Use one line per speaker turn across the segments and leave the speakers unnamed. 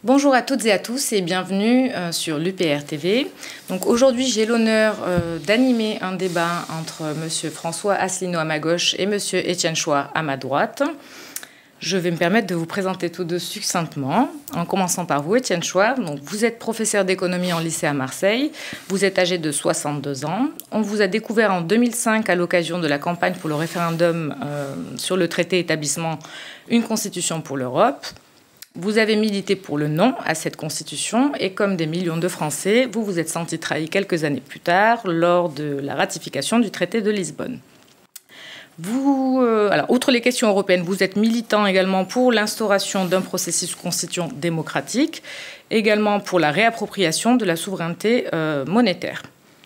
Bonjour à toutes et à tous et bienvenue sur l'UPR TV. Donc aujourd'hui, j'ai l'honneur d'animer un débat entre Monsieur François Asselineau à ma gauche et Monsieur Étienne Chouard à ma droite. Je vais me permettre de vous présenter tous deux succinctement, en commençant par vous, Étienne Chouard. Donc, vous êtes professeur d'économie en lycée à Marseille. Vous êtes âgé de 62 ans. On vous a découvert en 2005 à l'occasion de la campagne pour le référendum sur le traité établissement une constitution pour l'Europe. Vous avez milité pour le non à cette constitution et comme des millions de Français, vous vous êtes senti trahi quelques années plus tard lors de la ratification du traité de Lisbonne. Alors, outre les questions européennes, vous êtes militant également pour l'instauration d'un processus constituant démocratique, également pour la réappropriation de la souveraineté monétaire.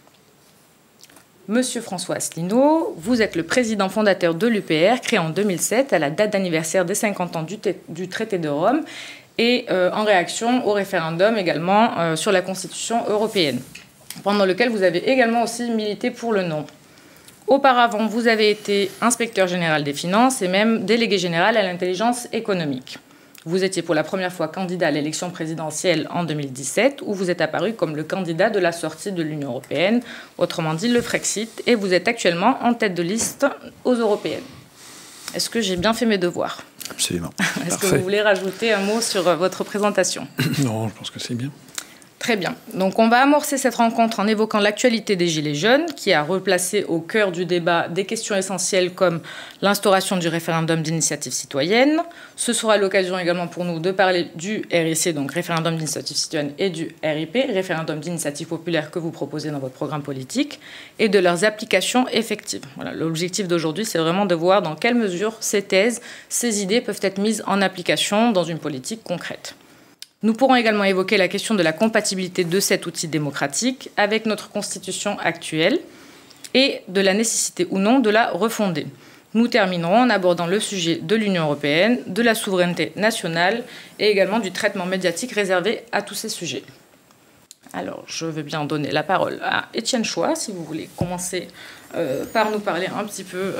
Monsieur François Asselineau, vous êtes le président fondateur de l'UPR, créé en 2007 à la date d'anniversaire des 50 ans du traité de Rome et en réaction au référendum également sur la Constitution européenne, pendant lequel vous avez également aussi milité pour le non. Auparavant, vous avez été inspecteur général des finances et même délégué général à l'intelligence économique. Vous étiez pour la première fois candidat à l'élection présidentielle en 2017, où vous êtes apparu comme le candidat de la sortie de l'Union européenne, autrement dit le Frexit, et vous êtes actuellement en tête de liste aux européennes. Est-ce que j'ai bien fait mes devoirs ?
Absolument.
Est-ce que vous voulez rajouter un mot sur votre présentation ?
Non, je pense que c'est bien.
Très bien. Donc on va amorcer cette rencontre en évoquant l'actualité des Gilets jaunes, qui a replacé au cœur du débat des questions essentielles comme l'instauration du référendum d'initiative citoyenne. Ce sera l'occasion également pour nous de parler du RIC, donc référendum d'initiative citoyenne, et du RIP, référendum d'initiative populaire que vous proposez dans votre programme politique, et de leurs applications effectives. Voilà, l'objectif d'aujourd'hui, c'est vraiment de voir dans quelle mesure ces thèses, ces idées peuvent être mises en application dans une politique concrète. Nous pourrons également évoquer la question de la compatibilité de cet outil démocratique avec notre constitution actuelle et de la nécessité ou non de la refonder. Nous terminerons en abordant le sujet de l'Union européenne, de la souveraineté nationale et également du traitement médiatique réservé à tous ces sujets. Alors, je veux bien donner la parole à Étienne Chouard, si vous voulez commencer par nous parler un petit peu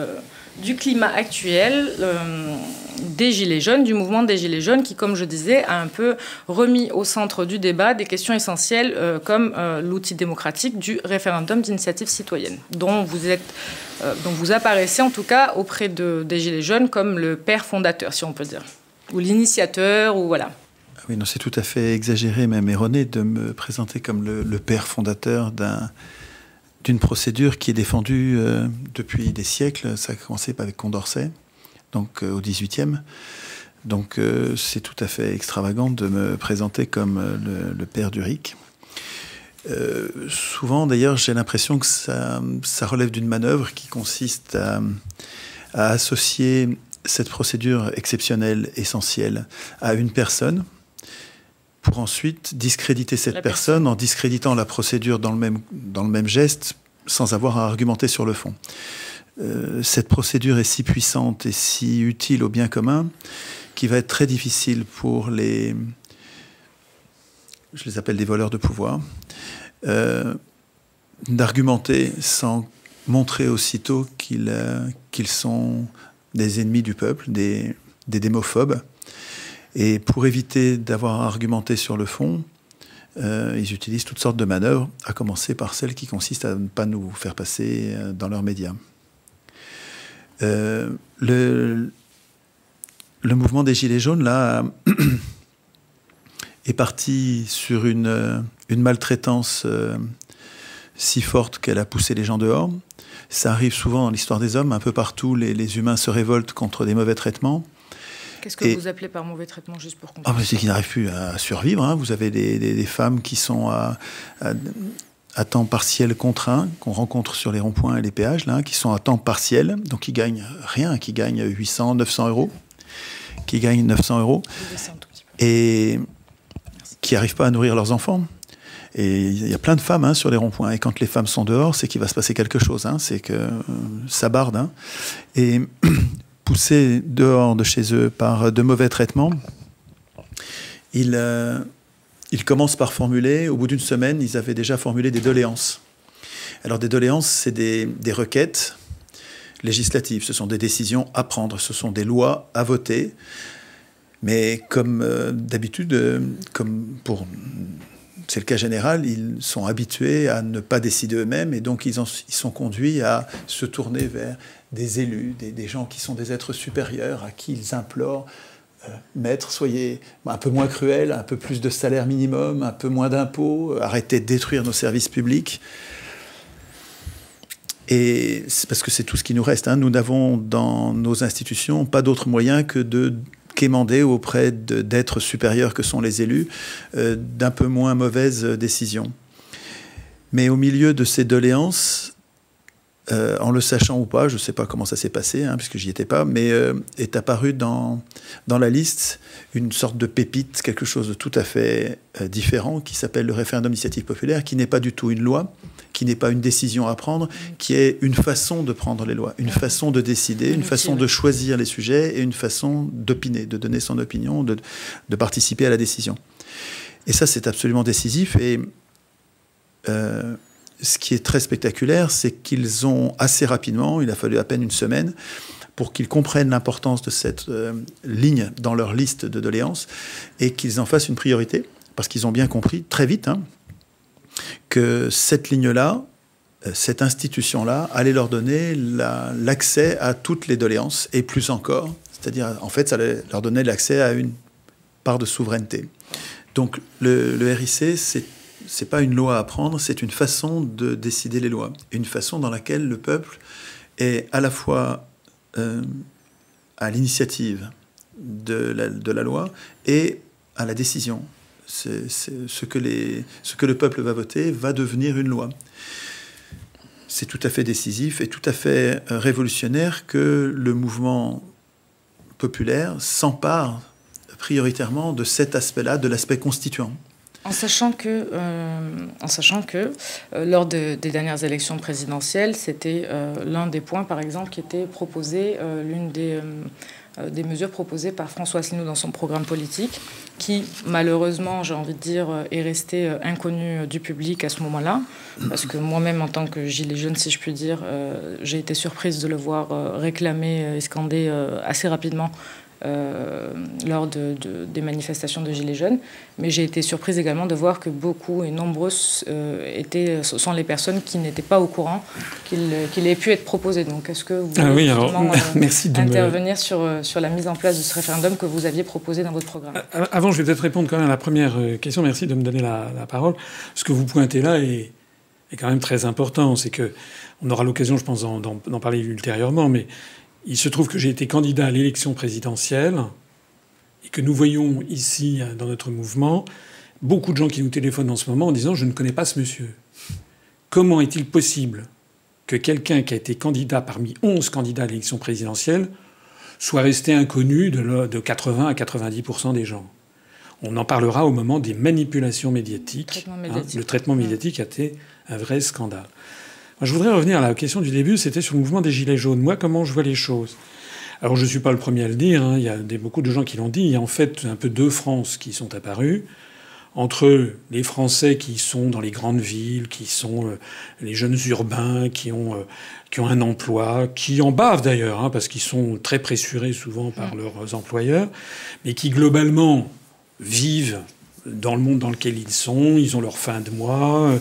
du climat actuel des Gilets jaunes, du mouvement des Gilets jaunes qui, comme je disais, a un peu remis au centre du débat des questions essentielles comme l'outil démocratique du référendum d'initiative citoyenne, dont vous apparaissez en tout cas auprès des Gilets jaunes comme le père fondateur, si on peut dire, ou l'initiateur, ou voilà.
Oui, non, c'est tout à fait exagéré, même erroné, de me présenter comme le père fondateur d'une procédure qui est défendue depuis des siècles. Ça a commencé avec Condorcet, donc au XVIIIe. Donc c'est tout à fait extravagant de me présenter comme le père du RIC. Souvent, d'ailleurs, j'ai l'impression que ça relève d'une manœuvre qui consiste à associer cette procédure exceptionnelle, essentielle, à une personne, pour ensuite discréditer cette personne en discréditant la procédure dans le même geste, sans avoir à argumenter sur le fond. Cette procédure est si puissante et si utile au bien commun qu'il va être très difficile pour je les appelle des voleurs de pouvoir, d'argumenter sans montrer aussitôt qu'ils sont des ennemis du peuple, des démophobes. Et pour éviter d'avoir à argumenter sur le fond, ils utilisent toutes sortes de manœuvres, à commencer par celle qui consiste à ne pas nous faire passer dans leurs médias. Le mouvement des Gilets jaunes, là, est parti sur une maltraitance si forte qu'elle a poussé les gens dehors. Ça arrive souvent dans l'histoire des hommes, un peu partout, les humains se révoltent contre des mauvais traitements.
Qu'est-ce que vous appelez par mauvais traitement, juste pour comprendre ?
C'est qu'ils n'arrivent plus à survivre. Hein. Vous avez des femmes qui sont à temps partiel contraint, qu'on rencontre sur les ronds-points et les péages, là, qui sont à temps partiel, donc qui gagnent rien, qui gagnent 800, 900 euros, et qui n'arrivent pas à nourrir leurs enfants. Et il y a plein de femmes sur les ronds-points. Et quand les femmes sont dehors, c'est qu'il va se passer quelque chose. C'est que ça barde. Et poussés dehors de chez eux par de mauvais traitements, ils commencent par formuler, au bout d'une semaine, ils avaient déjà formulé des doléances. Alors des doléances, c'est des requêtes législatives, ce sont des décisions à prendre, ce sont des lois à voter. Mais comme d'habitude, c'est le cas général, ils sont habitués à ne pas décider eux-mêmes et donc ils sont conduits à se tourner vers des élus, des gens qui sont des êtres supérieurs, à qui ils implorent maître, soyez un peu moins cruel, un peu plus de salaire minimum, un peu moins d'impôts, arrêtez de détruire nos services publics. Et c'est parce que c'est tout ce qui nous reste. Nous n'avons dans nos institutions pas d'autre moyen que de quémander auprès d'êtres supérieurs que sont les élus d'un peu moins mauvaises décisions. Mais au milieu de ces doléances, en le sachant ou pas, je ne sais pas comment ça s'est passé, puisque j'y étais pas, mais est apparu dans la liste une sorte de pépite, quelque chose de tout à fait différent, qui s'appelle le référendum d'initiative populaire, qui n'est pas du tout une loi, qui n'est pas une décision à prendre, qui est une façon de prendre les lois, une façon de décider, une façon de choisir les sujets et une façon d'opiner, de donner son opinion, de participer à la décision. Et ça, c'est absolument décisif. Et ce qui est très spectaculaire, c'est qu'ils ont assez rapidement, il a fallu à peine une semaine, pour qu'ils comprennent l'importance de cette ligne dans leur liste de doléances et qu'ils en fassent une priorité, parce qu'ils ont bien compris très vite que cette ligne-là, cette institution-là, allait leur donner l'accès à toutes les doléances, et plus encore. C'est-à-dire, en fait, ça allait leur donner l'accès à une part de souveraineté. Donc, le RIC, c'est pas une loi à prendre, c'est une façon de décider les lois. Une façon dans laquelle le peuple est à la fois à l'initiative de la loi et à la décision. Ce que le peuple va voter va devenir une loi. C'est tout à fait décisif et tout à fait révolutionnaire que le mouvement populaire s'empare prioritairement de cet aspect-là, de l'aspect constituant.
En sachant que lors des dernières élections présidentielles, c'était l'un des points, par exemple, qui était proposé, l'une des mesures proposées par François Asselineau dans son programme politique, qui, malheureusement, j'ai envie de dire, est resté inconnu du public à ce moment-là, parce que moi-même, en tant que gilet jaune, si je puis dire, j'ai été surprise de le voir réclamer et scander assez rapidement lors des manifestations de Gilets jaunes, mais j'ai été surprise également de voir que beaucoup et nombreuses sont les personnes qui n'étaient pas au courant qu'il ait pu être proposé. Donc est-ce que vous voulez
merci
intervenir sur la mise en place de ce référendum que vous aviez proposé dans votre programme?
Avant, je vais peut-être répondre quand même à la première question. Merci de me donner la parole. Ce que vous pointez là est quand même très important. C'est que on aura l'occasion, je pense, d'en parler ultérieurement, mais il se trouve que j'ai été candidat à l'élection présidentielle et que nous voyons ici, dans notre mouvement, beaucoup de gens qui nous téléphonent en ce moment en disant « Je ne connais pas ce monsieur ». Comment est-il possible que quelqu'un qui a été candidat parmi 11 candidats à l'élection présidentielle soit resté inconnu de 80 à 90% des gens? On en parlera au moment des manipulations médiatiques. Le traitement médiatique a été un vrai scandale. Je voudrais revenir à la question du début, c'était sur le mouvement des Gilets jaunes. Moi, comment je vois les choses? Alors, je ne suis pas le premier à le dire, il y a beaucoup de gens qui l'ont dit. Il y a en fait un peu deux France qui sont apparues. Entre les Français qui sont dans les grandes villes, qui sont les jeunes urbains, qui ont un emploi, qui en bavent d'ailleurs, parce qu'ils sont très pressurés souvent par leurs employeurs, mais qui globalement vivent dans le monde dans lequel ils ont leur fin de mois,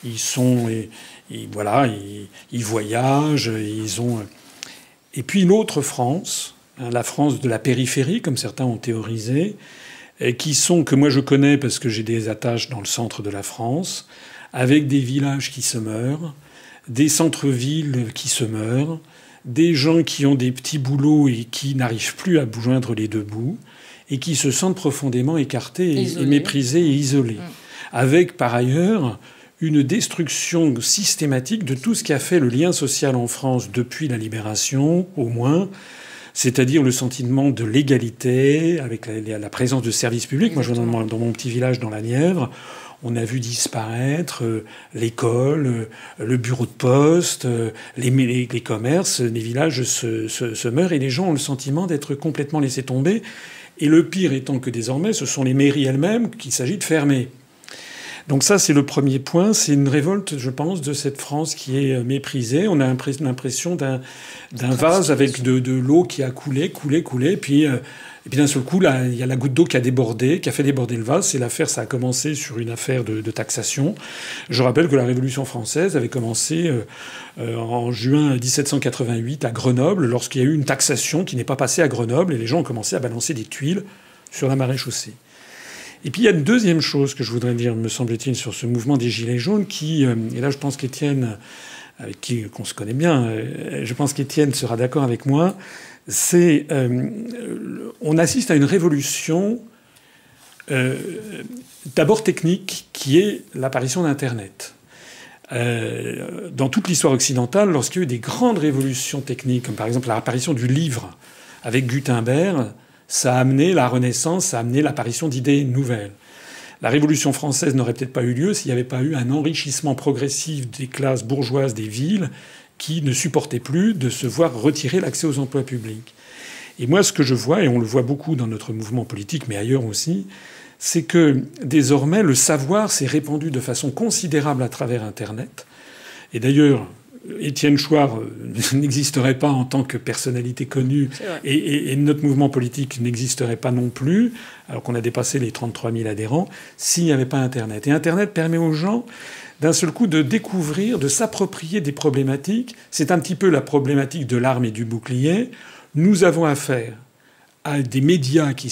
ils voyagent, Et puis l'autre France, la France de la périphérie, comme certains ont théorisé, que moi je connais parce que j'ai des attaches dans le centre de la France, avec des villages qui se meurent, des centres-villes qui se meurent, des gens qui ont des petits boulots et qui n'arrivent plus à joindre les deux bouts, et qui se sentent profondément écartés et méprisés et isolés. Avec, par ailleurs, une destruction systématique de tout ce qui a fait le lien social en France depuis la Libération, au moins, c'est-à-dire le sentiment de l'égalité, avec la présence de services publics. Exactement. Moi, dans mon petit village dans la Nièvre, on a vu disparaître l'école, le bureau de poste, les commerces, les villages se meurent, et les gens ont le sentiment d'être complètement laissés tomber. Et le pire étant que désormais, ce sont les mairies elles-mêmes qu'il s'agit de fermer. Donc ça, c'est le premier point. C'est une révolte, je pense, de cette France qui est méprisée. On a l'impression d'un vase avec de l'eau qui a coulé. Puis Et puis d'un seul coup, là, il y a la goutte d'eau qui a débordé, qui a fait déborder le vase. C'est l'affaire, ça a commencé sur une affaire de taxation. Je rappelle que la Révolution française avait commencé en juin 1788 à Grenoble, lorsqu'il y a eu une taxation qui n'est pas passée à Grenoble, et les gens ont commencé à balancer des tuiles sur la maréchaussée. Et puis il y a une deuxième chose que je voudrais dire, me semble-t-il, sur ce mouvement des Gilets jaunes, qui, et là je pense qu'Étienne, avec qui qu'on se connaît bien, je pense qu'Étienne sera d'accord avec moi, c'est on assiste à une révolution d'abord technique, qui est l'apparition d'Internet. Dans toute l'histoire occidentale, lorsqu'il y a eu des grandes révolutions techniques, comme par exemple l'apparition du livre avec Gutenberg, ça a amené la Renaissance, ça a amené l'apparition d'idées nouvelles. La Révolution française n'aurait peut-être pas eu lieu s'il n'y avait pas eu un enrichissement progressif des classes bourgeoises des villes qui ne supportaient plus de se voir retirer l'accès aux emplois publics. Et moi, ce que je vois, et on le voit beaucoup dans notre mouvement politique, mais ailleurs aussi, c'est que désormais, le savoir s'est répandu de façon considérable à travers Internet. Et d'ailleurs, Étienne Chouard n'existerait pas en tant que personnalité connue et notre mouvement politique n'existerait pas non plus, alors qu'on a dépassé les 33 000 adhérents, s'il n'y avait pas Internet. Et Internet permet aux gens d'un seul coup de découvrir, de s'approprier des problématiques. C'est un petit peu la problématique de l'arme et du bouclier. Nous avons affaire à des médias qui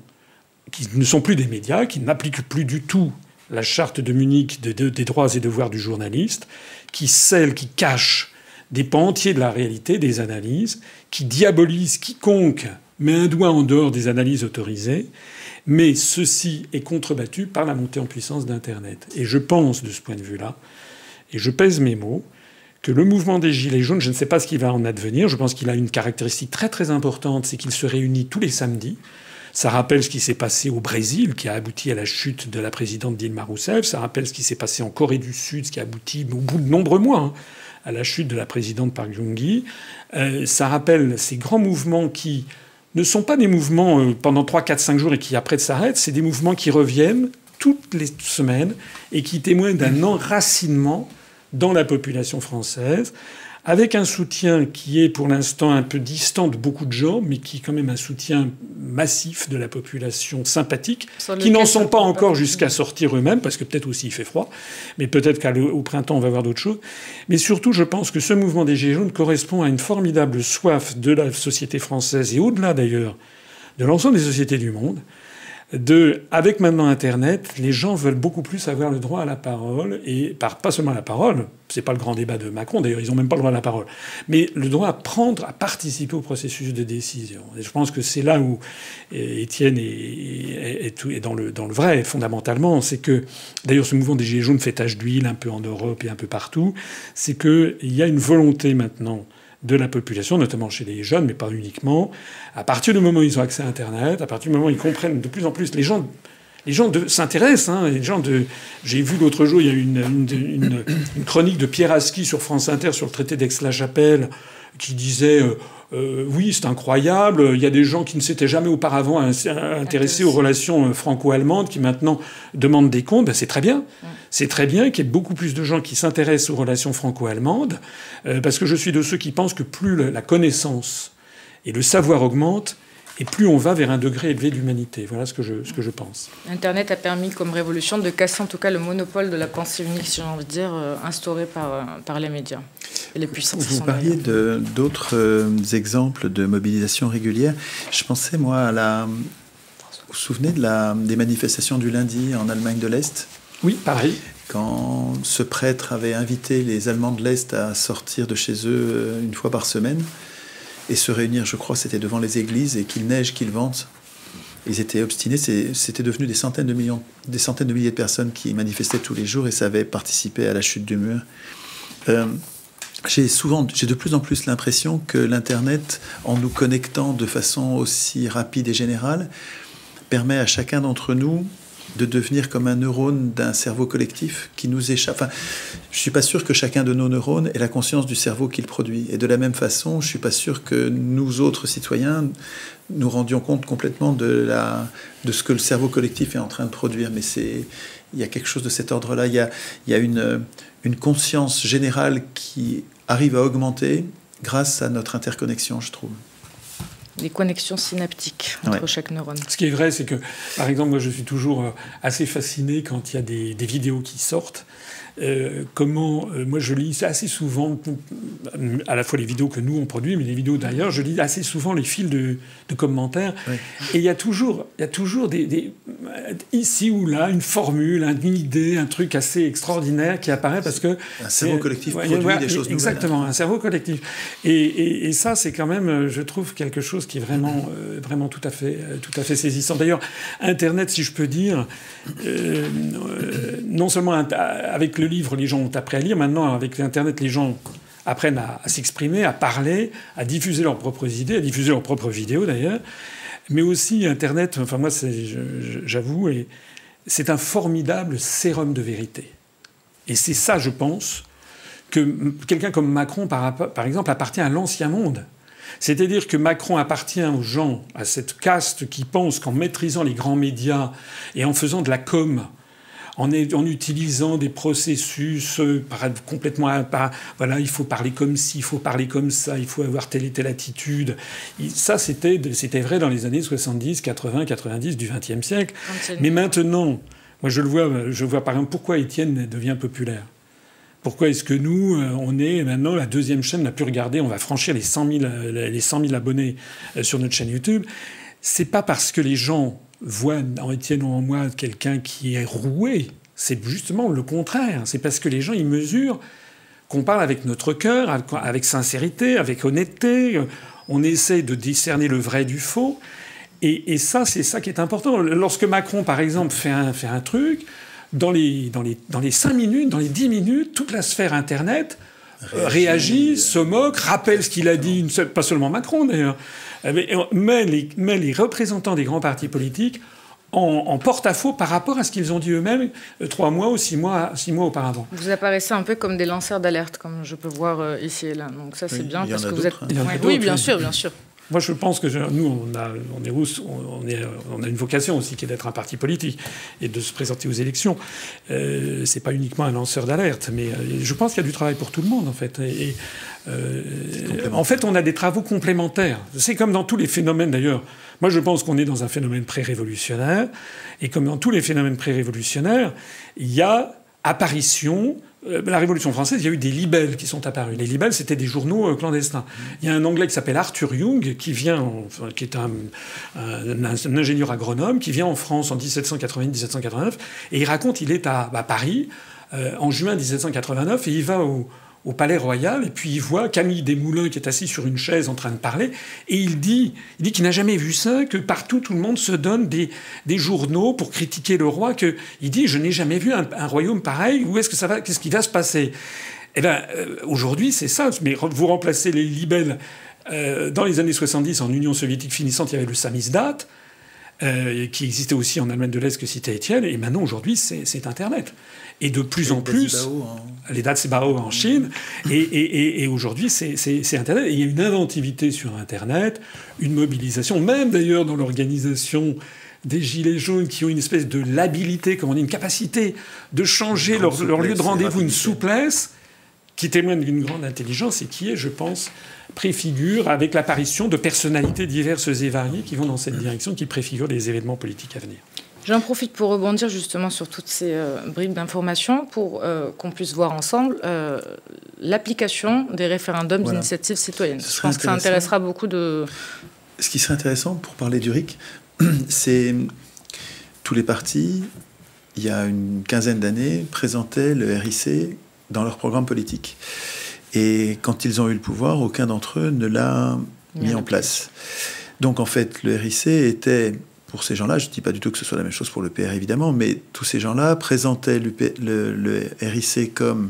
ne sont plus des médias, qui n'appliquent plus du tout la charte de Munich des droits et devoirs du journaliste, qui scelle, qui cache des pans entiers de la réalité, des analyses, qui diabolise quiconque met un doigt en dehors des analyses autorisées. Mais ceci est contrebattu par la montée en puissance d'Internet. Et je pense, de ce point de vue-là, et je pèse mes mots, que le mouvement des Gilets jaunes, je ne sais pas ce qui va en advenir, je pense qu'il a une caractéristique très très importante, c'est qu'il se réunit tous les samedis. Ça rappelle ce qui s'est passé au Brésil, qui a abouti à la chute de la présidente Dilma Rousseff. Ça rappelle ce qui s'est passé en Corée du Sud, ce qui a abouti, au bout de nombreux mois, à la chute de la présidente Park Geun-hye. Ça rappelle ces grands mouvements qui ne sont pas des mouvements pendant 3, 4, 5 jours et qui après s'arrêtent. C'est des mouvements qui reviennent toutes les semaines et qui témoignent d'un enracinement dans la population française, avec un soutien qui est pour l'instant un peu distant de beaucoup de gens, mais qui est quand même un soutien massif de la population sympathique, qui n'en sont pas encore jusqu'à sortir eux-mêmes, parce que peut-être aussi il fait froid, mais peut-être qu'au printemps on va voir d'autres choses. Mais surtout, je pense que ce mouvement des Gilets jaunes correspond à une formidable soif de la société française, et au-delà d'ailleurs de l'ensemble des sociétés du monde, avec maintenant Internet, les gens veulent beaucoup plus avoir le droit à la parole, et pas seulement à la parole, c'est pas le grand débat de Macron, d'ailleurs, ils ont même pas le droit à la parole, mais le droit à participer au processus de décision. Et je pense que c'est là où Étienne est dans le vrai, fondamentalement, c'est que, d'ailleurs, ce mouvement des Gilets jaunes fait tache d'huile un peu en Europe et un peu partout, c'est qu'il y a une volonté maintenant de la population, notamment chez les jeunes, mais pas uniquement. À partir du moment où ils ont accès à Internet, à partir du moment où ils comprennent de plus en plus, les gens s'intéressent. J'ai vu l'autre jour, il y a eu une chronique de Pierre Aski sur France Inter sur le traité d'Aix-la-Chapelle qui disait oui, c'est incroyable, il y a des gens qui ne s'étaient jamais auparavant intéressés aux relations franco-allemandes qui maintenant demandent des comptes. Ben, c'est très bien. C'est très bien qu'il y ait beaucoup plus de gens qui s'intéressent aux relations franco-allemandes, parce que je suis de ceux qui pensent que plus la connaissance et le savoir augmentent, et plus on va vers un degré élevé d'humanité. Voilà ce que je pense.
Internet a permis, comme révolution, de casser en tout cas le monopole de la pensée unique, si j'ai envie de dire, instauré par les médias et les puissances.
Vous parliez d'autres exemples de mobilisation régulière. Je pensais, moi, vous vous souvenez des manifestations du lundi en Allemagne de l'Est ?
Oui, pareil.
Quand ce prêtre avait invité les Allemands de l'Est à sortir de chez eux une fois par semaine, et se réunir, je crois, c'était devant les églises, et qu'il neige, qu'il vente. Ils étaient obstinés. C'était devenu des centaines de milliers de personnes qui manifestaient tous les jours, et ça avait participé à la chute du mur. J'ai de plus en plus l'impression que l'Internet, en nous connectant de façon aussi rapide et générale, permet à chacun d'entre nous de devenir comme un neurone d'un cerveau collectif qui nous échappe. Enfin, je ne suis pas sûr que chacun de nos neurones ait la conscience du cerveau qu'il produit. Et de la même façon, je ne suis pas sûr que nous autres citoyens nous rendions compte complètement de ce que le cerveau collectif est en train de produire. Mais il y a quelque chose de cet ordre-là. Il y a une conscience générale qui arrive à augmenter grâce à notre interconnexion, je trouve.
des connexions synaptiques entre chaque neurone.
Ce qui est vrai, c'est que, par exemple, moi je suis toujours assez fasciné quand il y a des vidéos qui sortent. Moi je lis assez souvent, à la fois les vidéos que nous on produit, mais les vidéos d'ailleurs, je lis assez souvent les fils de commentaires. Oui. Et il y a toujours ici ou là une formule, une idée, un truc assez extraordinaire qui apparaît parce que
un cerveau collectif produit des choses
exactement,
nouvelles.
Un cerveau collectif. Et ça c'est quand même, je trouve, quelque chose qui est vraiment, vraiment tout à fait saisissant. D'ailleurs, Internet, si je peux dire, non seulement avec le livre, les gens ont appris à lire. Maintenant, avec Internet, les gens apprennent à s'exprimer, à parler, à diffuser leurs propres idées, à diffuser leurs propres vidéos d'ailleurs. Mais aussi, Internet, enfin moi, j'avoue, c'est un formidable sérum de vérité. Et c'est ça, je pense, que quelqu'un comme Macron, par exemple, appartient à l'ancien monde. C'est-à-dire que Macron appartient aux gens, à cette caste qui pense qu'en maîtrisant les grands médias et en faisant de la com', en utilisant des processus complètement... Voilà, il faut parler comme ci, il faut parler comme ça, il faut avoir telle et telle attitude. Ça, c'était vrai dans les années 70, 80, 90 du XXe siècle. Mais maintenant, moi je vois par exemple pourquoi Étienne devient populaire. Pourquoi est-ce que nous, on est maintenant la deuxième chaîne la plus regardée, on va franchir les 100 000 abonnés sur notre chaîne YouTube. C'est pas parce que les gens voient en Étienne ou en moi quelqu'un qui est roué. C'est justement le contraire. C'est parce que les gens, ils mesurent qu'on parle avec notre cœur, avec sincérité, avec honnêteté. On essaie de discerner le vrai du faux. Et ça, c'est ça qui est important. Lorsque Macron, par exemple, fait un truc, dans les 5 minutes, dans les 10 minutes, toute la sphère Internet réagit, se moque, rappelle ce qu'il a dit, pas seulement Macron d'ailleurs, mais les représentants des grands partis politiques en porte-à-faux par rapport à ce qu'ils ont dit eux-mêmes 3 mois ou 6 mois auparavant.
Vous apparaissez un peu comme des lanceurs d'alerte, comme je peux voir ici et là. Donc ça, c'est bien parce que vous êtes... Oui, bien sûr, bien sûr.
Moi, je pense que nous, on a une vocation aussi qui est d'être un parti politique et de se présenter aux élections. C'est pas uniquement un lanceur d'alerte, mais je pense qu'il y a du travail pour tout le monde, en fait. En fait, on a des travaux complémentaires. C'est comme dans tous les phénomènes, d'ailleurs. Moi, je pense qu'on est dans un phénomène pré-révolutionnaire. Et comme dans tous les phénomènes pré-révolutionnaires, il y a apparition... La Révolution française, il y a eu des libelles qui sont apparus. Les libelles, c'était des journaux clandestins. Il y a un Anglais qui s'appelle Arthur Young, qui est un ingénieur agronome, qui vient en France en 1780-1789, et il raconte, il est à Paris en juin 1789, et il va au Palais Royal, et puis il voit Camille Desmoulins qui est assis sur une chaise en train de parler, et il dit qu'il n'a jamais vu ça, que partout tout le monde se donne des journaux pour critiquer le roi, il dit je n'ai jamais vu un royaume pareil, où est-ce que ça va, qu'est-ce qui va se passer? Eh bien, aujourd'hui c'est ça, mais vous remplacez les libelles dans les années 70 en Union soviétique finissante, il y avait le samizdat, qui existait aussi en Allemagne de l'Est que citait Étienne, et maintenant aujourd'hui c'est Internet. Et de plus en plus, les Datsibao en Chine, et aujourd'hui c'est Internet. Et il y a une inventivité sur Internet, une mobilisation, même d'ailleurs dans l'organisation des Gilets jaunes qui ont une espèce de labilité, comme on dit, une capacité de changer leur lieu de rendez-vous, une souplesse qui témoigne d'une grande intelligence et qui est, je pense, préfigure avec l'apparition de personnalités diverses et variées qui vont dans cette direction, qui préfigurent les événements politiques à venir.
J'en profite pour rebondir justement sur toutes ces bribes d'informations pour qu'on puisse voir ensemble l'application des référendums d'initiative citoyenne. Je pense que ça intéressera beaucoup de...
Ce qui serait intéressant pour parler du RIC, c'est tous les partis, il y a une quinzaine d'années, présentaient le RIC dans leur programme politique. Et quand ils ont eu le pouvoir, aucun d'entre eux ne l'a mis en place. Donc en fait, le RIC était... Pour ces gens-là, je ne dis pas du tout que ce soit la même chose pour le PR, évidemment, mais tous ces gens-là présentaient le RIC comme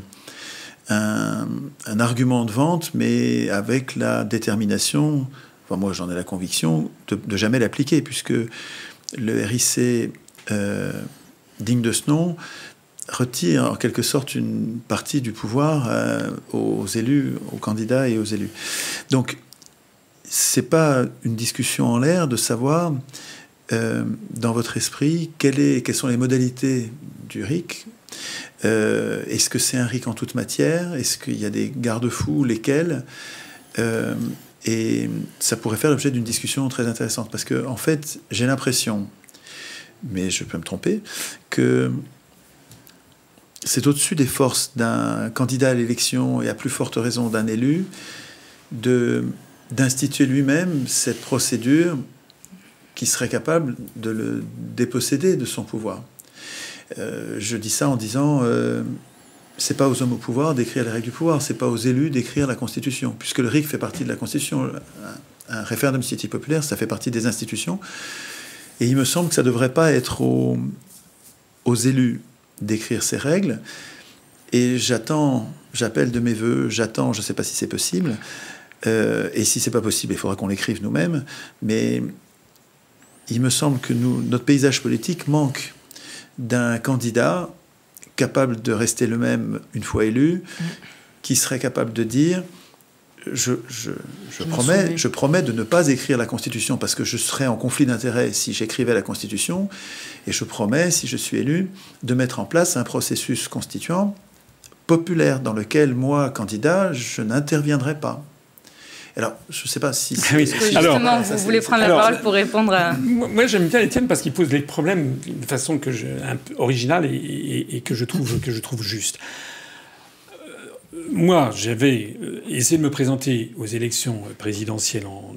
un argument de vente, mais avec la détermination, enfin moi j'en ai la conviction, de jamais l'appliquer, puisque le RIC digne de ce nom retire en quelque sorte une partie du pouvoir aux élus, aux candidats et aux élus. Donc, c'est pas une discussion en l'air de savoir... dans votre esprit, quelles sont les modalités du RIC? Est-ce que c'est un RIC en toute matière? Est-ce qu'il y a des garde-fous? Lesquels? Et ça pourrait faire l'objet d'une discussion très intéressante. Parce que, en fait, j'ai l'impression, mais je peux me tromper, que c'est au-dessus des forces d'un candidat à l'élection et à plus forte raison d'un élu d'instituer lui-même cette procédure qui serait capable de le déposséder de son pouvoir. Je dis ça en disant, c'est pas aux hommes au pouvoir d'écrire les règles du pouvoir, c'est pas aux élus d'écrire la Constitution, puisque le RIC fait partie de la Constitution. Un référendum d'initiative populaire, ça fait partie des institutions. Et il me semble que ça devrait pas être aux élus d'écrire ces règles. Et j'appelle de mes voeux, je ne sais pas si c'est possible. Et si c'est pas possible, il faudra qu'on l'écrive nous-mêmes. Mais il me semble que notre paysage politique manque d'un candidat capable de rester le même une fois élu, qui serait capable de dire je promets de ne pas écrire la Constitution parce que je serais en conflit d'intérêts si j'écrivais la Constitution, et je promets, si je suis élu, de mettre en place un processus constituant populaire dans lequel, moi, candidat, je n'interviendrai pas. Alors, je ne sais pas si...
Justement, vous voulez prendre la parole pour répondre à...
Moi, j'aime bien Étienne parce qu'il pose les problèmes de façon un peu originale et que je trouve juste. Moi, j'avais essayé de me présenter aux élections présidentielles en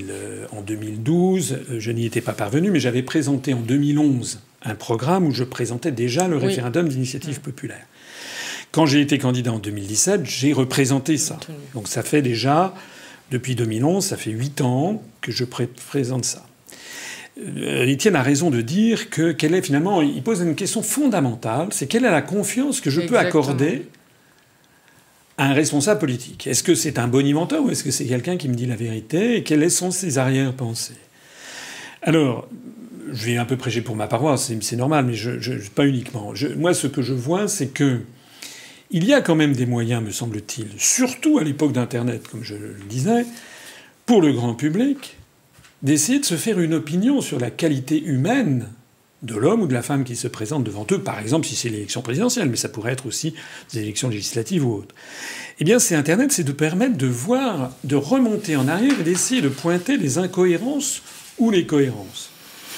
2012. Je n'y étais pas parvenu, mais j'avais présenté en 2011 un programme où je présentais déjà le référendum d'initiative populaire. Quand j'ai été candidat en 2017, j'ai représenté ça. Donc ça fait déjà... Depuis 2011, ça fait 8 ans que je présente ça. Étienne a raison de dire que finalement, il pose une question fondamentale, c'est quelle est la confiance que je peux accorder à un responsable politique. Est-ce que c'est un bonimenteur ou est-ce que c'est quelqu'un qui me dit la vérité, et quelles sont ses arrière-pensées? Alors, je vais un peu prêcher pour ma paroisse, c'est normal, mais pas uniquement. Moi, ce que je vois, c'est que il y a quand même des moyens, me semble-t-il, surtout à l'époque d'Internet, comme je le disais, pour le grand public, d'essayer de se faire une opinion sur la qualité humaine de l'homme ou de la femme qui se présente devant eux, par exemple si c'est l'élection présidentielle, mais ça pourrait être aussi des élections législatives ou autres. Eh bien, c'est Internet, c'est de permettre de voir, de remonter en arrière et d'essayer de pointer les incohérences ou les cohérences.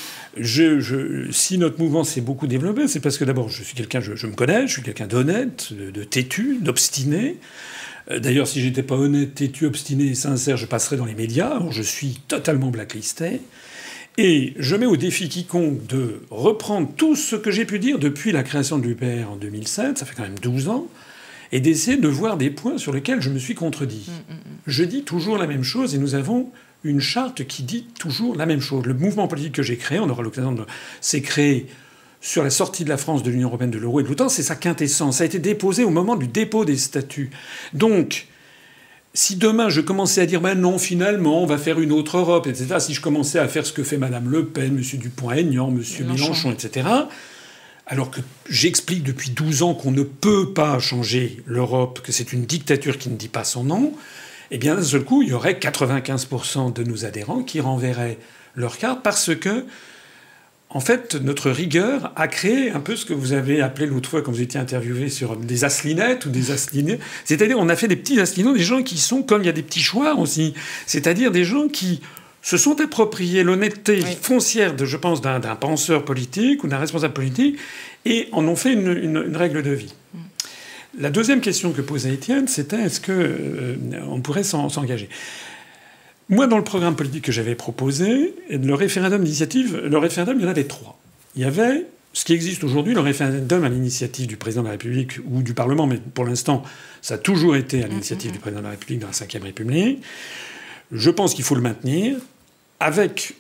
Si notre mouvement s'est beaucoup développé, c'est parce que d'abord, je me connais, je suis quelqu'un d'honnête, de têtu, d'obstiné. D'ailleurs, si j'étais pas honnête, têtu, obstiné et sincère, je passerais dans les médias. Alors, je suis totalement blacklisté. Et je mets au défi quiconque de reprendre tout ce que j'ai pu dire depuis la création de l'UPR en 2007, ça fait quand même 12 ans, et d'essayer de voir des points sur lesquels je me suis contredit. Je dis toujours la même chose et nous avons une charte qui dit toujours la même chose. Le mouvement politique que j'ai créé, on aura l'occasion de... C'est créé sur la sortie de la France de l'Union européenne, de l'euro et de l'OTAN, c'est sa quintessence. Ça a été déposé au moment du dépôt des statuts. Donc, si demain je commençais à dire ben non, finalement, on va faire une autre Europe, etc., si je commençais à faire ce que fait Madame Le Pen, M. Dupont-Aignan, M. Mélenchon, etc., alors que j'explique depuis 12 ans qu'on ne peut pas changer l'Europe, que c'est une dictature qui ne dit pas son nom, eh bien, d'un seul coup, il y aurait 95% de nos adhérents qui renverraient leur carte parce que, en fait, notre rigueur a créé un peu ce que vous avez appelé l'autre fois quand vous étiez interviewé sur des asselinettes ou des asselinés. C'est-à-dire, on a fait des petits asselineaux, des gens qui sont, comme il y a des petits choix aussi, c'est-à-dire des gens qui se sont appropriés l'honnêteté foncière, je pense, d'un penseur politique ou d'un responsable politique et en ont fait une règle de vie. La deuxième question que posait Étienne, c'était est-ce qu'on pourrait s'engager ? Moi, dans le programme politique que j'avais proposé, le référendum d'initiative, il y en avait 3. Il y avait ce qui existe aujourd'hui, le référendum à l'initiative du président de la République ou du Parlement, mais pour l'instant, ça a toujours été à l'initiative du président de la République dans la Ve République. Je pense qu'il faut le maintenir, avec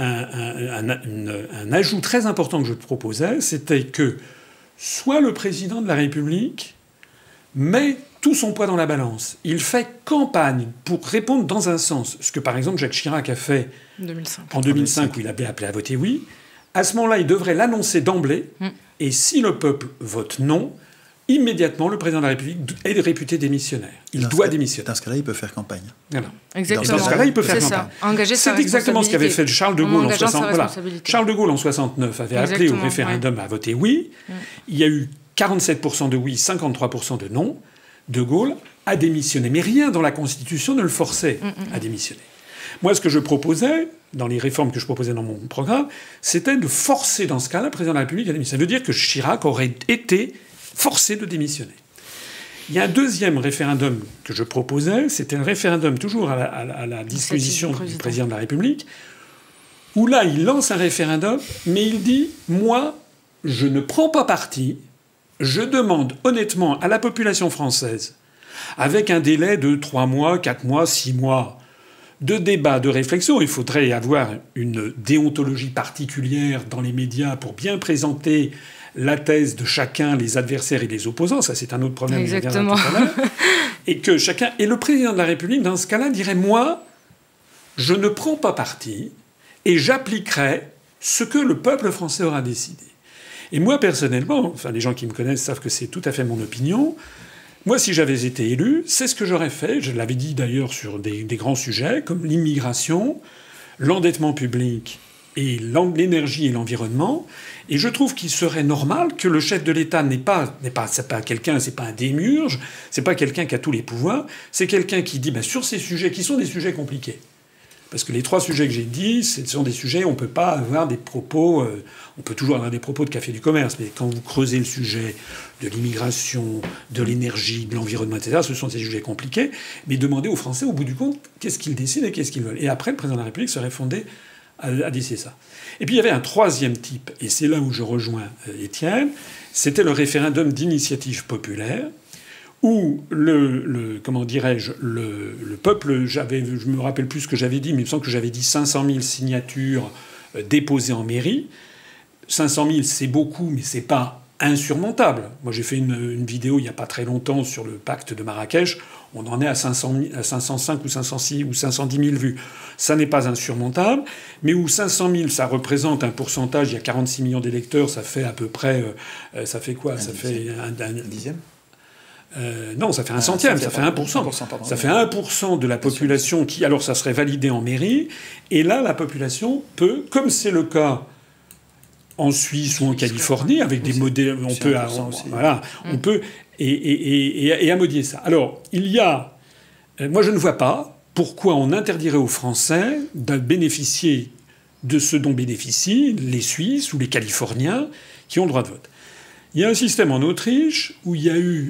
un ajout très important que je proposais, c'était que soit le président de la République met tout son poids dans la balance. Il fait campagne pour répondre dans un sens. Ce que, par exemple, Jacques Chirac a fait en 2005, où il avait appelé à voter oui. À ce moment-là, il devrait l'annoncer d'emblée. Et si le peuple vote non, immédiatement, le président de la République est réputé démissionnaire. Il doit démissionner.
Dans ce cas-là, il peut faire campagne.
Voilà.
Exactement.
Dans ce cas-là, il peut faire campagne. C'est exactement ce qu'avait fait Charles de Gaulle en 69. Voilà. Charles de Gaulle, en 69, avait appelé au référendum à voter oui. Il y a eu 47% de oui, 53% de non. De Gaulle à démissionner. Mais rien dans la Constitution ne le forçait à démissionner. Moi, ce que je proposais, dans les réformes que je proposais dans mon programme, c'était de forcer, dans ce cas-là, le président de la République à démissionner. Ça veut dire que Chirac aurait été forcé de démissionner. Il y a un deuxième référendum que je proposais, c'était un référendum toujours à la disposition du président de la République, où là, il lance un référendum, mais il dit « Moi, je ne prends pas parti, je demande honnêtement à la population française, avec un délai de 3 mois, 4 mois, 6 mois, de débat, de réflexion. Il faudrait avoir une déontologie particulière dans les médias pour bien présenter la thèse de chacun, les adversaires et les opposants. Ça, c'est un autre problème.
Exactement.
Tout à l'heure. Et que chacun... Et le président de la République, dans ce cas-là, dirait « Moi, je ne prends pas parti et j'appliquerai ce que le peuple français aura décidé. » Et moi, personnellement, enfin, les gens qui me connaissent savent que c'est tout à fait mon opinion. Moi, si j'avais été élu, c'est ce que j'aurais fait. Je l'avais dit d'ailleurs sur des grands sujets comme l'immigration, l'endettement public et l'énergie et l'environnement. Et je trouve qu'il serait normal que le chef de l'État c'est pas quelqu'un, c'est pas un démiurge, c'est pas quelqu'un qui a tous les pouvoirs, c'est quelqu'un qui dit, sur ces sujets qui sont des sujets compliqués. Parce que les 3 sujets que j'ai dit, ce sont des sujets où on ne peut pas avoir des propos... on peut toujours avoir des propos de café du commerce, mais quand vous creusez le sujet de l'immigration, de l'énergie, de l'environnement, etc., ce sont des sujets compliqués. Mais demandez aux Français, au bout du compte, qu'est-ce qu'ils décident et qu'est-ce qu'ils veulent. Et après, le président de la République serait fondé à décider ça. Et puis il y avait un 3e type, et c'est là où je rejoins Étienne, c'était le référendum d'initiative populaire, où comment dirais-je, le peuple, je me rappelle plus ce que j'avais dit, mais il me semble que j'avais dit 500 000 signatures déposées en mairie. 500 000, c'est beaucoup, mais c'est pas insurmontable. Moi, j'ai fait une vidéo il n'y a pas très longtemps sur le pacte de Marrakech. On en est à 505 ou 506 ou 510 000 vues. Ça n'est pas insurmontable, mais où 500 000, ça représente un pourcentage. Il y a 46 millions d'électeurs, ça fait à peu près... ça fait quoi? Ça fait un dixième. Non, ça fait un centième, ça fait 1%. Ça fait 1% de la population qui... Alors, ça serait validé en mairie. Et là, la population peut, comme c'est le cas en Suisse ou en Californie, avec des modèles... On peut... Voilà. On peut... Et amodier ça. Alors, il y a... Moi, je ne vois pas pourquoi on interdirait aux Français de bénéficier de ce dont bénéficient les Suisses ou les Californiens qui ont le droit de vote. Il y a un système en Autriche où il y a eu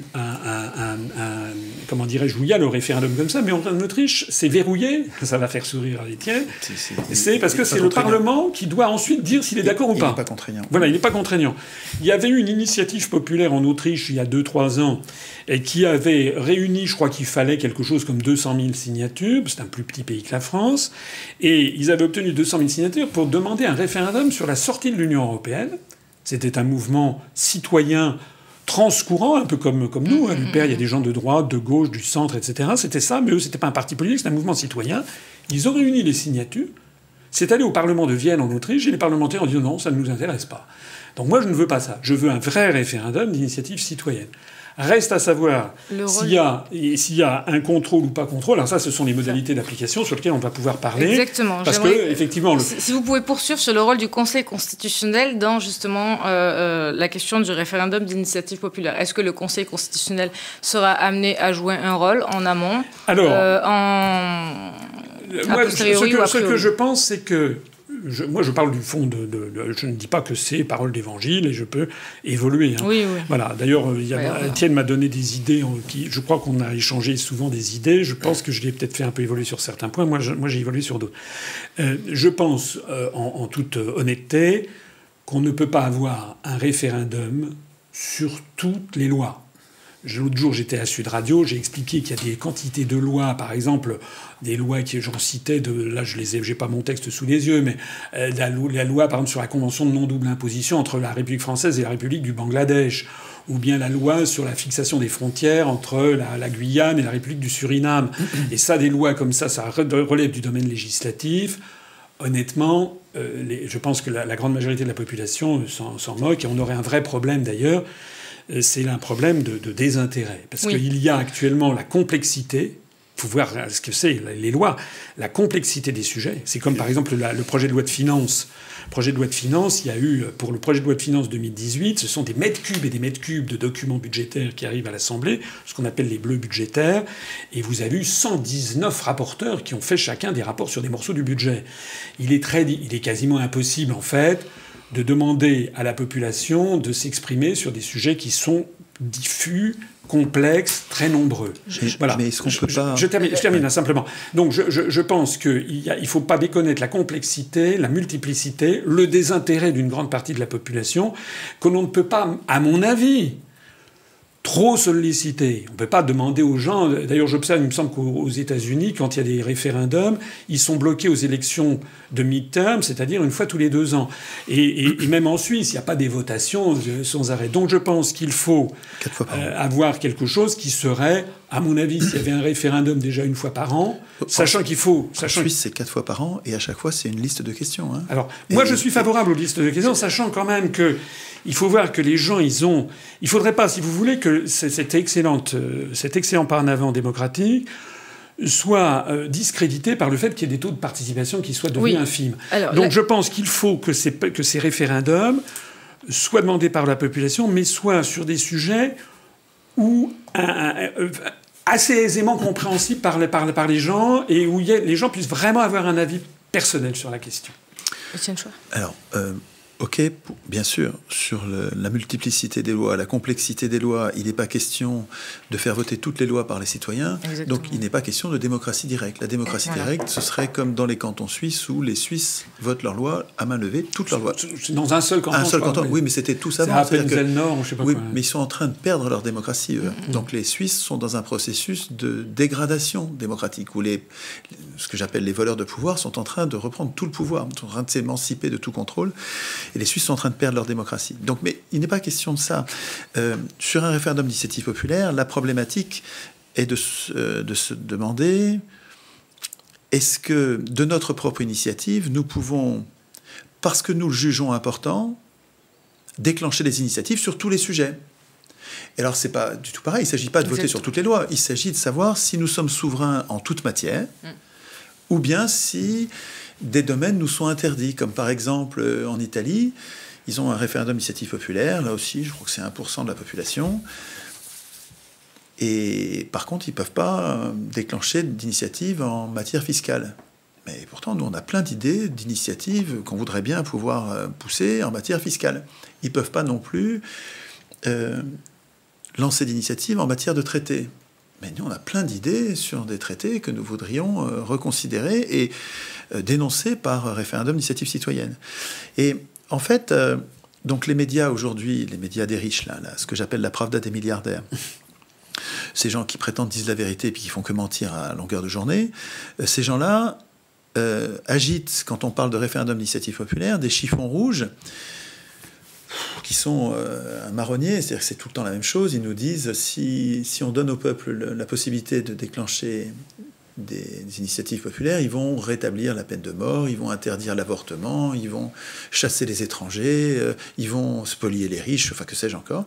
comment dirais-je, où il y a le référendum comme ça, mais en Autriche, c'est verrouillé. Ça va faire sourire Étienne. C'est parce que c'est le Parlement qui doit ensuite dire s'il est d'accord ou pas.
Il n'est pas contraignant.
Voilà, il n'est pas contraignant. Il y avait eu une initiative populaire en Autriche il y a 2-3 ans et qui avait réuni, je crois qu'il fallait quelque chose comme 200 000 signatures. C'est un plus petit pays que la France. Et ils avaient obtenu 200 000 signatures pour demander un référendum sur la sortie de l'Union européenne. C'était un mouvement citoyen transcourant, un peu comme nous. À l'UPR, il y a des gens de droite, de gauche, du centre, etc. C'était ça, mais eux, c'était pas un parti politique, c'était un mouvement citoyen. Ils ont réuni les signatures. C'est allé au Parlement de Vienne, en Autriche, et les parlementaires ont dit non, ça ne nous intéresse pas. Donc moi, je ne veux pas ça. Je veux un vrai référendum d'initiative citoyenne. Reste à savoir s'il y a un contrôle ou pas contrôle. Alors ça, ce sont les modalités d'application sur lesquelles on va pouvoir parler.
Exactement.
Parce que, effectivement...
Si vous pouvez poursuivre sur le rôle du Conseil constitutionnel dans, justement, la question du référendum d'initiative populaire. Est-ce que le Conseil constitutionnel sera amené à jouer un rôle en amont?
Alors,
moi,
ce que je pense, c'est que... Moi, je parle du fond je ne dis pas que c'est parole d'évangile et je peux évoluer. Hein.
Oui.
Voilà. D'ailleurs, Étienne m'a donné des idées. Je crois qu'on a échangé souvent des idées. Je pense que je l'ai peut-être fait un peu évoluer sur certains points. Moi, j'ai évolué sur d'autres. Je pense, en toute honnêteté, qu'on ne peut pas avoir un référendum sur toutes les lois. L'autre jour, j'étais à Sud Radio, j'ai expliqué qu'il y a des quantités de lois, par exemple, des lois que j'en citais, là j'ai pas mon texte sous les yeux, mais la loi, par exemple, sur la convention de non-double imposition entre la République française et la République du Bangladesh, ou bien la loi sur la fixation des frontières entre la Guyane et la République du Suriname. Et ça, des lois comme ça relève du domaine législatif. Honnêtement, je pense que la grande majorité de la population s'en moque, et on aurait un vrai problème d'ailleurs. C'est un problème de désintérêt. Parce qu'il y a actuellement la complexité faut voir ce que c'est, les lois, la complexité des sujets. C'est comme, par exemple, le projet de loi de finances. Projet de loi de finances, il y a eu, pour le projet de loi de finances 2018, ce sont des mètres cubes et des mètres cubes de documents budgétaires qui arrivent à l'Assemblée, ce qu'on appelle les bleus budgétaires, et vous avez eu 119 rapporteurs qui ont fait chacun des rapports sur des morceaux du budget. Il est quasiment impossible, en fait, de demander à la population de s'exprimer sur des sujets qui sont diffus, complexes, très nombreux.
Voilà. Mais est-ce qu'on peut pas...
Je termine là, simplement. Donc je pense qu'il ne faut pas méconnaître la complexité, la multiplicité, le désintérêt d'une grande partie de la population, que l'on ne peut pas, à mon avis, trop solliciter. On ne peut pas demander aux gens... D'ailleurs, j'observe, il me semble qu'aux États-Unis, quand il y a des référendums, ils sont bloqués aux élections de mid-term, c'est-à-dire une fois tous les 2 ans. Et même en Suisse, il n'y a pas des votations sans arrêt. Donc je pense qu'il faut avoir quelque chose qui serait, à mon avis, s'il y avait un référendum déjà une fois par an, sachant qu'il faut...
En Suisse, c'est 4 fois par an, et à chaque fois, c'est une liste de questions. Hein.
Alors, moi, je suis favorable aux listes de questions, sachant quand même que il faut voir que les gens, il ne faudrait pas, si vous voulez, que cet excellent pas en avant démocratique soit discrédité par le fait qu'il y ait des taux de participation qui soient devenus infimes. Alors, donc je pense qu'il faut que ces référendums soient demandés par la population, mais soient sur des sujets où assez aisément compréhensibles par les gens et où les gens puissent vraiment avoir un avis personnel sur la question.
Alors, OK, bien sûr, sur la multiplicité des lois, la complexité des lois, il n'est pas question de faire voter toutes les lois par les citoyens. Exactement. Donc il n'est pas question de démocratie directe. La démocratie directe, ce serait comme dans les cantons suisses où les Suisses votent leurs lois à main levée, toutes leurs lois.
Dans un seul canton.
Un seul canton, oui, mais c'était tout ça.
C'est Nord, je sais pas quoi.
Mais ils sont en train de perdre leur démocratie, eux. Donc les Suisses sont dans un processus de dégradation démocratique où ce que j'appelle les voleurs de pouvoir sont en train de reprendre tout le pouvoir, sont en train de s'émanciper de tout contrôle. Et les Suisses sont en train de perdre leur démocratie. Donc, mais il n'est pas question de ça. Sur un référendum d'initiative populaire, la problématique est de se demander est-ce que, de notre propre initiative, nous pouvons, parce que nous le jugeons important, déclencher des initiatives sur tous les sujets. Et alors, c'est pas du tout pareil. Il ne s'agit pas de voter sur toutes les lois. Il s'agit de savoir si nous sommes souverains en toute matière, ou bien si des domaines nous sont interdits, comme par exemple en Italie, ils ont un référendum d'initiative populaire, là aussi, je crois que c'est 1% de la population, et par contre, ils ne peuvent pas déclencher d'initiatives en matière fiscale. Mais pourtant, nous, on a plein d'idées, d'initiatives qu'on voudrait bien pouvoir pousser en matière fiscale. Ils ne peuvent pas non plus lancer d'initiatives en matière de traités. Mais nous, on a plein d'idées sur des traités que nous voudrions reconsidérer et dénoncer par référendum d'initiative citoyenne. Et en fait, donc les médias aujourd'hui, les médias des riches, là, ce que j'appelle la Pravda des milliardaires, ces gens qui prétendent disent la vérité et puis qui font que mentir à longueur de journée, ces gens-là agitent, quand on parle de référendum d'initiative populaire, des chiffons rouges qui sont un marronnier, c'est-à-dire que c'est tout le temps la même chose. Ils nous disent si on donne au peuple la possibilité de déclencher des initiatives populaires, ils vont rétablir la peine de mort, ils vont interdire l'avortement, ils vont chasser les étrangers, ils vont spolier les riches, enfin que sais-je encore.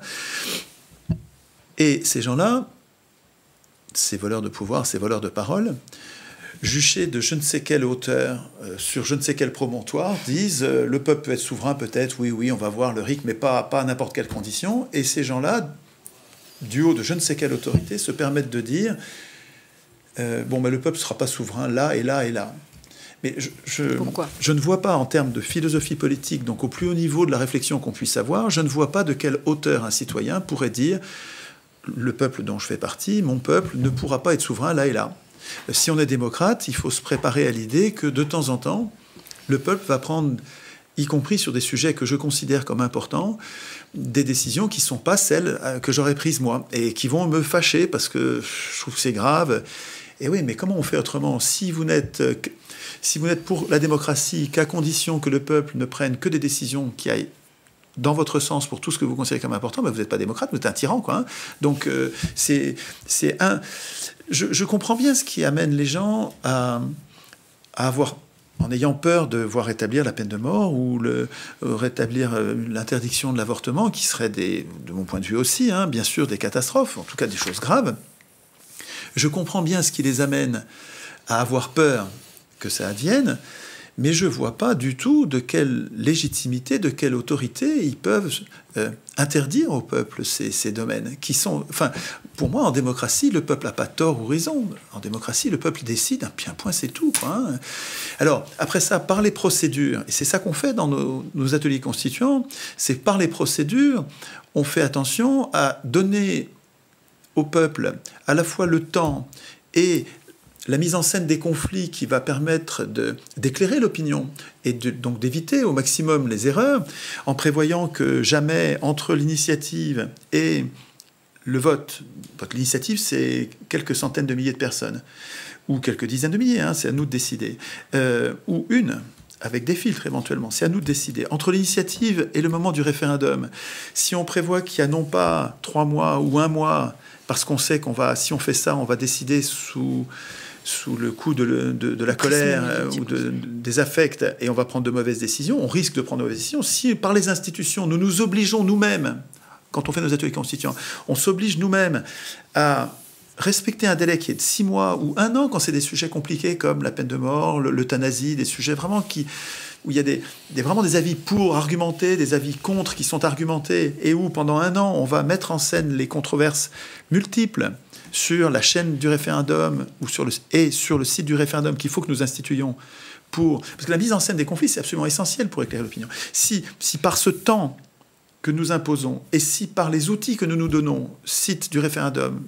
Et ces gens-là, ces voleurs de pouvoir, ces voleurs de parole, juchés de je ne sais quelle hauteur, sur je ne sais quel promontoire, disent le peuple peut être souverain, peut-être, oui, on va voir le RIC, mais pas à n'importe quelle condition. Et ces gens-là, du haut de je ne sais quelle autorité, se permettent de dire le peuple ne sera pas souverain là et là et là. Mais je ne vois pas, en termes de philosophie politique, donc au plus haut niveau de la réflexion qu'on puisse avoir, je ne vois pas de quelle hauteur un citoyen pourrait dire le peuple dont je fais partie, mon peuple, ne pourra pas être souverain là et là. Si on est démocrate, il faut se préparer à l'idée que de temps en temps, le peuple va prendre, y compris sur des sujets que je considère comme importants, des décisions qui ne sont pas celles que j'aurais prises moi, et qui vont me fâcher parce que je trouve que c'est grave. Et oui, mais comment on fait autrement ? Si vous n'êtes pour la démocratie qu'à condition que le peuple ne prenne que des décisions qui aillent dans votre sens pour tout ce que vous considérez comme important, vous n'êtes pas démocrate, vous êtes un tyran, quoi. Hein. Donc, je comprends bien ce qui amène les gens à avoir, en ayant peur de voir rétablir la peine de mort ou rétablir l'interdiction de l'avortement, qui serait, de mon point de vue aussi, bien sûr, des catastrophes, en tout cas des choses graves. Je comprends bien ce qui les amène à avoir peur que ça advienne, mais je ne vois pas du tout de quelle légitimité, de quelle autorité ils peuvent interdire au peuple ces domaines qui sont... Enfin, pour moi, en démocratie, le peuple n'a pas tort ou raison. En démocratie, le peuple décide, puis un point, c'est tout, quoi, hein. Alors, après ça, par les procédures, et c'est ça qu'on fait dans nos ateliers constituants, c'est par les procédures, on fait attention à donner au peuple à la fois le temps et la mise en scène des conflits qui va permettre d'éclairer l'opinion et donc d'éviter au maximum les erreurs, en prévoyant que jamais entre l'initiative et le vote, l'initiative c'est quelques centaines de milliers de personnes, ou quelques dizaines de milliers, hein, c'est à nous de décider, ou une, avec des filtres éventuellement, c'est à nous de décider. Entre l'initiative et le moment du référendum, si on prévoit qu'il y a non pas 3 mois ou 1 mois, parce qu'on sait si on fait ça, on va décider sous le coup de la colère ou des affects, et on va prendre de mauvaises décisions, on risque de prendre de mauvaises décisions. Si par les institutions, nous nous obligeons nous-mêmes, quand on fait nos ateliers constituants, on s'oblige nous-mêmes à respecter un délai qui est de 6 mois ou 1 an, quand c'est des sujets compliqués comme la peine de mort, l'euthanasie, des sujets vraiment où il y a vraiment des avis pour argumenter, des avis contre qui sont argumentés, et où pendant 1 an, on va mettre en scène les controverses multiples sur la chaîne du référendum ou sur le site du référendum qu'il faut que nous instituions parce que la mise en scène des conflits, c'est absolument essentiel pour éclairer l'opinion. Si par ce temps que nous imposons et si par les outils que nous nous donnons, site du référendum,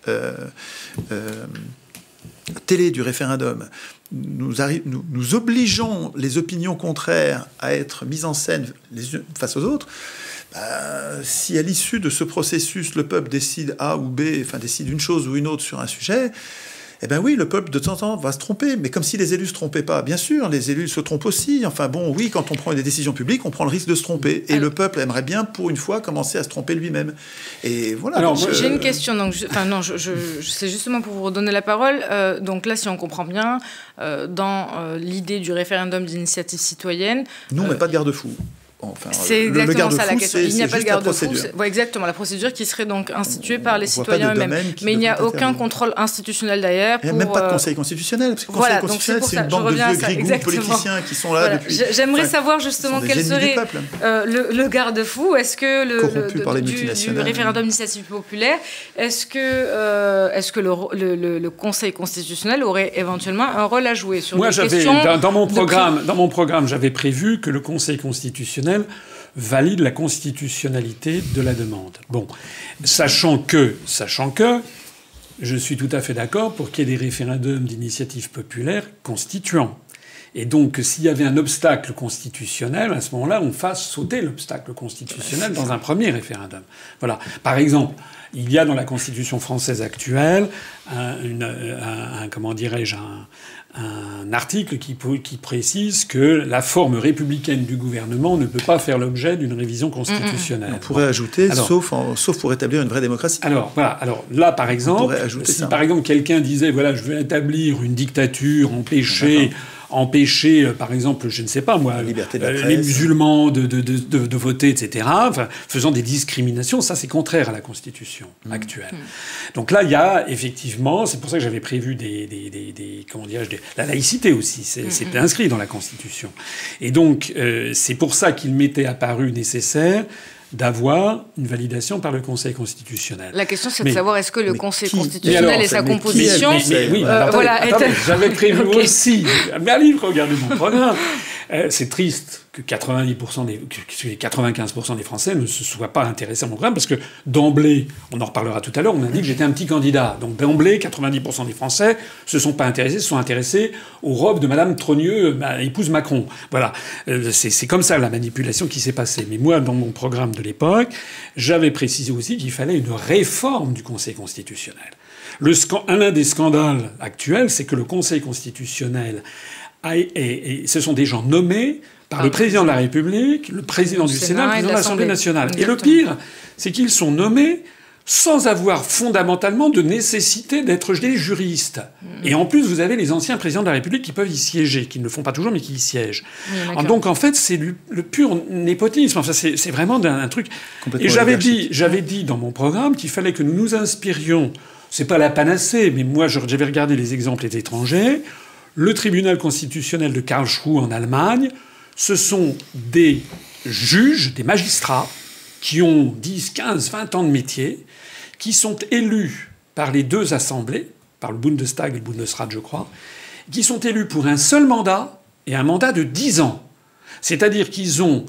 télé du référendum, nous obligeons les opinions contraires à être mises en scène les unes face aux autres, si à l'issue de ce processus, le peuple décide A ou B, décide une chose ou une autre sur un sujet, eh bien oui, le peuple de temps en temps va se tromper, mais comme si les élus ne se trompaient pas. Bien sûr, les élus se trompent aussi. Enfin bon, oui, quand on prend des décisions publiques, on prend le risque de se tromper. Et le peuple aimerait bien, pour une fois, commencer à se tromper lui-même. Et voilà.
Alors, j'ai une question. Donc, c'est justement pour vous redonner la parole. Donc là, si on comprend bien, dans l'idée du référendum d'initiative citoyenne...
Nous, on met pas de garde-fou.
C'est exactement ça la question. Il n'y a pas de garde-fou. Exactement, la procédure qui serait donc instituée par les citoyens eux-mêmes. Mais il n'y a aucun contrôle institutionnel d'ailleurs.
Il n'y a même pas de conseil constitutionnel. Parce que le conseil constitutionnel, c'est une bande de vieux grigous politiciens qui sont là depuis...
J'aimerais savoir justement quel serait le garde-fou. Est-ce que du référendum d'initiative populaire, est-ce que le conseil constitutionnel aurait éventuellement un rôle à jouer sur les questions...
Moi, dans mon programme, j'avais prévu que le conseil constitutionnel valide la constitutionnalité de la demande. Bon, sachant que, je suis tout à fait d'accord pour qu'il y ait des référendums d'initiative populaire constituants. Et donc, s'il y avait un obstacle constitutionnel, à ce moment-là, on fasse sauter l'obstacle constitutionnel dans un premier référendum. Voilà. Par exemple, il y a dans la Constitution française actuelle un article qui précise que la forme républicaine du gouvernement ne peut pas faire l'objet d'une révision constitutionnelle.
On pourrait ajouter, sauf pour établir une vraie démocratie.
Alors, voilà. Alors là, par exemple, si par exemple quelqu'un disait, voilà, je veux établir une dictature, empêcher, par exemple, je ne sais pas moi, les musulmans de voter, etc., faisant des discriminations, ça c'est contraire à la Constitution actuelle. Donc là, il y a effectivement, c'est pour ça que j'avais prévu la laïcité aussi, c'est inscrit dans la Constitution. Et donc, c'est pour ça qu'il m'était apparu nécessaire d'avoir une validation par le Conseil constitutionnel.
La question, c'est de savoir est-ce que le Conseil constitutionnel et sa composition...
J'avais prévu aussi... Mais allez, regardez mon programme. C'est triste que 95% des Français ne se soient pas intéressés à mon programme, parce que d'emblée, on en reparlera tout à l'heure, on a dit que j'étais un petit candidat. Donc d'emblée, 90% des Français se sont intéressés aux robes de Madame Trogneux, ma épouse Macron. Voilà. C'est comme ça la manipulation qui s'est passée. Mais moi, dans mon programme de l'époque, j'avais précisé aussi qu'il fallait une réforme du Conseil constitutionnel. Un des scandales actuels, c'est que le Conseil constitutionnel ce sont des gens nommés par le président de la République, le président du Sénat, le président de l'Assemblée nationale. Exactement. Et le pire, c'est qu'ils sont nommés sans avoir fondamentalement de nécessité d'être des juristes. Et en plus, vous avez les anciens présidents de la République qui peuvent y siéger, qui ne le font pas toujours, mais qui y siègent. Donc en fait, c'est le pur népotisme. Enfin, c'est vraiment un truc... Et j'avais dit dans mon programme qu'il fallait que nous nous inspirions c'est pas la panacée, mais moi j'avais regardé les exemples étrangers. Le tribunal constitutionnel de Karlsruhe en Allemagne, ce sont des juges, des magistrats, qui ont 10, 15, 20 ans de métier, qui sont élus par les deux assemblées, par le Bundestag et le Bundesrat, je crois, qui sont élus pour un seul mandat et un mandat de 10 ans. C'est-à-dire qu'ils ont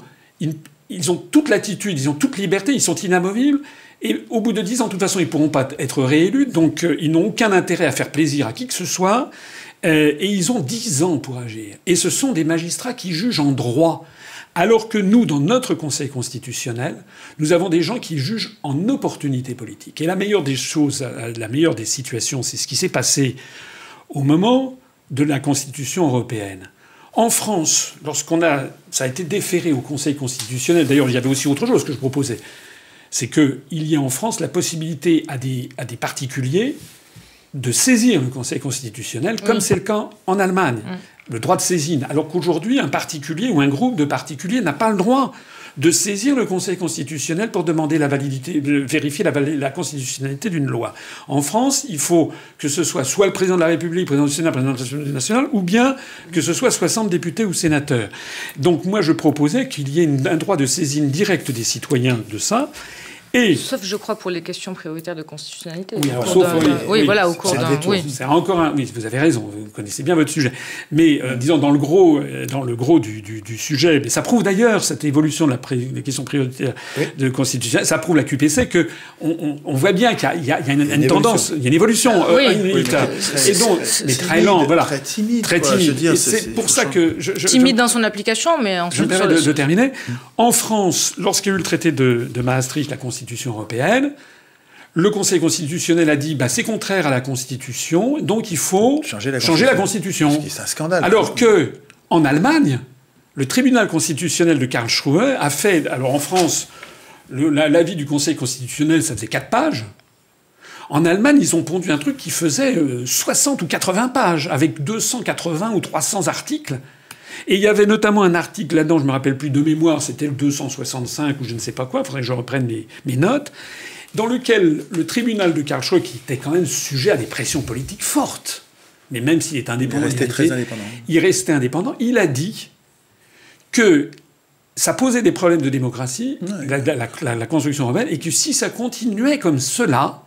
toute latitude, ils ont toute liberté, ils sont inamovibles. Et au bout de 10 ans, de toute façon, ils ne pourront pas être réélus. Donc, ils n'ont aucun intérêt à faire plaisir à qui que ce soit. Et ils ont 10 ans pour agir. Et ce sont des magistrats qui jugent en droit. Alors que nous, dans notre Conseil constitutionnel, nous avons des gens qui jugent en opportunité politique. Et la meilleure des choses, la meilleure des situations, c'est ce qui s'est passé au moment de la Constitution européenne. En France, ça a été déféré au Conseil constitutionnel. D'ailleurs, il y avait aussi autre chose que je proposais. C'est qu'il y a en France la possibilité à des particuliers de saisir le Conseil constitutionnel, comme c'est le cas en Allemagne. Le droit de saisine. Alors qu'aujourd'hui, un particulier ou un groupe de particuliers n'a pas le droit de saisir le Conseil constitutionnel pour demander la validité, vérifier la constitutionnalité d'une loi. En France, il faut que ce soit le président de la République, le président du Sénat, le président de l'Assemblée nationale, ou bien que ce soit 60 députés ou sénateurs. Donc moi, je proposais qu'il y ait un droit de saisine directe des citoyens de ça.
Sauf, je crois, pour les questions prioritaires de constitutionnalité.
Oui, alors, sauf,
voilà, au cours d'un...
Oui. C'est encore un... Oui, vous avez raison, vous connaissez bien votre sujet. Mais disons, dans le gros du sujet, mais ça prouve d'ailleurs, cette évolution des questions prioritaires de constitutionnalité, ça prouve la QPC qu'on voit bien qu'il y a une tendance, il y a une évolution. Et donc, mais très lent, voilà.
Très timide.
Très timide. C'est pour ça que...
Timide dans son application, mais ensuite...
Je me permets de terminer. En France, lorsqu'il y a eu le traité de Maastricht, la Constitution européenne, le Conseil constitutionnel a dit c'est contraire à la Constitution, donc il faut changer la Constitution.
C'est un scandale.
Alors que en Allemagne, le tribunal constitutionnel de Karlsruhe a fait... Alors en France, l'avis du Conseil constitutionnel, ça faisait 4 pages. En Allemagne, ils ont pondu un truc qui faisait 60 ou 80 pages, avec 280 ou 300 articles. Et il y avait notamment un article là-dedans, je ne me rappelle plus de mémoire, c'était le 265 ou je ne sais pas quoi, il faudrait que je reprenne mes notes, dans lequel le tribunal de Karlsruhe, qui était quand même sujet à des pressions politiques fortes, mais même s'il est indépendant, il restait indépendant, il a dit que ça posait des problèmes de démocratie, la construction européenne, et que si ça continuait comme cela,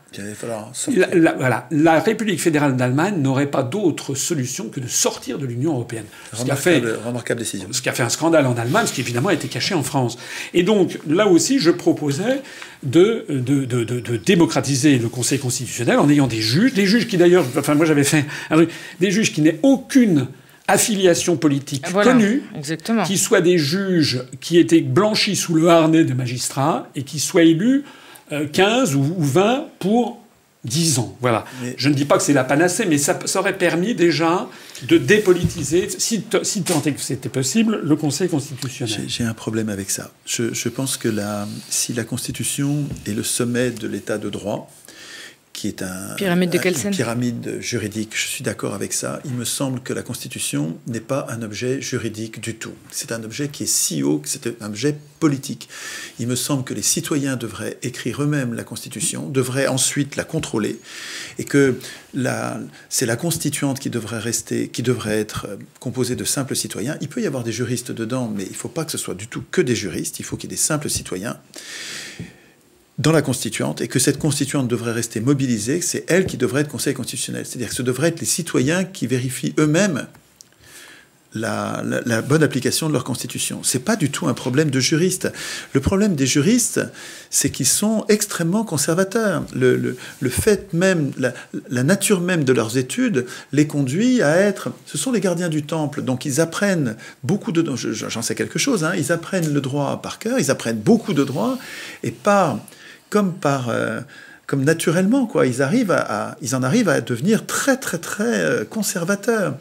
la République fédérale d'Allemagne n'aurait pas d'autre solution que de sortir de l'Union européenne.
Remarquable décision.
Ce qui a fait un scandale en Allemagne, ce qui évidemment a été caché en France. Et donc, là aussi, je proposais de démocratiser le Conseil constitutionnel en ayant des juges qui d'ailleurs... Enfin, moi j'avais fait un truc... Des juges qui n'aient aucune affiliation politique connue,
exactement.
Qui soient des juges qui étaient blanchis sous le harnais de magistrats et qui soient élus 15 ou 20 pour 10 ans. Voilà. Mais je ne dis pas que c'est la panacée, mais ça aurait permis déjà de dépolitiser, si tant est que c'était possible, le Conseil constitutionnel.
J'ai un problème avec ça. Je pense que si la Constitution est le sommet de l'état de droit, qui est
pyramide de
une pyramide juridique. Je suis d'accord avec ça. Il me semble que la Constitution n'est pas un objet juridique du tout. C'est un objet qui est si haut que c'est un objet politique. Il me semble que les citoyens devraient écrire eux-mêmes la Constitution, devraient ensuite la contrôler, et que c'est la constituante qui devrait être composée de simples citoyens. Il peut y avoir des juristes dedans, mais il ne faut pas que ce soit du tout que des juristes. Il faut qu'il y ait des simples citoyens dans la constituante, et que cette constituante devrait rester mobilisée, c'est elle qui devrait être Conseil constitutionnel. C'est-à-dire que ce devraient être les citoyens qui vérifient eux-mêmes la bonne application de leur constitution. C'est pas du tout un problème de juristes. Le problème des juristes, c'est qu'ils sont extrêmement conservateurs. Le fait même, la nature même de leurs études les conduit à être... Ce sont les gardiens du temple, donc ils apprennent beaucoup de... J'en sais quelque chose, hein, ils apprennent le droit par cœur, ils apprennent beaucoup de droit, et comme naturellement, quoi. Ils en arrivent à devenir très, très, très conservateurs.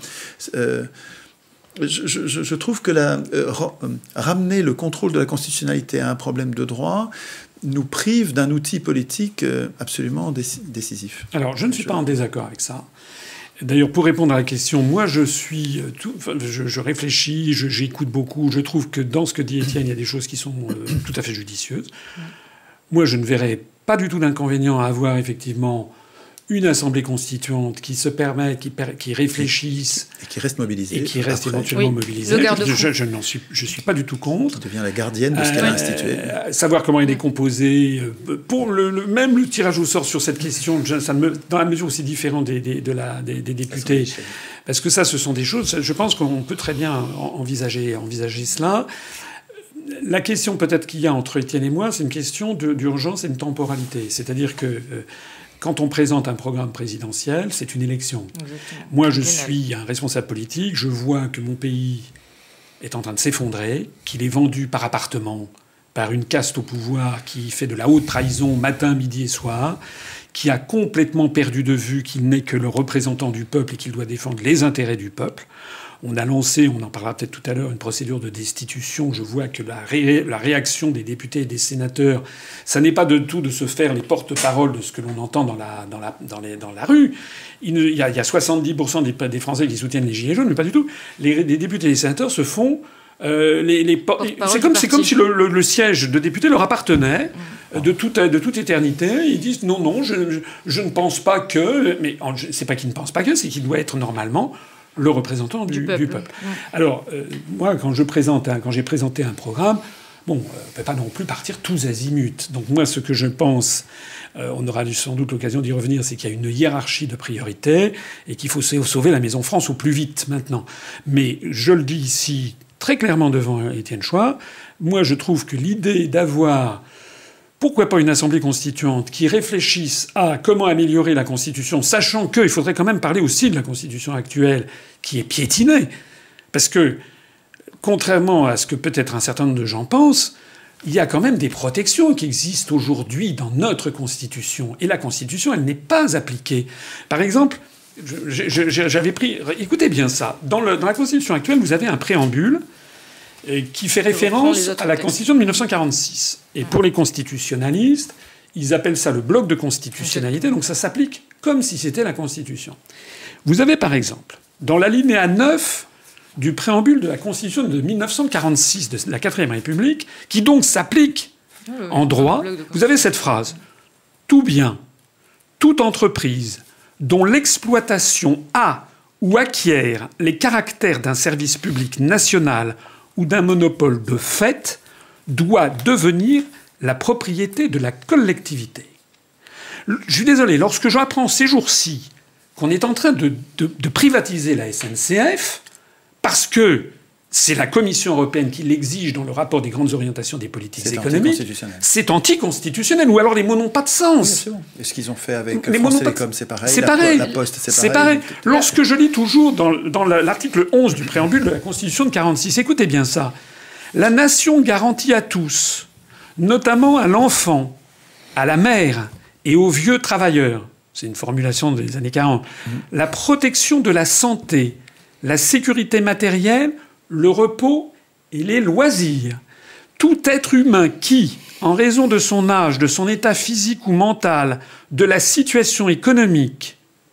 Je trouve que ramener le contrôle de la constitutionnalité à un problème de droit nous prive d'un outil politique absolument décisif.
Alors, je ne suis pas en désaccord avec ça. D'ailleurs, pour répondre à la question, moi, je réfléchis, j'écoute beaucoup. Je trouve que dans ce que dit Étienne, il y a des choses qui sont tout à fait judicieuses. Moi, je ne verrais pas du tout d'inconvénient à avoir effectivement une assemblée constituante qui se permet, qui réfléchisse...
Et qui reste mobilisée.
Et qui reste éventuellement mobilisée. Je suis pas du tout contre.
Qui devient la gardienne de ce qu'elle a institué.
Savoir comment il est composé. Pour même le tirage au sort sur cette question, dans la mesure où c'est différent des députés... Parce que ça, ce sont des choses... Je pense qu'on peut très bien envisager cela. La question peut-être qu'il y a entre Étienne et moi, c'est une question d'urgence et de temporalité. C'est-à-dire que... Quand on présente un programme présidentiel, c'est une élection. Exactement. Moi, je suis un responsable politique. Je vois que mon pays est en train de s'effondrer, qu'il est vendu par appartement par une caste au pouvoir qui fait de la haute trahison matin, midi et soir, qui a complètement perdu de vue qu'il n'est que le représentant du peuple et qu'il doit défendre les intérêts du peuple. On a lancé, on en parlera peut-être tout à l'heure, une procédure de destitution. Je vois que la réaction des députés et des sénateurs, ça n'est pas de tout de se faire les porte-paroles de ce que l'on entend dans la rue. Il y a 70% des Français qui soutiennent les Gilets jaunes, mais pas du tout. Les députés et les sénateurs se font... c'est comme si le siège de député leur appartenait de toute éternité. Ils disent non, je ne pense pas que... Mais c'est pas qu'ils ne pensent pas que, c'est qu'il doit être normalement... le représentant du peuple. Ouais. Alors, moi, quand j'ai présenté un programme, on ne peut pas non plus partir tous azimuts. Donc moi, ce que je pense, on aura sans doute l'occasion d'y revenir, c'est qu'il y a une hiérarchie de priorités et qu'il faut sauver la Maison France au plus vite maintenant. Mais je le dis ici très clairement devant Étienne Chouard, moi, je trouve que l'idée d'avoir... Pourquoi pas une assemblée constituante qui réfléchisse à comment améliorer la Constitution, sachant qu'il faudrait quand même parler aussi de la Constitution actuelle qui est piétinée. Parce que, contrairement à ce que peut-être un certain nombre de gens pensent, il y a quand même des protections qui existent aujourd'hui dans notre Constitution. Et la Constitution, elle n'est pas appliquée. Par exemple, j'avais pris... Écoutez bien ça. Dans la Constitution actuelle, vous avez un préambule qui fait référence à la Constitution de 1946. Et pour les constitutionnalistes, ils appellent ça le bloc de constitutionnalité, donc ça s'applique comme si c'était la Constitution. Vous avez par exemple, dans l'alinéa 9 du préambule de la Constitution de 1946, de la 4ème République, qui donc s'applique en droit, vous avez cette phrase « Tout bien, toute entreprise dont l'exploitation a ou acquiert les caractères d'un service public national ou d'un monopole de fait, doit devenir la propriété de la collectivité. » Je suis désolé, lorsque j'apprends ces jours-ci qu'on est en train de privatiser la SNCF, parce que c'est la Commission européenne qui l'exige dans le rapport des grandes orientations des politiques économiques, c'est anticonstitutionnel. Ou alors les mots n'ont pas de sens.
Et ce qu'ils ont fait avec France Télécom, c'est pareil.
C'est pareil.
La Poste,
c'est pareil. Lorsque je lis toujours dans l'article 11 du préambule de la Constitution de 1946, écoutez bien ça. La nation garantit à tous, notamment à l'enfant, à la mère et aux vieux travailleurs, c'est une formulation des années 40, la protection de la santé, la sécurité matérielle, le repos et les loisirs. Tout être humain qui, en raison de son âge, de son état physique ou mental, de la situation économique,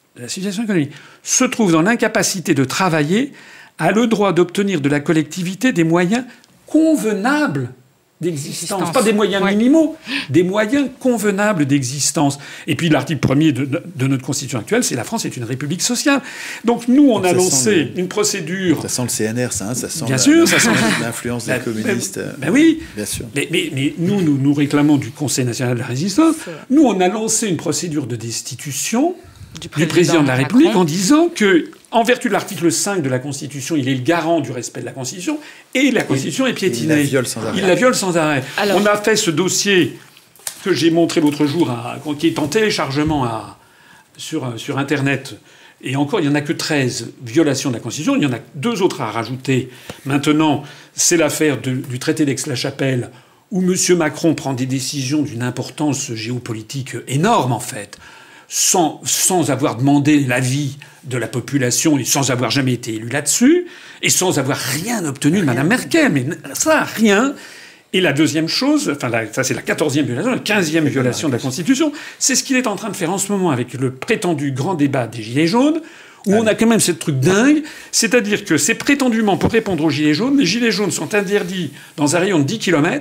se trouve dans l'incapacité de travailler, a le droit d'obtenir de la collectivité des moyens convenables d'existence. Pas des moyens minimaux, des moyens convenables d'existence. Et puis l'article 1er de notre Constitution actuelle, c'est la France est une république sociale. Donc nous, on a lancé une procédure...
Ça sent le CNR, ça sent l'influence des communistes.
Ben oui,
bien sûr.
Mais nous réclamons du Conseil national de la résistance. Nous, on a lancé une procédure de destitution du président de la République en disant que, en vertu de l'article 5 de la Constitution, il est le garant du respect de la Constitution et la Constitution est piétinée. Il la viole sans arrêt. Alors, on a fait ce dossier que j'ai montré l'autre jour, qui est en téléchargement sur Internet. Et encore, il n'y en a que 13 violations de la Constitution. Il y en a 2 autres à rajouter. Maintenant, c'est l'affaire du traité d'Aix-la-Chapelle où M. Macron prend des décisions d'une importance géopolitique énorme, en fait, sans avoir demandé l'avis de la population et sans avoir jamais été élu là-dessus, et sans avoir rien obtenu de Mme Merkel. Mais ça, rien. Et la deuxième chose, ça c'est la 14e violation, la 15e violation de la Constitution, c'est ce qu'il est en train de faire en ce moment avec le prétendu grand débat des Gilets jaunes, où on a quand même ce truc dingue, c'est-à-dire que c'est prétendument pour répondre aux Gilets jaunes, les Gilets jaunes sont interdits dans un rayon de 10 km,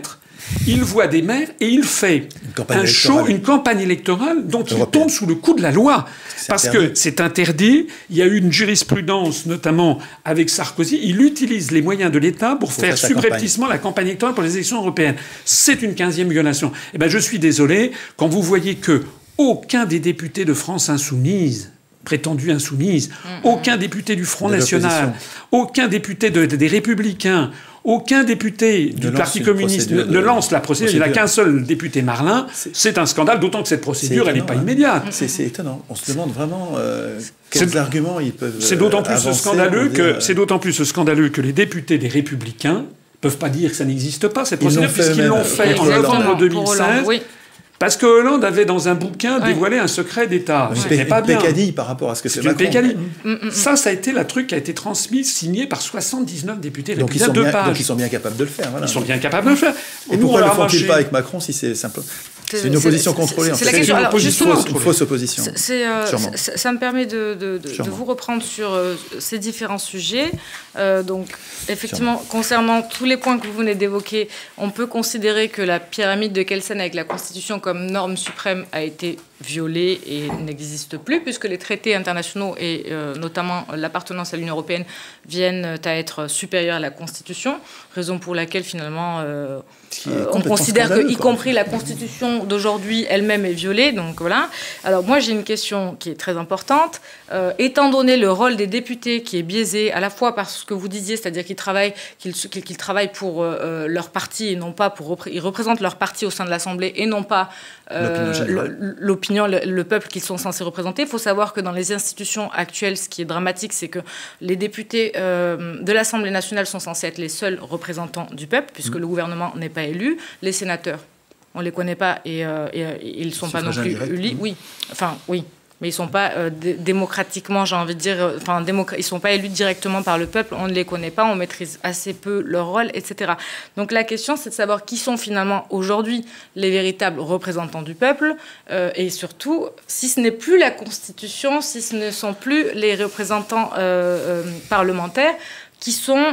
Il voit des maires et il fait une campagne électorale dont il tombe sous le coup de la loi. Parce que c'est interdit. Il y a eu une jurisprudence, notamment avec Sarkozy. Il utilise les moyens de l'État pour faire subrepticement la campagne électorale pour les élections européennes. C'est une 15e violation. Eh ben, je suis désolé, quand vous voyez que aucun des députés de France Insoumise, prétendue insoumise, aucun député du Front National, aucun député des Républicains, aucun député du Parti communiste ne lance la procédure. Il n'y a qu'un seul député Marlin. C'est un scandale, d'autant que cette procédure, elle n'est pas immédiate.
C'est étonnant. On se demande vraiment quels arguments ils peuvent
C'est d'autant plus scandaleux que les députés des Républicains ne peuvent pas dire que ça n'existe pas, cette procédure, puisqu'ils l'ont fait en novembre 2016. Parce que Hollande avait, dans un bouquin, dévoilé un secret d'État. C'était pas bien.
Pécadille par rapport à ce que c'est Macron.
Pécadille. Ça a été la truc qui a été transmis, signé par 79 députés républicains de pages.
Donc ils sont bien capables de le faire. Voilà.
Ils sont bien capables de le faire.
Et pourquoi ne le font-ils pas avec Macron si c'est simple? C'est une opposition contrôlée, en fait.
C'est
une fausse opposition.
Ça me permet de vous reprendre sur ces différents sujets. Donc, effectivement, concernant tous les points que vous venez d'évoquer, on peut considérer que la pyramide de Kelsen avec la Constitution comme norme suprême a été violée et n'existe plus, puisque les traités internationaux et notamment l'appartenance à l'Union européenne viennent à être supérieurs à la Constitution, raison pour laquelle finalement on considère que, y compris la Constitution d'aujourd'hui elle-même est violée. Donc voilà. Alors moi j'ai une question qui est très importante. Étant donné le rôle des députés qui est biaisé à la fois par ce que vous disiez, c'est-à-dire qu'ils travaillent pour leur parti et non pas ils représentent leur parti au sein de l'Assemblée et non pas l'opinion, le peuple qu'ils sont censés représenter. Il faut savoir que dans les institutions actuelles, ce qui est dramatique, c'est que les députés de l'Assemblée nationale sont censés être les seuls représentants du peuple, puisque le gouvernement n'est pas élu. Les sénateurs, on ne les connaît pas et ils ne sont pas non plus élus. Oui, enfin, oui. Mais ils ne sont pas démocratiquement, j'ai envie de dire, ils ne sont pas élus directement par le peuple, on ne les connaît pas, on maîtrise assez peu leur rôle, etc. Donc la question, c'est de savoir qui sont finalement aujourd'hui les véritables représentants du peuple, et surtout, si ce n'est plus la Constitution, si ce ne sont plus les représentants parlementaires, qui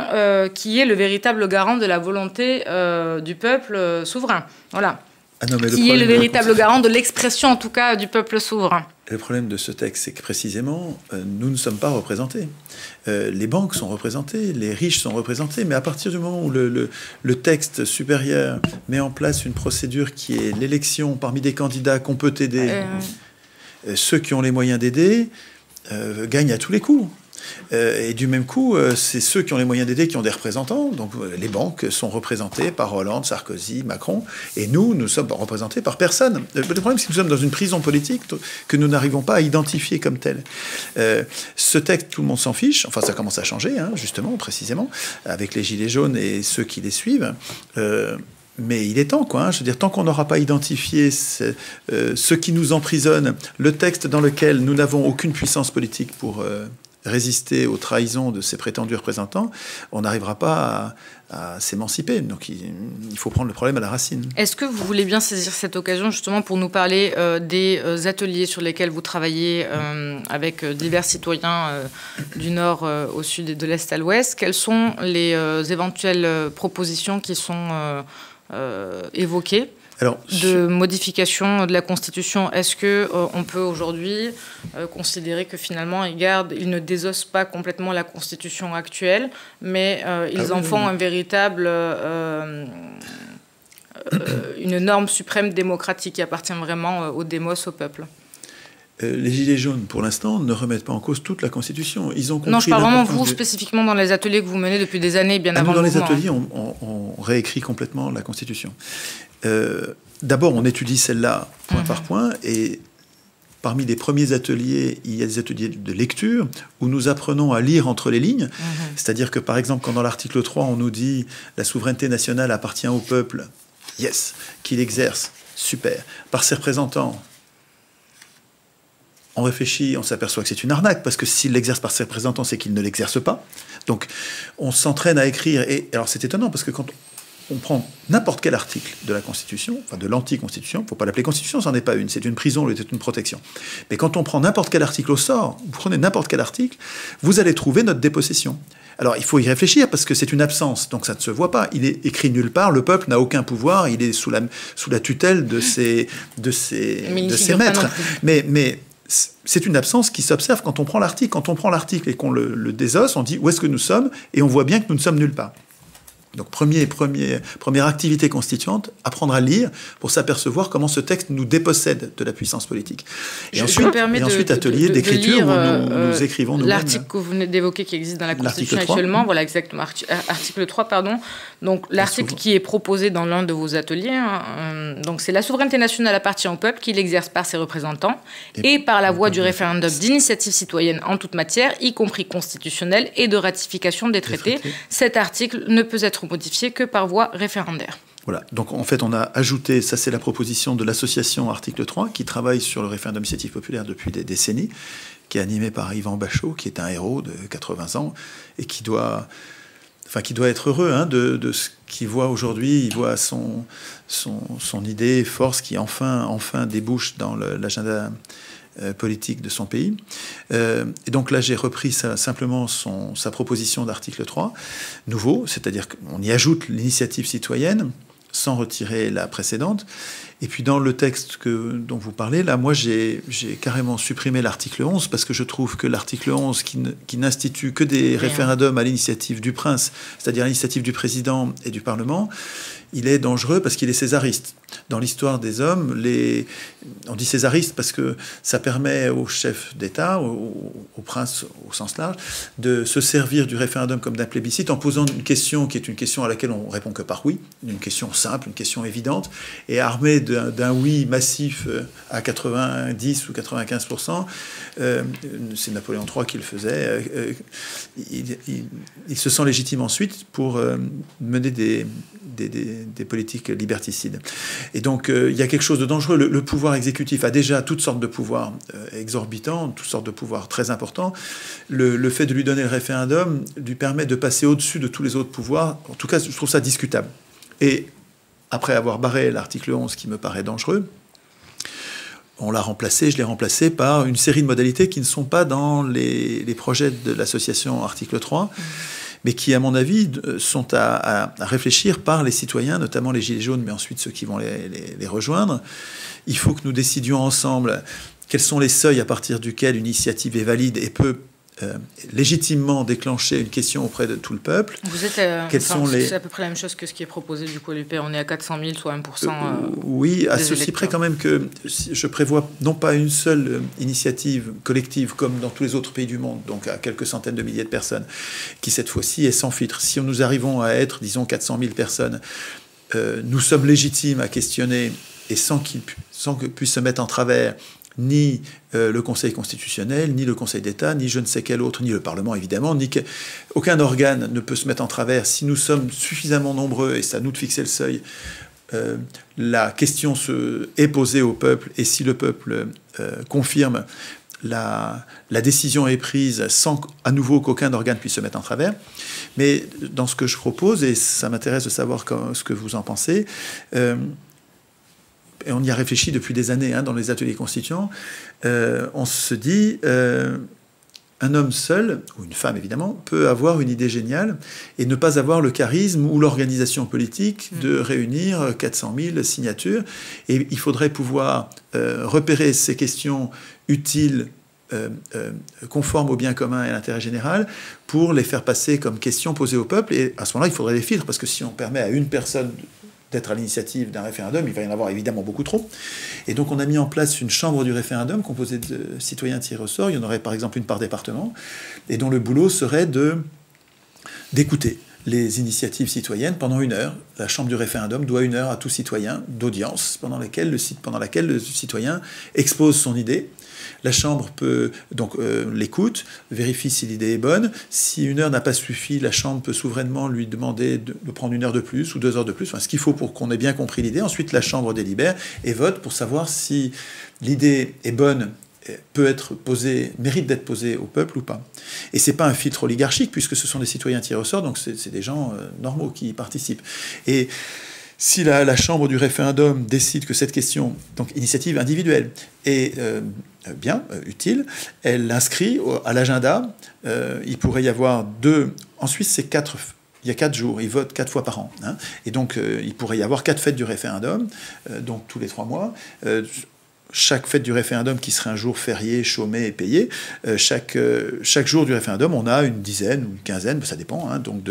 est le véritable garant de la volonté du peuple souverain. Voilà. Qui est le véritable garant de l'expression, en tout cas, du peuple souverain.
Le problème de ce texte, c'est que précisément, nous ne sommes pas représentés. Les banques sont représentées, les riches sont représentés, mais à partir du moment où le texte supérieur met en place une procédure qui est l'élection parmi des candidats qu'on peut aider, ceux qui ont les moyens d'aider gagnent à tous les coups. Et du même coup, c'est ceux qui ont les moyens d'aider qui ont des représentants. Donc les banques sont représentées par Hollande, Sarkozy, Macron. Et nous sommes représentés par personne. Le problème, c'est que nous sommes dans une prison politique que nous n'arrivons pas à identifier comme telle. Ce texte, tout le monde s'en fiche. Enfin, ça commence à changer, justement, précisément, avec les Gilets jaunes et ceux qui les suivent. Mais il est temps, quoi. Je veux dire, tant qu'on n'aura pas identifié ce qui nous emprisonne, le texte dans lequel nous n'avons aucune puissance politique pour résister aux trahisons de ces prétendus représentants, on n'arrivera pas à s'émanciper. Donc il faut prendre le problème à la racine.
Est-ce que vous voulez bien saisir cette occasion justement pour nous parler des ateliers sur lesquels vous travaillez avec divers citoyens du nord au sud et de l'est à l'ouest? Quelles sont les éventuelles propositions qui sont évoquées de modification de la Constitution? Est-ce qu'on peut aujourd'hui considérer que finalement ils ne désossent pas complètement la Constitution actuelle, mais ils en font un véritable, une norme suprême démocratique qui appartient vraiment au démos, au peuple?
Les Gilets jaunes, pour l'instant, ne remettent pas en cause toute la Constitution. Ils ont compris.
Non, je parle vraiment vous, spécifiquement dans les ateliers que vous menez depuis des années, bien avant le mouvement.
Dans les ateliers, on réécrit complètement la Constitution. D'abord, on étudie celle-là point par point, et parmi les premiers ateliers, il y a des ateliers de lecture, où nous apprenons à lire entre les lignes. C'est-à-dire que, par exemple, quand dans l'article 3, on nous dit « la souveraineté nationale appartient au peuple », yes, qu'il exerce, super, par ses représentants. On réfléchit, on s'aperçoit que c'est une arnaque, parce que s'il l'exerce par ses représentants, c'est qu'il ne l'exerce pas. Donc, on s'entraîne à écrire. Et alors, c'est étonnant, parce que quand on prend n'importe quel article de la Constitution, enfin de l'anti-Constitution, il ne faut pas l'appeler Constitution, c'en est pas une, c'est une prison, c'est une protection. Mais quand on prend n'importe quel article au sort, vous prenez n'importe quel article, vous allez trouver notre dépossession. Alors, il faut y réfléchir parce que c'est une absence, donc ça ne se voit pas. Il est écrit nulle part. Le peuple n'a aucun pouvoir. Il est sous la tutelle de ses maîtres. Mais c'est une absence qui s'observe quand on prend l'article. Quand on prend l'article et qu'on le désosse, on dit où est-ce que nous sommes, et on voit bien que nous ne sommes nulle part. Donc, première activité constituante, apprendre à lire pour s'apercevoir comment ce texte nous dépossède de la puissance politique. Et ensuite, atelier d'écriture où nous écrivons nous-mêmes.
L'article que vous venez d'évoquer qui existe dans la Constitution actuellement, voilà exactement, article 3, pardon. Donc, l'article qui est proposé dans l'un de vos ateliers, donc c'est la souveraineté nationale appartient au peuple qui l'exerce par ses représentants et par la voie du référendum d'initiative citoyenne en toute matière, y compris constitutionnelle et de ratification des traités. Cet article ne peut être modifié que par voie référendaire.
Voilà, donc en fait on a ajouté, ça c'est la proposition de l'association Article 3 qui travaille sur le référendum d'initiative populaire depuis des décennies, qui est animé par Yvan Bachot, qui est un héros de 80 ans et qui doit être heureux de ce qu'il voit aujourd'hui. Il voit son idée force qui enfin débouche dans l'agenda politique de son pays. Et donc là, j'ai repris simplement sa proposition d'article 3, nouveau, c'est-à-dire qu'on y ajoute l'initiative citoyenne, sans retirer la précédente. Et puis dans le texte dont vous parlez, là, moi, j'ai carrément supprimé l'article 11, parce que je trouve que l'article 11, qui n'institue que des référendums à l'initiative du prince, c'est-à-dire à l'initiative du président et du Parlement, il est dangereux parce qu'il est césariste. Dans l'histoire des hommes, on dit césariste parce que ça permet aux chefs d'État, aux princes au sens large, de se servir du référendum comme d'un plébiscite en posant une question qui est une question à laquelle on répond que par oui, une question simple, une question évidente, et armé d'un oui massif à 90 ou 95%, c'est Napoléon III qui le faisait, il se sent légitime ensuite pour mener des politiques liberticides. Et donc, il y a quelque chose de dangereux. Le pouvoir exécutif a déjà toutes sortes de pouvoirs exorbitants, toutes sortes de pouvoirs très importants. Le fait de lui donner le référendum lui permet de passer au-dessus de tous les autres pouvoirs. En tout cas, je trouve ça discutable. Et après avoir barré l'article 11, qui me paraît dangereux, je l'ai remplacé par une série de modalités qui ne sont pas dans les projets de l'association Article 3, mais qui, à mon avis, sont à réfléchir par les citoyens, notamment les Gilets jaunes, mais ensuite ceux qui vont les rejoindre. Il faut que nous décidions ensemble quels sont les seuils à partir duquel une initiative est valide et peut légitimement déclencher une question auprès de tout le peuple.
Vous êtes, c'est à peu près la même chose que ce qui est proposé du coup à l'UP. On est à 400 000, soit 1%.
Oui, à ceci près quand même que je prévois non pas une seule initiative collective comme dans tous les autres pays du monde, donc à quelques centaines de milliers de personnes, qui cette fois-ci est sans filtre. Si nous arrivons à être, disons, 400 000 personnes, nous sommes légitimes à questionner et sans que puisse se mettre en travers ni le Conseil constitutionnel, ni le Conseil d'État, ni je ne sais quel autre, ni le Parlement évidemment, aucun organe ne peut se mettre en travers. Si nous sommes suffisamment nombreux, et c'est à nous de fixer le seuil, la question est posée au peuple, et si le peuple confirme, la décision est prise sans à nouveau qu'aucun organe puisse se mettre en travers. Mais dans ce que je propose, et ça m'intéresse de savoir ce que vous en pensez, et on y a réfléchi depuis des années dans les ateliers constituants, on se dit, un homme seul, ou une femme évidemment, peut avoir une idée géniale et ne pas avoir le charisme ou l'organisation politique de réunir 400 000 signatures. Et il faudrait pouvoir repérer ces questions utiles, conformes au bien commun et à l'intérêt général, pour les faire passer comme questions posées au peuple. Et à ce moment-là, il faudrait les filtres, parce que si on permet à une personne d'être à l'initiative d'un référendum, il va y en avoir évidemment beaucoup trop. Et donc on a mis en place une chambre du référendum composée de citoyens tirés au sort. Il y en aurait par exemple une par département, et dont le boulot serait d'écouter les initiatives citoyennes pendant 1 heure. La chambre du référendum doit 1 heure à tout citoyen d'audience, pendant laquelle le citoyen expose son idée. La Chambre peut donc l'écoute, vérifie si l'idée est bonne. Si 1 heure n'a pas suffi, la Chambre peut souverainement lui demander de prendre 1 heure de plus ou 2 heures de plus, ce qu'il faut pour qu'on ait bien compris l'idée. Ensuite, la Chambre délibère et vote pour savoir si l'idée est bonne, mérite d'être posée au peuple ou pas. Et c'est pas un filtre oligarchique, puisque ce sont des citoyens tirés au sort, donc c'est des gens normaux qui y participent. Et si la Chambre du référendum décide que cette question, donc initiative individuelle, est bien, utile. Elle l'inscrit à l'agenda. Il pourrait y avoir en Suisse, c'est 4. Il y a 4 jours, ils votent 4 fois par an. Hein. Et donc, il pourrait y avoir 4 fêtes du référendum, donc tous les 3 mois. Chaque fête du référendum qui serait un jour férié, chômé et payé, chaque jour du référendum, on a une dizaine ou une quinzaine, ça dépend, hein, donc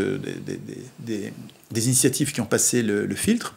des initiatives qui ont passé le filtre.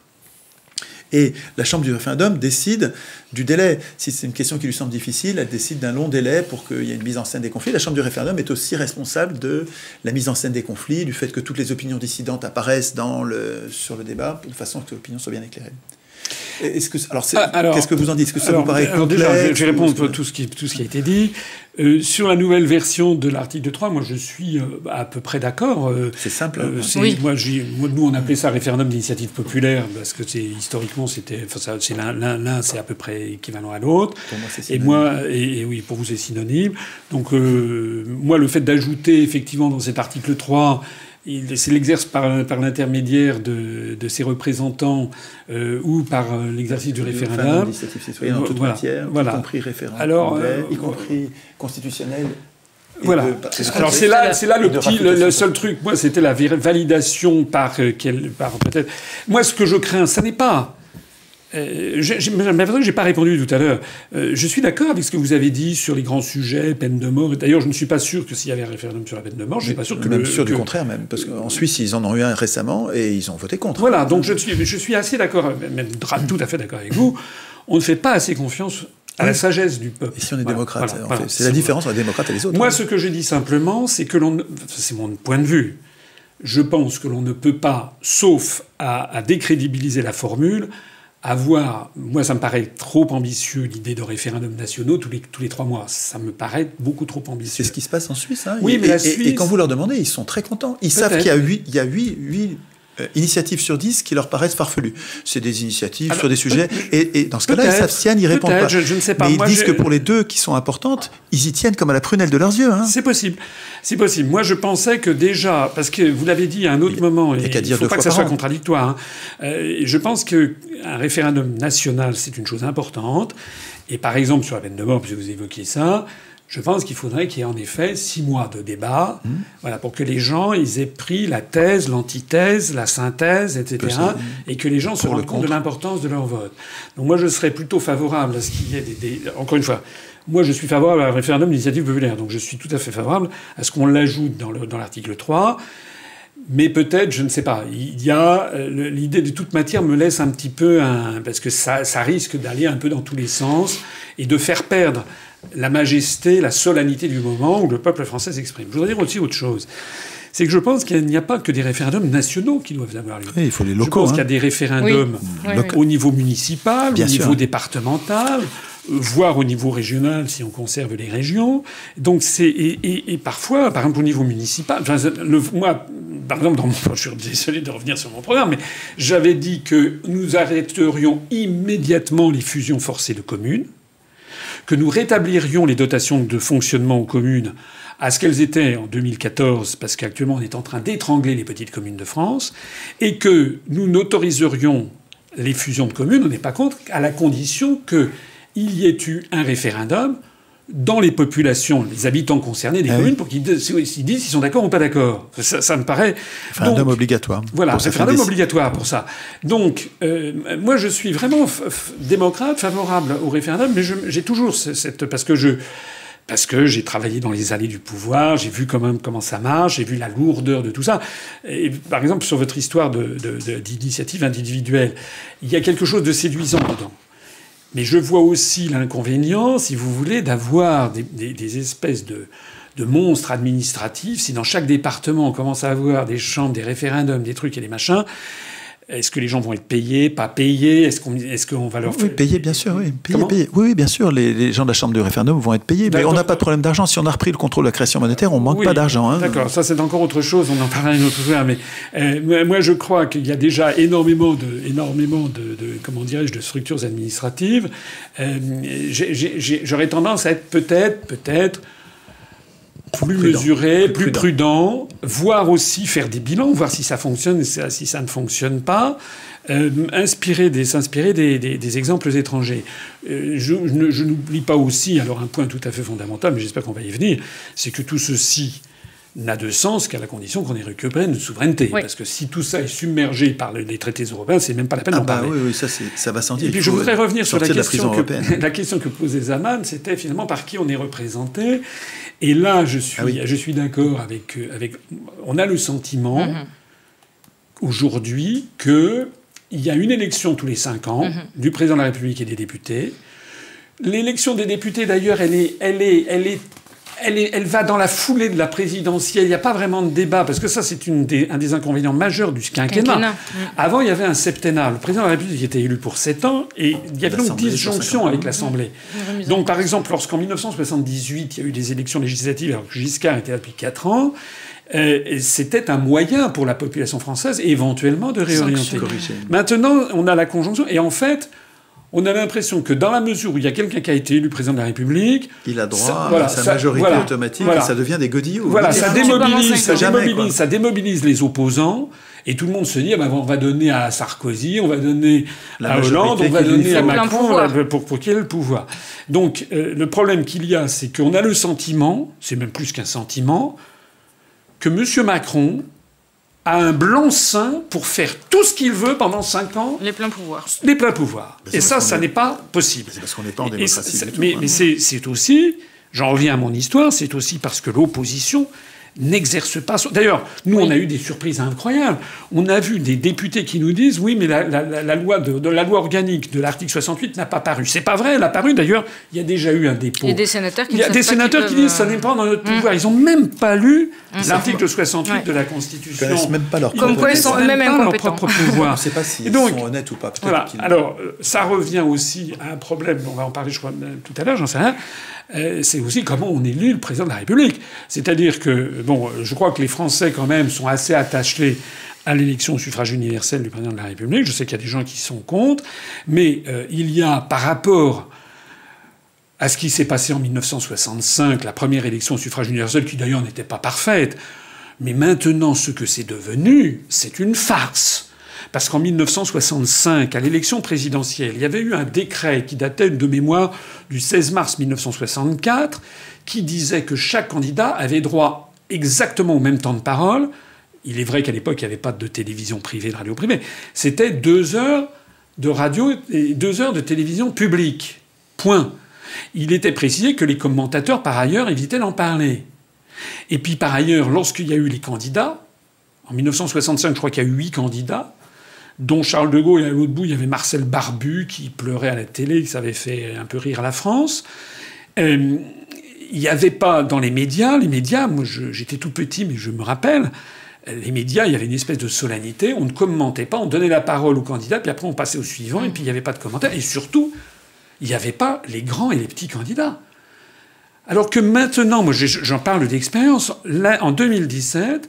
Et la Chambre du référendum décide du délai. Si c'est une question qui lui semble difficile, elle décide d'un long délai pour qu'il y ait une mise en scène des conflits. La Chambre du référendum est aussi responsable de la mise en scène des conflits, du fait que toutes les opinions dissidentes apparaissent sur le débat, de façon que l'opinion soit bien éclairée. Qu'est-ce que vous en dites? Est-ce que ça vous paraît complexe?
Déjà, je vais répondre à tout ce qui a été dit. Sur la nouvelle version de l'article 3, moi je suis à peu près d'accord.
C'est simple.
Oui. Nous on appelait ça référendum d'initiative populaire parce que historiquement c'était, l'un c'est à peu près équivalent à l'autre.
Pour moi c'est synonyme.
Et oui, pour vous c'est synonyme. Donc moi le fait d'ajouter effectivement dans cet article 3 c'est l'exercice par l'intermédiaire de ses représentants ou par l'exercice du référendum.
D'initiative citoyenne en toute matière, y compris référendum, y compris constitutionnel.
Voilà. Alors c'est là le seul truc. Moi, c'était la validation par peut-être. Moi, ce que je crains, ça n'est pas. J'ai pas répondu tout à l'heure. Je suis d'accord avec ce que vous avez dit sur les grands sujets, peine de mort. D'ailleurs, je ne suis pas sûr que s'il y avait un référendum sur la peine de mort, je suis pas sûr que
même sûr du contraire même, parce qu'en Suisse ils en ont eu un récemment et ils ont voté contre.
Voilà, donc je suis assez d'accord, même tout à fait d'accord avec vous. On ne fait pas assez confiance à la sagesse du peuple.
Et si on est démocrate, c'est la différence entre les démocrates et les autres.
Moi, ce que je dis simplement, c'est que c'est mon point de vue. Je pense que l'on ne peut pas, sauf à décrédibiliser la formule. Moi, ça me paraît trop ambitieux, l'idée de référendums nationaux tous les 3 mois. Ça me paraît beaucoup trop ambitieux.
C'est ce qui se passe en Suisse. Hein.
Oui, mais la Suisse...
Et quand vous leur demandez, ils sont très contents. Ils savent qu'il y a 8 initiatives sur 10 qui leur paraissent farfelues. C'est des initiatives sur des sujets. Et dans ce cas-là, ils s'abstiennent, ils répondent pas.
Je ne sais pas.
Mais ils disent que pour les 2 qui sont importantes, ils y tiennent comme à la prunelle de leurs yeux. Hein.
C'est possible. C'est possible. Moi, je pensais que déjà, parce que vous l'avez dit à un autre moment, il ne faut pas que ça soit contradictoire. Hein. Je pense qu'un référendum national, c'est une chose importante. Et par exemple, sur la peine de mort, puisque vous évoquiez ça, je pense qu'il faudrait qu'il y ait en effet 6 mois de débat, voilà, pour que les gens ils aient pris la thèse, l'antithèse, la synthèse, etc., et que les gens se rendent compte de l'importance de leur vote. Donc moi, je serais plutôt favorable à ce qu'il y ait encore une fois, moi je suis favorable à un référendum d'initiative populaire, donc je suis tout à fait favorable à ce qu'on l'ajoute dans l'article 3. Mais peut-être, je ne sais pas. Il y a l'idée de toute matière me laisse un petit peu parce que ça risque d'aller un peu dans tous les sens et de faire perdre la majesté, la solennité du moment où le peuple français s'exprime. Je voudrais dire aussi autre chose. C'est que je pense qu'il n'y a pas que des référendums nationaux qui doivent avoir lieu.
Oui, il faut les locaux.
Je pense qu'il y a des référendums au niveau municipal, au niveau départemental, voire au niveau régional si on conserve les régions. Donc et parfois, par exemple au niveau municipal, moi, par exemple, je suis désolé de revenir sur mon programme, mais j'avais dit que nous arrêterions immédiatement les fusions forcées de communes, que nous rétablirions les dotations de fonctionnement aux communes à ce qu'elles étaient en 2014, parce qu'actuellement on est en train d'étrangler les petites communes de France, et que nous n'autoriserions les fusions de communes, on n'est pas contre, à la condition qu'il y ait eu un référendum dans les populations, les habitants concernés des communes, pour qu'ils disent s'ils sont d'accord ou pas d'accord. Ça me paraît...
Référendum obligatoire.
Voilà, référendum obligatoire pour ça. Donc, moi, je suis vraiment démocrate, favorable au référendum, mais j'ai toujours parce que j'ai travaillé dans les allées du pouvoir, j'ai vu quand même comment ça marche, j'ai vu la lourdeur de tout ça. Et par exemple, sur votre histoire d'initiative individuelle, il y a quelque chose de séduisant dedans. Mais je vois aussi l'inconvénient, si vous voulez, d'avoir des espèces de monstres administratifs. Si dans chaque département, on commence à avoir des chambres, des référendums, des trucs et des machins, est-ce que les gens vont être payés, pas payés? Est-ce qu'on va leur faire...
Oui, payés, bien sûr, oui. Payés. Oui, bien sûr, les gens de la Chambre du référendum vont être payés. Mais on n'a pas de problème d'argent. Si on a repris le contrôle de la création monétaire, on ne manque pas d'argent. Hein.
D'accord, ça c'est encore autre chose, on en parlera une autre fois. Mais moi je crois qu'il y a déjà énormément de comment dirais-je, de structures administratives. J'aurais tendance à être peut-être plus mesuré, plus prudent, voire aussi faire des bilans, voir si ça fonctionne, si ça ne fonctionne pas, s'inspirer des exemples étrangers. Je n'oublie pas aussi, alors un point tout à fait fondamental, mais j'espère qu'on va y venir, c'est que tout ceci n'a de sens qu'à la condition qu'on ait récupéré notre souveraineté. Oui. Parce que si tout ça est submergé par les traités européens, c'est même pas la peine d'en parler.
Oui, ça va sentir.
Et puis je voudrais revenir sur la question que posait Zaman, c'était finalement par qui on est représenté. Et là, je suis d'accord avec... On a le sentiment, aujourd'hui, qu'il y a une élection tous les 5 ans du président de la République et des députés. L'élection des députés, d'ailleurs, elle va dans la foulée de la présidentielle. Il n'y a pas vraiment de débat, parce que ça, c'est un des inconvénients majeurs du quinquennat. Avant, il y avait un septennat. Le président de la République était élu pour 7 ans, et il y avait donc disjonction avec l'Assemblée. Donc, par exemple, lorsqu'en 1978, il y a eu des élections législatives, alors que Giscard était là depuis 4 ans, c'était un moyen pour la population française, éventuellement, de réorienter. Maintenant, on a la conjonction, et en fait... On a l'impression que dans la mesure où il y a quelqu'un qui a été élu président de la République... Il a droit à sa majorité automatique, et ça devient des godillots. Voilà, ça démobilise les opposants, et tout le monde se dit, on va donner à Sarkozy, on va donner à Hollande, on va donner à Macron pour qu'il ait le pouvoir. Donc, le problème qu'il y a, c'est qu'on a le sentiment, c'est même plus qu'un sentiment, que M. Macron... a un blanc-seing pour faire tout ce qu'il veut pendant 5 ans.
Les pleins pouvoirs.
Les pleins pouvoirs. Et ça n'est pas possible.
C'est parce qu'on n'est pas en démocratie.
Mais c'est aussi, j'en reviens à mon histoire, c'est aussi parce que l'opposition n'exerce pas... D'ailleurs, nous, on a eu des surprises incroyables. On a vu des députés qui nous disent « Oui, mais la loi organique de l'article 68 n'a pas paru. » C'est pas vrai, elle a paru. D'ailleurs, il y a déjà eu un dépôt.
Il y a des sénateurs qui
disent « Ça n'est pas dans notre pouvoir. » Ils n'ont même pas lu l'article 68 de la Constitution.
Ils ne connaissent même pas leur
Comme quoi, ils sont eux-mêmes incompétents.
Leur propre pouvoir.
On ne sait pas s'ils sont honnêtes ou pas.
Voilà. Alors, ça revient aussi à un problème, on va en parler, je crois, tout à l'heure, j'en sais rien. C'est aussi comment on élit le président de la République. C'est-à-dire que, je crois que les Français, quand même, sont assez attachés à l'élection au suffrage universel du président de la République. Je sais qu'il y a des gens qui sont contre. Mais il y a, par rapport à ce qui s'est passé en 1965, la première élection au suffrage universel, qui d'ailleurs n'était pas parfaite, mais maintenant, ce que c'est devenu, c'est une farce. Parce qu'en 1965, à l'élection présidentielle, il y avait eu un décret qui datait de mémoire du 16 mars 1964, qui disait que chaque candidat avait droit exactement au même temps de parole. Il est vrai qu'à l'époque, il n'y avait pas de télévision privée, de radio privée. C'était 2 heures de radio et 2 heures de télévision publique. Point. Il était précisé que les commentateurs, par ailleurs, évitaient d'en parler. Et puis, par ailleurs, lorsqu'il y a eu les candidats, en 1965, je crois qu'il y a eu 8 candidats, dont Charles de Gaulle, et à l'autre bout, il y avait Marcel Barbu qui pleurait à la télé, qui avait fait un peu rire la France. Il n'y avait pas dans les médias, moi j'étais tout petit, mais je me rappelle, les médias, il y avait une espèce de solennité, on ne commentait pas, on donnait la parole au candidat, puis après on passait au suivant, et puis il n'y avait pas de commentaires. Et surtout, il n'y avait pas les grands et les petits candidats. Alors que maintenant, moi j'en parle d'expérience, là, en 2017,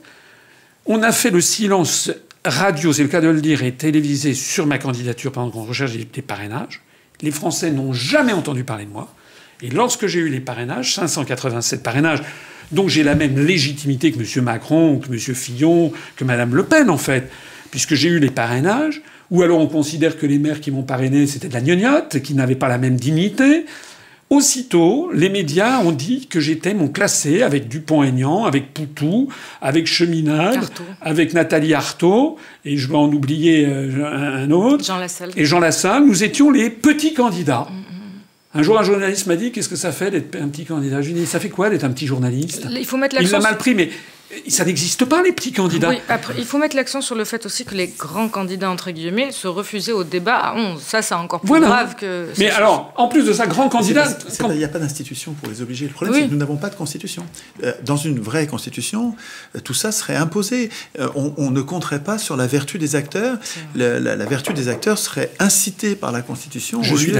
on a fait le silence radio, c'est le cas de le dire, et télévisé sur ma candidature pendant qu'on recherche des parrainages. Les Français n'ont jamais entendu parler de moi. Et lorsque j'ai eu les parrainages, 587 parrainages, donc j'ai la même légitimité que M. Macron, que M. Fillon, que Mme Le Pen, en fait, puisque j'ai eu les parrainages, ou alors on considère que les maires qui m'ont parrainé, c'était de la gnognotte, qui n'avaient pas la même dignité. Aussitôt, les médias ont dit que m'ont classé avec Dupont-Aignan, avec Poutou, avec Cheminade, avec Nathalie Arthaud, et je vais en oublier un autre.
Jean Lassalle.
Et Jean Lassalle, nous étions les petits candidats. Un jour, un journaliste m'a dit « Qu'est-ce que ça fait d'être un petit candidat ?» Je lui ai dit « Ça fait quoi d'être un petit journaliste ?»
Il faut mettre l'accent.
Il l'a mal pris, mais ça n'existe pas, les petits candidats.
Oui, après, il faut mettre l'accent sur le fait aussi que les grands candidats, entre guillemets, se refusaient au débat à 11. Ça, c'est encore plus grave que...
Mais alors, en plus de ça, grand candidat...
Il n'y a pas d'institution pour les obliger. Le problème, c'est que nous n'avons pas de constitution. Dans une vraie constitution, tout ça serait imposé. On ne compterait pas sur la vertu des acteurs. La vertu des acteurs serait incitée par la constitution au lieu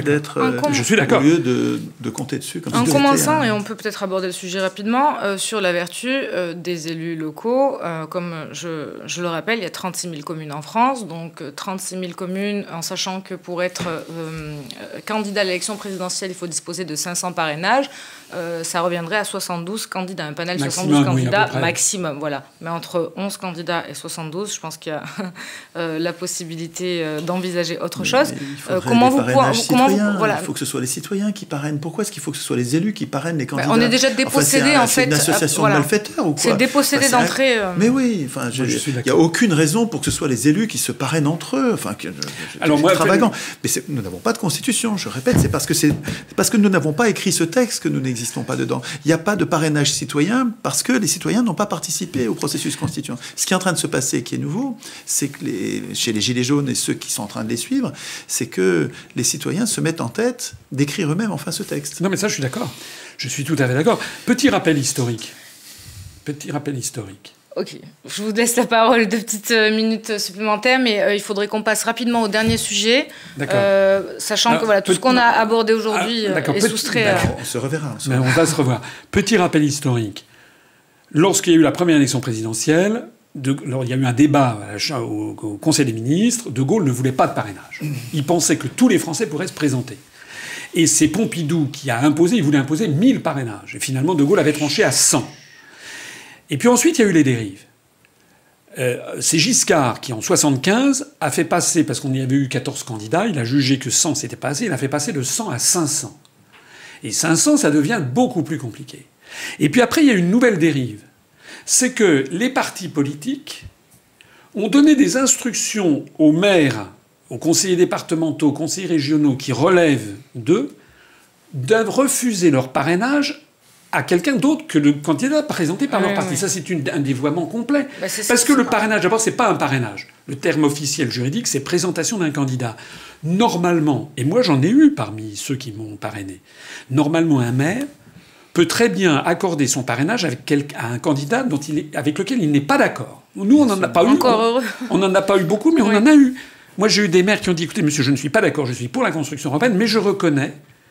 de compter dessus. Comme
en commençant, et on peut peut-être aborder le sujet rapidement, sur la vertu des élus élus locaux. Comme je le rappelle, il y a 36 000 communes en France, donc 36 000 communes, en sachant que pour être candidat à l'élection présidentielle, il faut disposer de 500 parrainages. Ça reviendrait à 72 candidats, un panel de 72 candidats maximum. Voilà. Mais entre 11 candidats et 72, je pense qu'il y a la possibilité d'envisager autre chose.
Comment vous voilà. Il faut que ce soit les citoyens qui parrainent. Pourquoi est-ce qu'il faut que ce soit les élus qui parrainent les candidats?
On est déjà dépossédés, en fait.
C'est une association de malfaiteurs ou quoi?
C'est dépossédé d'entrée.
Mais oui, il n'y a aucune raison pour que ce soit les élus qui se parrainent entre eux. Alors moi, extravagant. Mais nous n'avons pas de constitution, je répète, c'est parce que nous n'avons pas écrit ce texte que nous n'existons pas dedans. Il n'y a pas de parrainage citoyen parce que les citoyens n'ont pas participé au processus constituant. Ce qui est en train de se passer, qui est nouveau, c'est que chez les Gilets jaunes et ceux qui sont en train de les suivre, c'est que les citoyens se mettent en tête d'écrire eux-mêmes enfin ce texte.
Non mais ça je suis d'accord. Je suis tout à fait d'accord. Petit rappel historique.
Ok, je vous laisse la parole 2 petites minutes supplémentaires, mais il faudrait qu'on passe rapidement au dernier sujet, sachant que tout ce qu'on a abordé aujourd'hui est soustrait.
On se reverra.
On va se revoir. Petit rappel historique. Lorsqu'il y a eu la première élection présidentielle, il y a eu un débat au Conseil des ministres. De Gaulle ne voulait pas de parrainage. Il pensait que tous les Français pourraient se présenter. Et c'est Pompidou qui a imposé, il voulait imposer 1000 parrainages. Et finalement, De Gaulle avait tranché à 100. Et puis ensuite, il y a eu les dérives. C'est Giscard qui, en 1975, a fait passer, parce qu'on y avait eu 14 candidats, il a jugé que 100 c'était pas assez, il a fait passer de 100 à 500. Et 500, ça devient beaucoup plus compliqué. Et puis après, il y a une nouvelle dérive. C'est que les partis politiques ont donné des instructions aux maires, aux conseillers départementaux, aux conseillers régionaux qui relèvent d'eux, de refuser leur parrainage à quelqu'un d'autre que le candidat présenté par leur parti. Oui. Ça, c'est un dévoiement complet. Parce que le parrainage, d'abord, c'est pas un parrainage. Le terme officiel juridique, c'est présentation d'un candidat. Normalement, et moi j'en ai eu parmi ceux qui m'ont parrainé, normalement un maire peut très bien accorder son parrainage à un candidat avec lequel il n'est pas d'accord. Nous, on n'en a pas eu. On n'en a pas eu beaucoup, mais on en a eu. Moi, j'ai eu des maires qui ont dit, écoutez, monsieur, je ne suis pas d'accord, je suis pour la construction européenne, mais je reconnais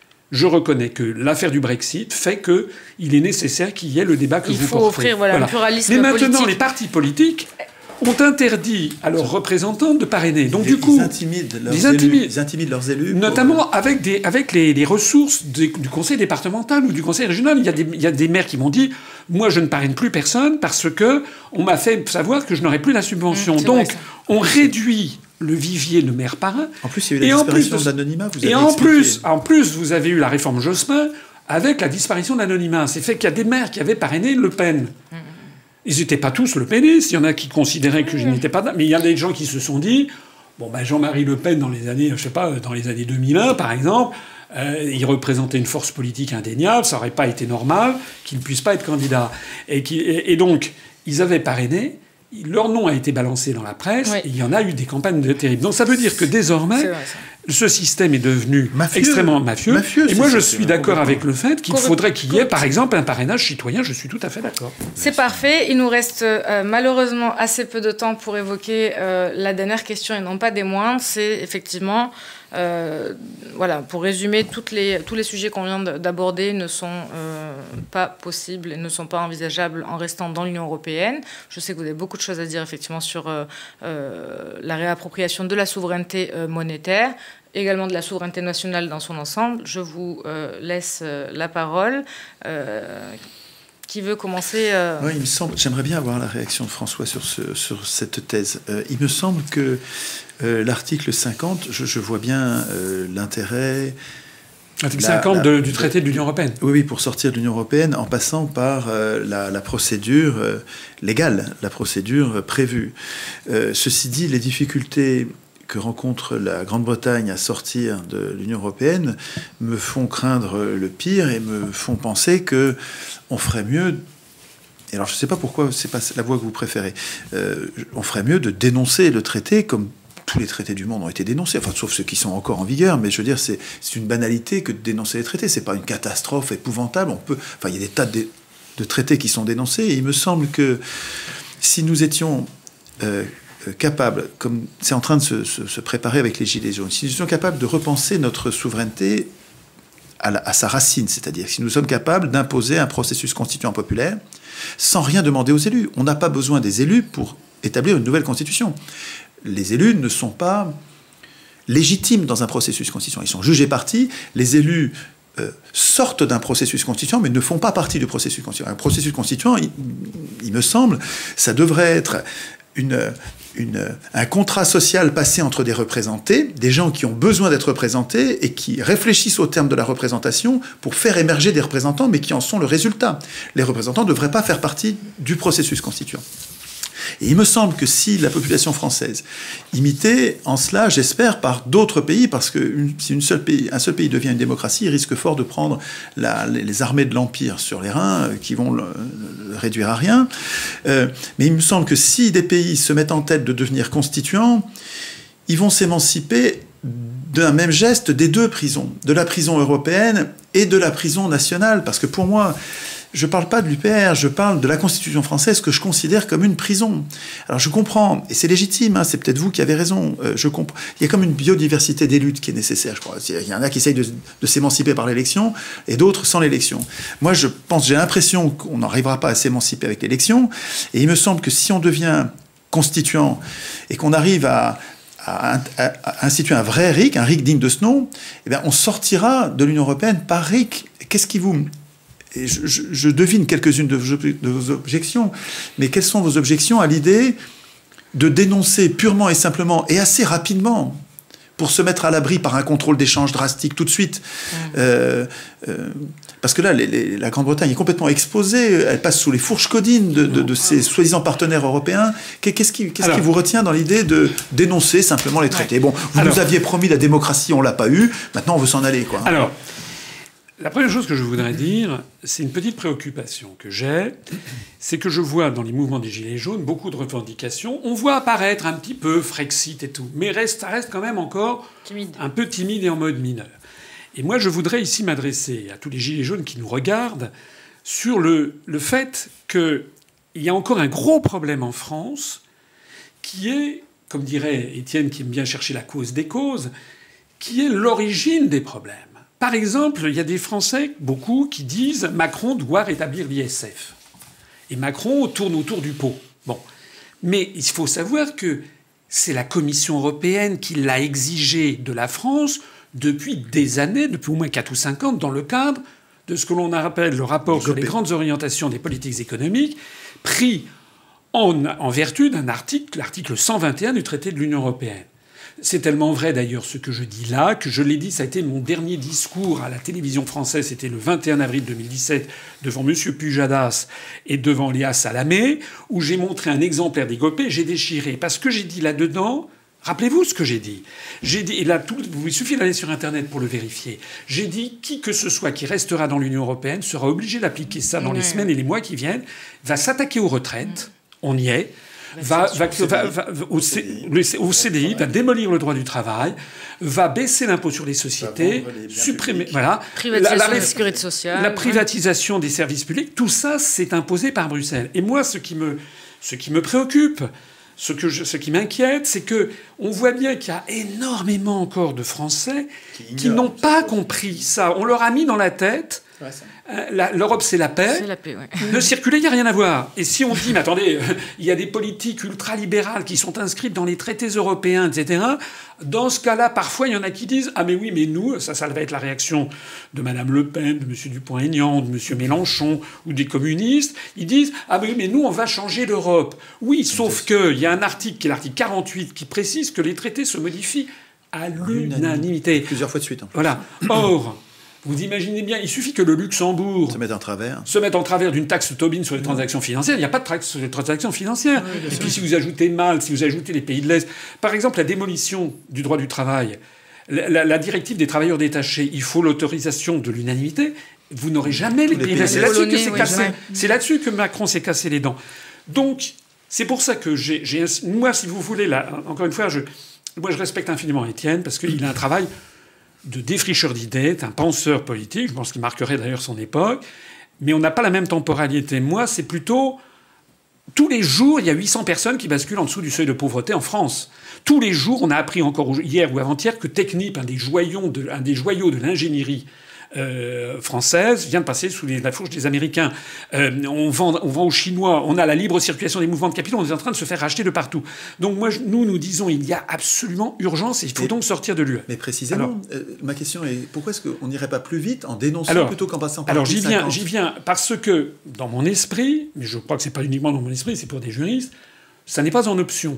que l'affaire du Brexit fait qu'il est nécessaire qu'il y ait le débat que vous portez. Il faut
offrir un pluralisme
politique. Mais maintenant,
politique.
Les partis politiques ont interdit à leurs représentants de parrainer. Donc du coup,
ils intimident leurs élus.
Notamment avec les ressources du conseil départemental ou du conseil régional. Il y a des maires qui m'ont dit, moi je ne parraine plus personne parce que on m'a fait savoir que je n'aurais plus la subvention. Donc on réduit le vivier de maires parrains.
En plus, il y a eu la disparition de l'anonymat.
Et en plus, vous avez eu la réforme Jospin avec la disparition de l'anonymat. C'est fait qu'il y a des maires qui avaient parrainé Le Pen. Ils n'étaient pas tous le pénistes. Il y en a qui considéraient que je n'étais pas... Mais il y a des gens qui se sont dit... Jean-Marie Le Pen, dans les années 2001, par exemple, il représentait une force politique indéniable. Ça n'aurait pas été normal qu'il ne puisse pas être candidat. Et donc, ils avaient parrainé. Leur nom a été balancé dans la presse. Et il y en a eu des campagnes terribles. Donc ça veut dire que désormais... Ce système est devenu extrêmement mafieux. Et moi, je suis d'accord avec le fait qu'il faudrait qu'il y ait, par exemple, un parrainage citoyen. Je suis tout à fait d'accord.
C'est parfait. Il nous reste malheureusement assez peu de temps pour évoquer la dernière question, et non pas des moindres. C'est effectivement... pour résumer, tous les sujets qu'on vient d'aborder ne sont pas possibles et ne sont pas envisageables en restant dans l'Union européenne. Je sais que vous avez beaucoup de choses à dire effectivement sur la réappropriation de la souveraineté monétaire, également de la souveraineté nationale dans son ensemble. Je vous laisse la parole. Qui veut commencer
Oui, il me semble. J'aimerais bien avoir la réaction de François sur cette thèse. Il me semble que l'article 50, je vois bien l'intérêt.
L'article 50 du traité de l'Union européenne.
Oui, pour sortir de l'Union européenne en passant par la procédure légale, la procédure prévue. Ceci dit, les difficultés que rencontre la Grande-Bretagne à sortir de l'Union européenne me font craindre le pire et me font penser que on ferait mieux. Et alors je ne sais pas pourquoi c'est pas la voie que vous préférez. On ferait mieux de dénoncer le traité comme tous les traités du monde ont été dénoncés, enfin sauf ceux qui sont encore en vigueur. Mais je veux dire, c'est une banalité que de dénoncer les traités. C'est pas une catastrophe épouvantable. Il y a des tas de traités qui sont dénoncés. Et il me semble que si nous étions capables, comme c'est en train de se préparer avec les Gilets jaunes, si nous étions capables de repenser notre souveraineté à sa racine, c'est-à-dire si nous sommes capables d'imposer un processus constituant populaire sans rien demander aux élus. On n'a pas besoin des élus pour établir une nouvelle constitution. Les élus ne sont pas légitimes dans un processus constituant. Ils sont jugés partis. Les élus sortent d'un processus constituant, mais ne font pas partie du processus constituant. Un processus constituant, il me semble, ça devrait être un contrat social passé entre des représentés, des gens qui ont besoin d'être représentés et qui réfléchissent au terme de la représentation pour faire émerger des représentants, mais qui en sont le résultat. Les représentants ne devraient pas faire partie du processus constituant. Et il me semble que si la population française imitait en cela, j'espère, par d'autres pays, parce que si un seul pays devient une démocratie, il risque fort de prendre les armées de l'Empire sur les reins, qui vont le réduire à rien. Mais il me semble que si des pays se mettent en tête de devenir constituants, ils vont s'émanciper d'un même geste des deux prisons, de la prison européenne et de la prison nationale. Parce que pour moi, je ne parle pas de l'UPR, je parle de la Constitution française que je considère comme une prison. Alors je comprends, et c'est légitime, hein, c'est peut-être vous qui avez raison, je comprends. Il y a comme une biodiversité des luttes qui est nécessaire, je crois. Il y en a qui essayent de s'émanciper par l'élection, et d'autres sans l'élection. Moi, j'ai l'impression qu'on n'arrivera pas à s'émanciper avec l'élection, et il me semble que si on devient constituant, et qu'on arrive à instituer un vrai RIC, un RIC digne de ce nom, eh bien, on sortira de l'Union européenne par RIC. Qu'est-ce qui vous... Et je devine quelques-unes de vos objections, mais quelles sont vos objections à l'idée de dénoncer purement et simplement et assez rapidement, pour se mettre à l'abri par un contrôle d'échange drastique tout de suite, parce que là, la Grande-Bretagne est complètement exposée, elle passe sous les fourches codines de ses soi-disant partenaires européens. Qu'est-ce qui vous retient dans l'idée de dénoncer simplement les traités? Bon, vous nous aviez promis la démocratie, on ne l'a pas eu, maintenant on veut s'en aller, quoi.
Alors, la première chose que je voudrais dire, c'est une petite préoccupation que j'ai, c'est que je vois dans les mouvements des Gilets jaunes beaucoup de revendications. On voit apparaître un petit peu Frexit et tout, mais ça reste quand même encore un peu timide et en mode mineur. Et moi, je voudrais ici m'adresser à tous les Gilets jaunes qui nous regardent sur le fait qu'il y a encore un gros problème en France qui est, comme dirait Étienne qui aime bien chercher la cause des causes, qui est l'origine des problèmes. Par exemple, il y a des Français, beaucoup, qui disent Macron doit rétablir l'ISF. Et Macron tourne autour du pot. Bon. Mais il faut savoir que c'est la Commission européenne qui l'a exigé de la France depuis des années, depuis au moins 4 ou 5 ans, dans le cadre de ce que l'on appelle le rapport sur les grandes orientations des politiques économiques, pris en vertu d'un article, l'article 121 du traité de l'Union européenne. C'est tellement vrai d'ailleurs ce que je dis là, que je l'ai dit, ça a été mon dernier discours à la télévision française, c'était le 21 avril 2017, devant M. Pujadas et devant Léa Salamé, où j'ai montré un exemplaire des GOPÉ, j'ai déchiré. Parce que j'ai dit là-dedans, rappelez-vous ce que j'ai dit. J'ai dit, et là, il suffit d'aller sur Internet pour le vérifier. J'ai dit, qui que ce soit qui restera dans l'Union européenne sera obligé d'appliquer ça dans les semaines et les mois qui viennent, va s'attaquer aux retraites, on y est, va au CDI, va démolir le droit du travail, va baisser l'impôt sur les sociétés, supprimer, voilà,
privatisation de la sécurité sociale,
la privatisation des services publics, tout ça c'est imposé par Bruxelles. Et moi, ce qui me préoccupe, ce qui m'inquiète, c'est que on voit bien qu'il y a énormément encore de Français qui n'ont pas compris ça. On leur a mis dans la tête. L'Europe, c'est la paix.
C'est la paix, ouais.
Ne circuler, il n'y a rien à voir. Et si on dit, mais attendez, il y a des politiques ultralibérales qui sont inscrites dans les traités européens, etc., dans ce cas-là, parfois, il y en a qui disent « Ah, mais oui, mais nous, ça va être la réaction de Mme Le Pen, de M. Dupont-Aignan, de M. Mélenchon ou des communistes. Ils disent « Ah, mais oui, mais nous, on va changer l'Europe. » Oui, sauf qu'il y a un article, qui est l'article 48, qui précise que les traités se modifient à l'unanimité.
Plusieurs fois de suite. En plus.
Voilà. Or... Vous imaginez bien, il suffit que le Luxembourg se mette en travers d'une taxe Tobin sur les transactions financières. Il n'y a pas de taxe sur les transactions financières. Et puis si vous ajoutez Malte, si vous ajoutez les pays de l'Est, par exemple la démolition du droit du travail, la directive des travailleurs détachés, il faut l'autorisation de l'unanimité. Vous n'aurez jamais les pays de l'Est. C'est là-dessus que Macron s'est cassé les dents. Donc c'est pour ça que moi, si vous voulez, là, encore une fois, moi je respecte infiniment Étienne parce qu'il a un travail de défricheur d'idées, un penseur politique, je pense qu'il marquerait d'ailleurs son époque, mais on n'a pas la même temporalité. Moi, c'est plutôt... Tous les jours, il y a 800 personnes qui basculent en dessous du seuil de pauvreté en France. Tous les jours, on a appris encore hier ou avant-hier que Technip, un des joyaux de l'ingénierie française vient de passer sous la fourche des Américains. On vend aux Chinois. On a la libre circulation des mouvements de capitaux. On est en train de se faire racheter de partout. Donc nous disons il y a absolument urgence et il faut donc sortir de l'UE.
Mais précisément, ma question est pourquoi est-ce qu'on n'irait pas plus vite en dénonçant plutôt qu'en passant par l'article 50 ?
J'y viens parce que dans mon esprit, mais je crois que c'est pas uniquement dans mon esprit, c'est pour des juristes, ça n'est pas en option.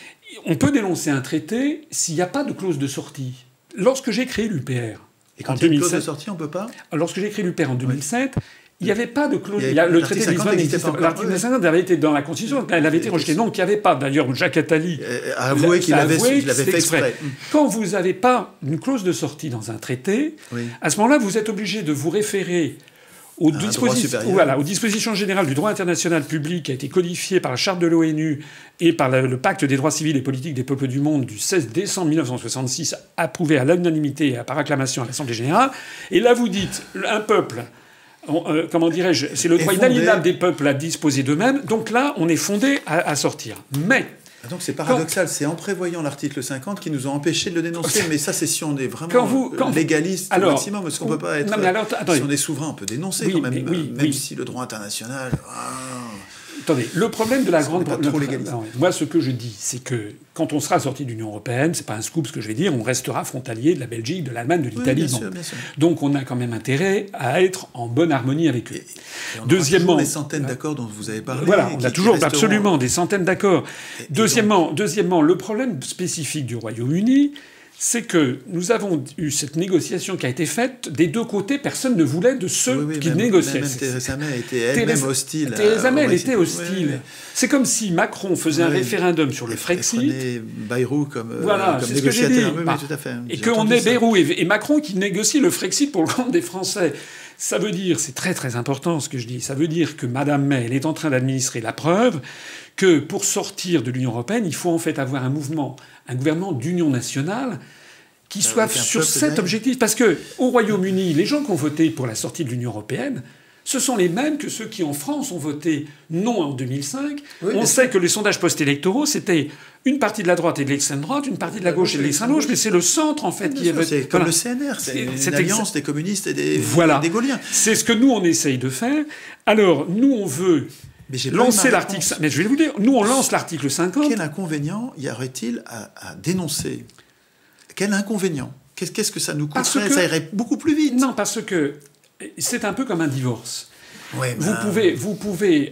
On peut dénoncer un traité s'il n'y a pas de clause de sortie. Lorsque j'ai créé l'UPR,
et quand il y a une clause de sortie, on peut pas ?
Lorsque j'ai créé l'UPR en 2007, il n'y avait pas de clause. Le traité de Lisbonne n'existait pas. L'article 50 avait été dans la Constitution, elle avait été rejetée. Donc il n'y avait pas. D'ailleurs, Jacques Attali
a avoué qu'il l'avait fait exprès.
Quand vous n'avez pas une clause de sortie dans un traité, à ce moment-là, vous êtes obligé de vous référer aux dispositions générales du droit international public qui a été codifié par la Charte de l'ONU et par le Pacte des droits civils et politiques des peuples du monde du 16 décembre 1966, approuvé à l'unanimité et par acclamation à l'Assemblée générale. Et là, vous dites, un peuple, comment dirais-je, c'est le droit inaliénable des peuples à disposer d'eux-mêmes. Donc là, on est fondé à sortir. Mais...
Donc c'est paradoxal, c'est en prévoyant l'article 50 qui nous ont empêché de le dénoncer. Mais ça, c'est si on est vraiment légaliste au maximum, parce qu'on ne peut pas être... si on est souverain, on peut dénoncer quand même, même si le droit international...
Attendez, le problème de la grande...
Moi,
ce que je dis, c'est que quand on sera sorti de l'Union européenne, c'est pas un scoop ce que je vais dire, on restera frontalier de la Belgique, de l'Allemagne, de l'Italie.
Bien sûr.
Donc on a quand même intérêt à être en bonne harmonie avec eux.
Et deuxièmement, les centaines d'accords dont vous avez parlé.
Voilà, on a toujours absolument des centaines d'accords. Deuxièmement, le problème spécifique du Royaume-Uni, c'est que nous avons eu cette négociation qui a été faite des deux côtés. Personne ne voulait de ceux qui négociaient.
Même Theresa May était elle-même hostile.
Theresa May, elle était hostile. C'est comme si Macron faisait un référendum sur le Frexit.
Prenait Bayrou comme
négociateur.
Tout à fait.
Et qu'on ait Bayrou et Macron qui négocie le Frexit pour le compte des Français. Ça veut dire, c'est très très important ce que je dis, ça veut dire que Mme May, elle est en train d'administrer la preuve que pour sortir de l'Union européenne, il faut en fait avoir un gouvernement d'union nationale qui soit sur cet objectif. Parce que au Royaume-Uni, les gens qui ont voté pour la sortie de l'Union européenne, ce sont les mêmes que ceux qui en France ont voté non en 2005. On sait que les sondages post-électoraux, c'était une partie de la droite et de l'extrême droite, une partie de la gauche et de l'extrême gauche, mais c'est le centre en fait qui est...
C'est comme le CNR, c'est une alliance des communistes et des Gaulliens.
C'est ce que nous on essaye de faire. Alors nous on veut lancer l'article... Mais je vais vous dire, nous on lance l'article 50...
Quel inconvénient y aurait-il à dénoncer ? Quel inconvénient ? Qu'est-ce que ça nous coûterait ? Ça irait beaucoup plus vite.
Non, parce que c'est un peu comme un divorce.
Ouais,
vous pouvez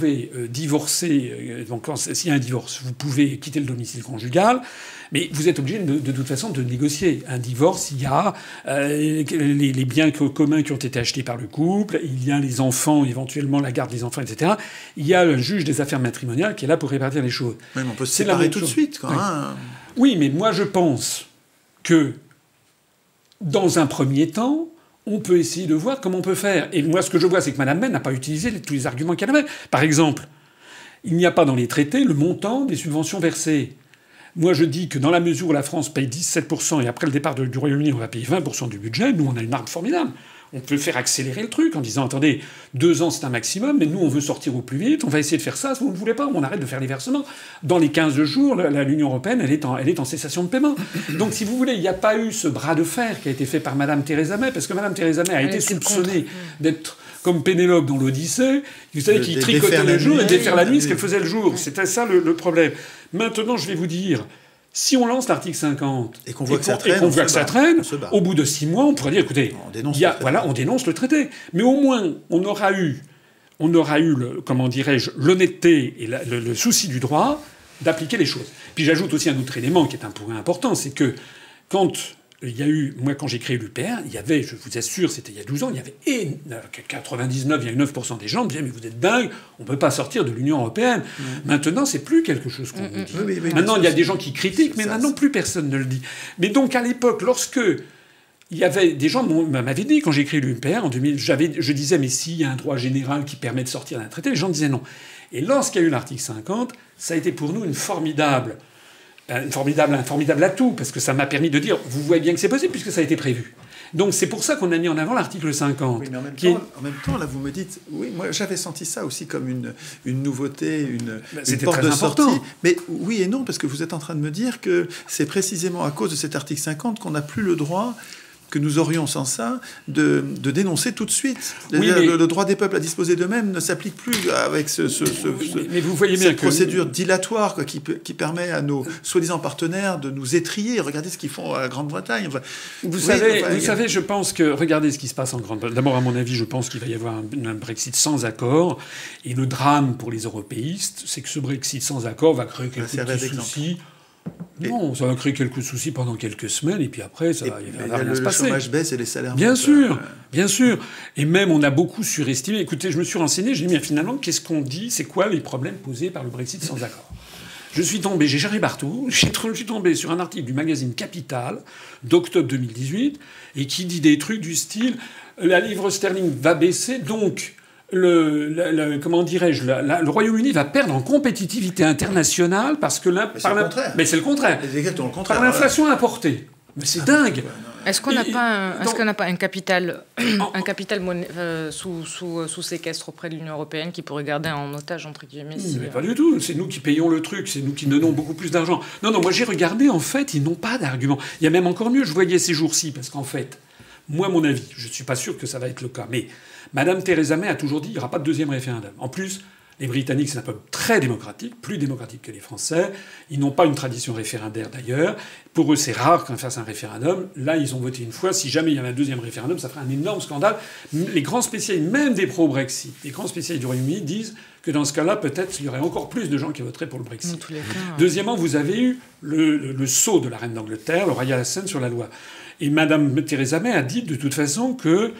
divorcer. Donc, s'il y a un divorce, vous pouvez quitter le domicile conjugal, mais vous êtes obligé de toute façon de négocier. Un divorce, il y a les biens communs qui ont été achetés par le couple, il y a les enfants, éventuellement la garde des enfants, etc. Il y a le juge des affaires matrimoniales qui est là pour répartir les choses.
Oui, mais on peut se séparer tout de suite, quoi.
Oui, mais moi je pense que dans un premier temps, on peut essayer de voir comment on peut faire. Et moi, ce que je vois, c'est que Mme May n'a pas utilisé tous les arguments qu'elle avait. Par exemple, il n'y a pas dans les traités le montant des subventions versées. Moi, je dis que dans la mesure où la France paye 17% et après le départ du Royaume-Uni, on va payer 20% du budget, nous, on a une arme formidable. On peut faire accélérer le truc en disant, attendez, 2 ans, c'est un maximum, mais nous, on veut sortir au plus vite, on va essayer de faire ça. Si vous ne voulez pas, on arrête de faire les versements. Dans les 15 jours, l'Union européenne, elle est en cessation de paiement. Donc, si vous voulez, il n'y a pas eu ce bras de fer qui a été fait par Mme Theresa May, parce que Mme Theresa May a été soupçonnée d'être comme Pénélope dans l'Odyssée, vous savez, qui tricotait le jour et défaire la nuit, ce qu'elle faisait le jour. C'était ça le problème. Maintenant, je vais vous dire... Si on lance l'article 50
et qu'on voit que ça traîne,
au bout de 6 mois, on pourrait dire, écoutez, on dénonce le traité. Mais au moins, on aura eu l'honnêteté et le souci du droit d'appliquer les choses. Puis j'ajoute aussi un autre élément qui est un point important, c'est que quand j'ai créé l'UPR, il y avait, je vous assure, c'était il y a 12 ans, il y avait 99,9% des gens me disaient, mais vous êtes dingue, on ne peut pas sortir de l'Union européenne. Maintenant, c'est plus quelque chose qu'on vous dit. Maintenant, il y a des gens qui critiquent, mais maintenant, plus personne ne le dit. Mais donc, à l'époque, lorsque il y avait des gens m'avaient dit, quand j'ai créé l'UPR, en 2000, je disais, mais s'il y a un droit général qui permet de sortir d'un traité, les gens disaient non. Et lorsqu'il y a eu l'article 50, ça a été pour nous un formidable atout, parce que ça m'a permis de dire, vous voyez bien que c'est possible, puisque ça a été prévu. Donc c'est pour ça qu'on a mis en avant l'article 50.
Oui, mais en même temps, là, vous me dites, oui, moi j'avais senti ça aussi comme une nouveauté, une porte de sortie. Mais oui et non, parce que vous êtes en train de me dire que c'est précisément à cause de cet article 50 qu'on n'a plus le droit que nous aurions sans ça de dénoncer tout de suite.
Oui,
Le droit des peuples à disposer d'eux-mêmes ne s'applique plus avec
mais vous voyez bien
cette procédure dilatoire qui permet à nos soi-disant partenaires de nous étriller. Regardez ce qu'ils font à la Grande-Bretagne. Enfin,
vous savez, je pense que... Regardez ce qui se passe en Grande-Bretagne. D'abord, à mon avis, je pense qu'il va y avoir un Brexit sans accord. Et le drame pour les européistes, c'est que ce Brexit sans accord va créer quelques petits soucis. Non, ça va créer quelques soucis pendant quelques semaines, et puis après, ça va rien se passer.
Le chômage baisse et les salaires
bien sûr, bien sûr. Et même, on a beaucoup surestimé. Écoutez, je me suis renseigné, j'ai dit, mais finalement, qu'est-ce qu'on dit? C'est quoi les problèmes posés par le Brexit sans accord? Je suis tombé, j'ai cherché partout, je suis tombé sur un article du magazine Capital d'octobre 2018, et qui dit des trucs du style « La livre sterling va baisser, donc... comment dirais-je, le Royaume-Uni va perdre en compétitivité internationale parce que là, mais c'est le contraire.
C'est exactement le contraire.
Par l'inflation importée. Mais c'est dingue.
Est-ce qu'on n'a pas un capital sous séquestre auprès de l'Union européenne qui pourrait garder en otage, entre guillemets?
Mais pas du tout. C'est nous qui payons le truc. C'est nous qui donnons beaucoup plus d'argent. Non, moi j'ai regardé. En fait, ils n'ont pas d'argument. Il y a même encore mieux. Je voyais ces jours-ci parce qu'en fait, moi, mon avis, je ne suis pas sûr que ça va être le cas, mais Madame Theresa May a toujours dit qu'il n'y aura pas de deuxième référendum. En plus, les Britanniques, c'est un peuple très démocratique, plus démocratique que les Français. Ils n'ont pas une tradition référendaire d'ailleurs. Pour eux, c'est rare qu'on fasse un référendum. Là, ils ont voté une fois. Si jamais il y avait un deuxième référendum, ça ferait un énorme scandale. Les grands spécialistes, même des pro-Brexit, les grands spécialistes du Royaume-Uni disent que dans ce cas-là, peut-être il y aurait encore plus de gens qui voteraient pour le Brexit.
Tous les cas,
Deuxièmement, vous avez eu le sceau de la reine d'Angleterre, le Royal Assent sur la loi. Et Madame Theresa May a dit de toute façon que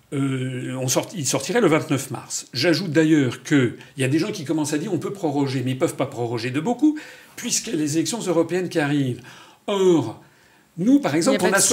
il sortirait le 29 mars. J'ajoute d'ailleurs qu'il y a des gens qui commencent à dire on peut proroger, mais ils ne peuvent pas proroger de beaucoup, puisqu'il y a les élections européennes qui arrivent. Or, nous, par exemple, on a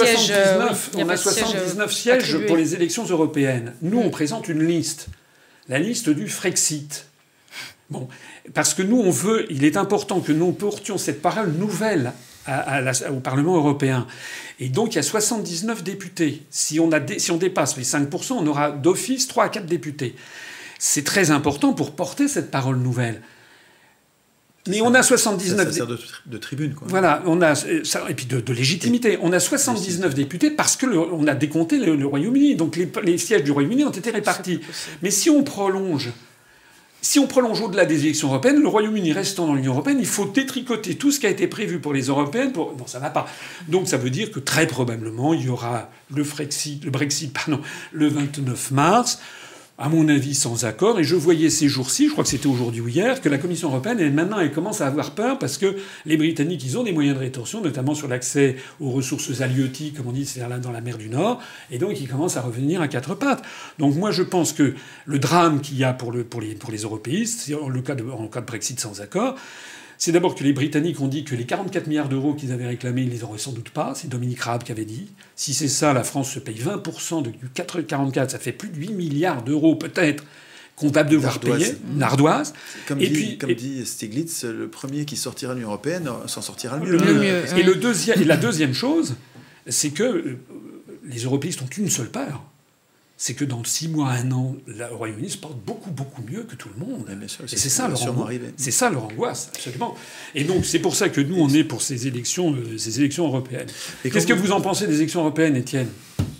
79 sièges pour les élections européennes. Nous, on présente une liste. La liste du Frexit. Bon, parce que nous, il est important que nous portions cette parole nouvelle au Parlement européen. Et donc, il y a 79 députés. Si on dépasse les 5%, on aura d'office 3 à 4 députés. C'est très important pour porter cette parole nouvelle. Mais on a 79...
Ça sert de tribune, quoi.
Voilà, et puis de légitimité. On a 79 députés parce qu'on a décompté le Royaume-Uni. Donc les sièges du Royaume-Uni ont été répartis. Mais si on prolonge au-delà des élections européennes, le Royaume-Uni restant dans l'Union européenne, il faut détricoter tout ce qui a été prévu pour les européennes. Non, ça va pas. Donc ça veut dire que très probablement, il y aura le Brexit, le 29 mars, à mon avis sans accord. Et je voyais ces jours-ci, je crois que c'était aujourd'hui ou hier, que la Commission européenne, elle commence à avoir peur parce que les Britanniques, ils ont des moyens de rétorsion, notamment sur l'accès aux ressources halieutiques, comme on dit, c'est là dans la mer du Nord, et donc ils commencent à revenir à quatre pattes. Donc moi, je pense que le drame qu'il y a pour les européistes, en cas de Brexit sans accord, c'est d'abord que les Britanniques ont dit que les 44 milliards d'euros qu'ils avaient réclamés, ils les auraient sans doute pas. C'est Dominique Raab qui avait dit. Si c'est ça, la France se paye 20% du 44, ça fait plus de 8 milliards d'euros peut-être qu'on va devoir payer. L'ardoise.
Comme dit Stiglitz, le premier qui sortira de l'Union européenne s'en sortira le mieux.
Et la deuxième chose, c'est que les européistes ont une seule peur. C'est que dans 6 mois, 1 an, le Royaume-Uni se porte beaucoup, beaucoup mieux que tout le monde. Et c'est ça leur angoisse. C'est ça leur angoisse, absolument. Et donc, c'est pour ça que nous, on est pour ces élections européennes. Qu'est-ce que vous en pensez des élections européennes, Étienne ?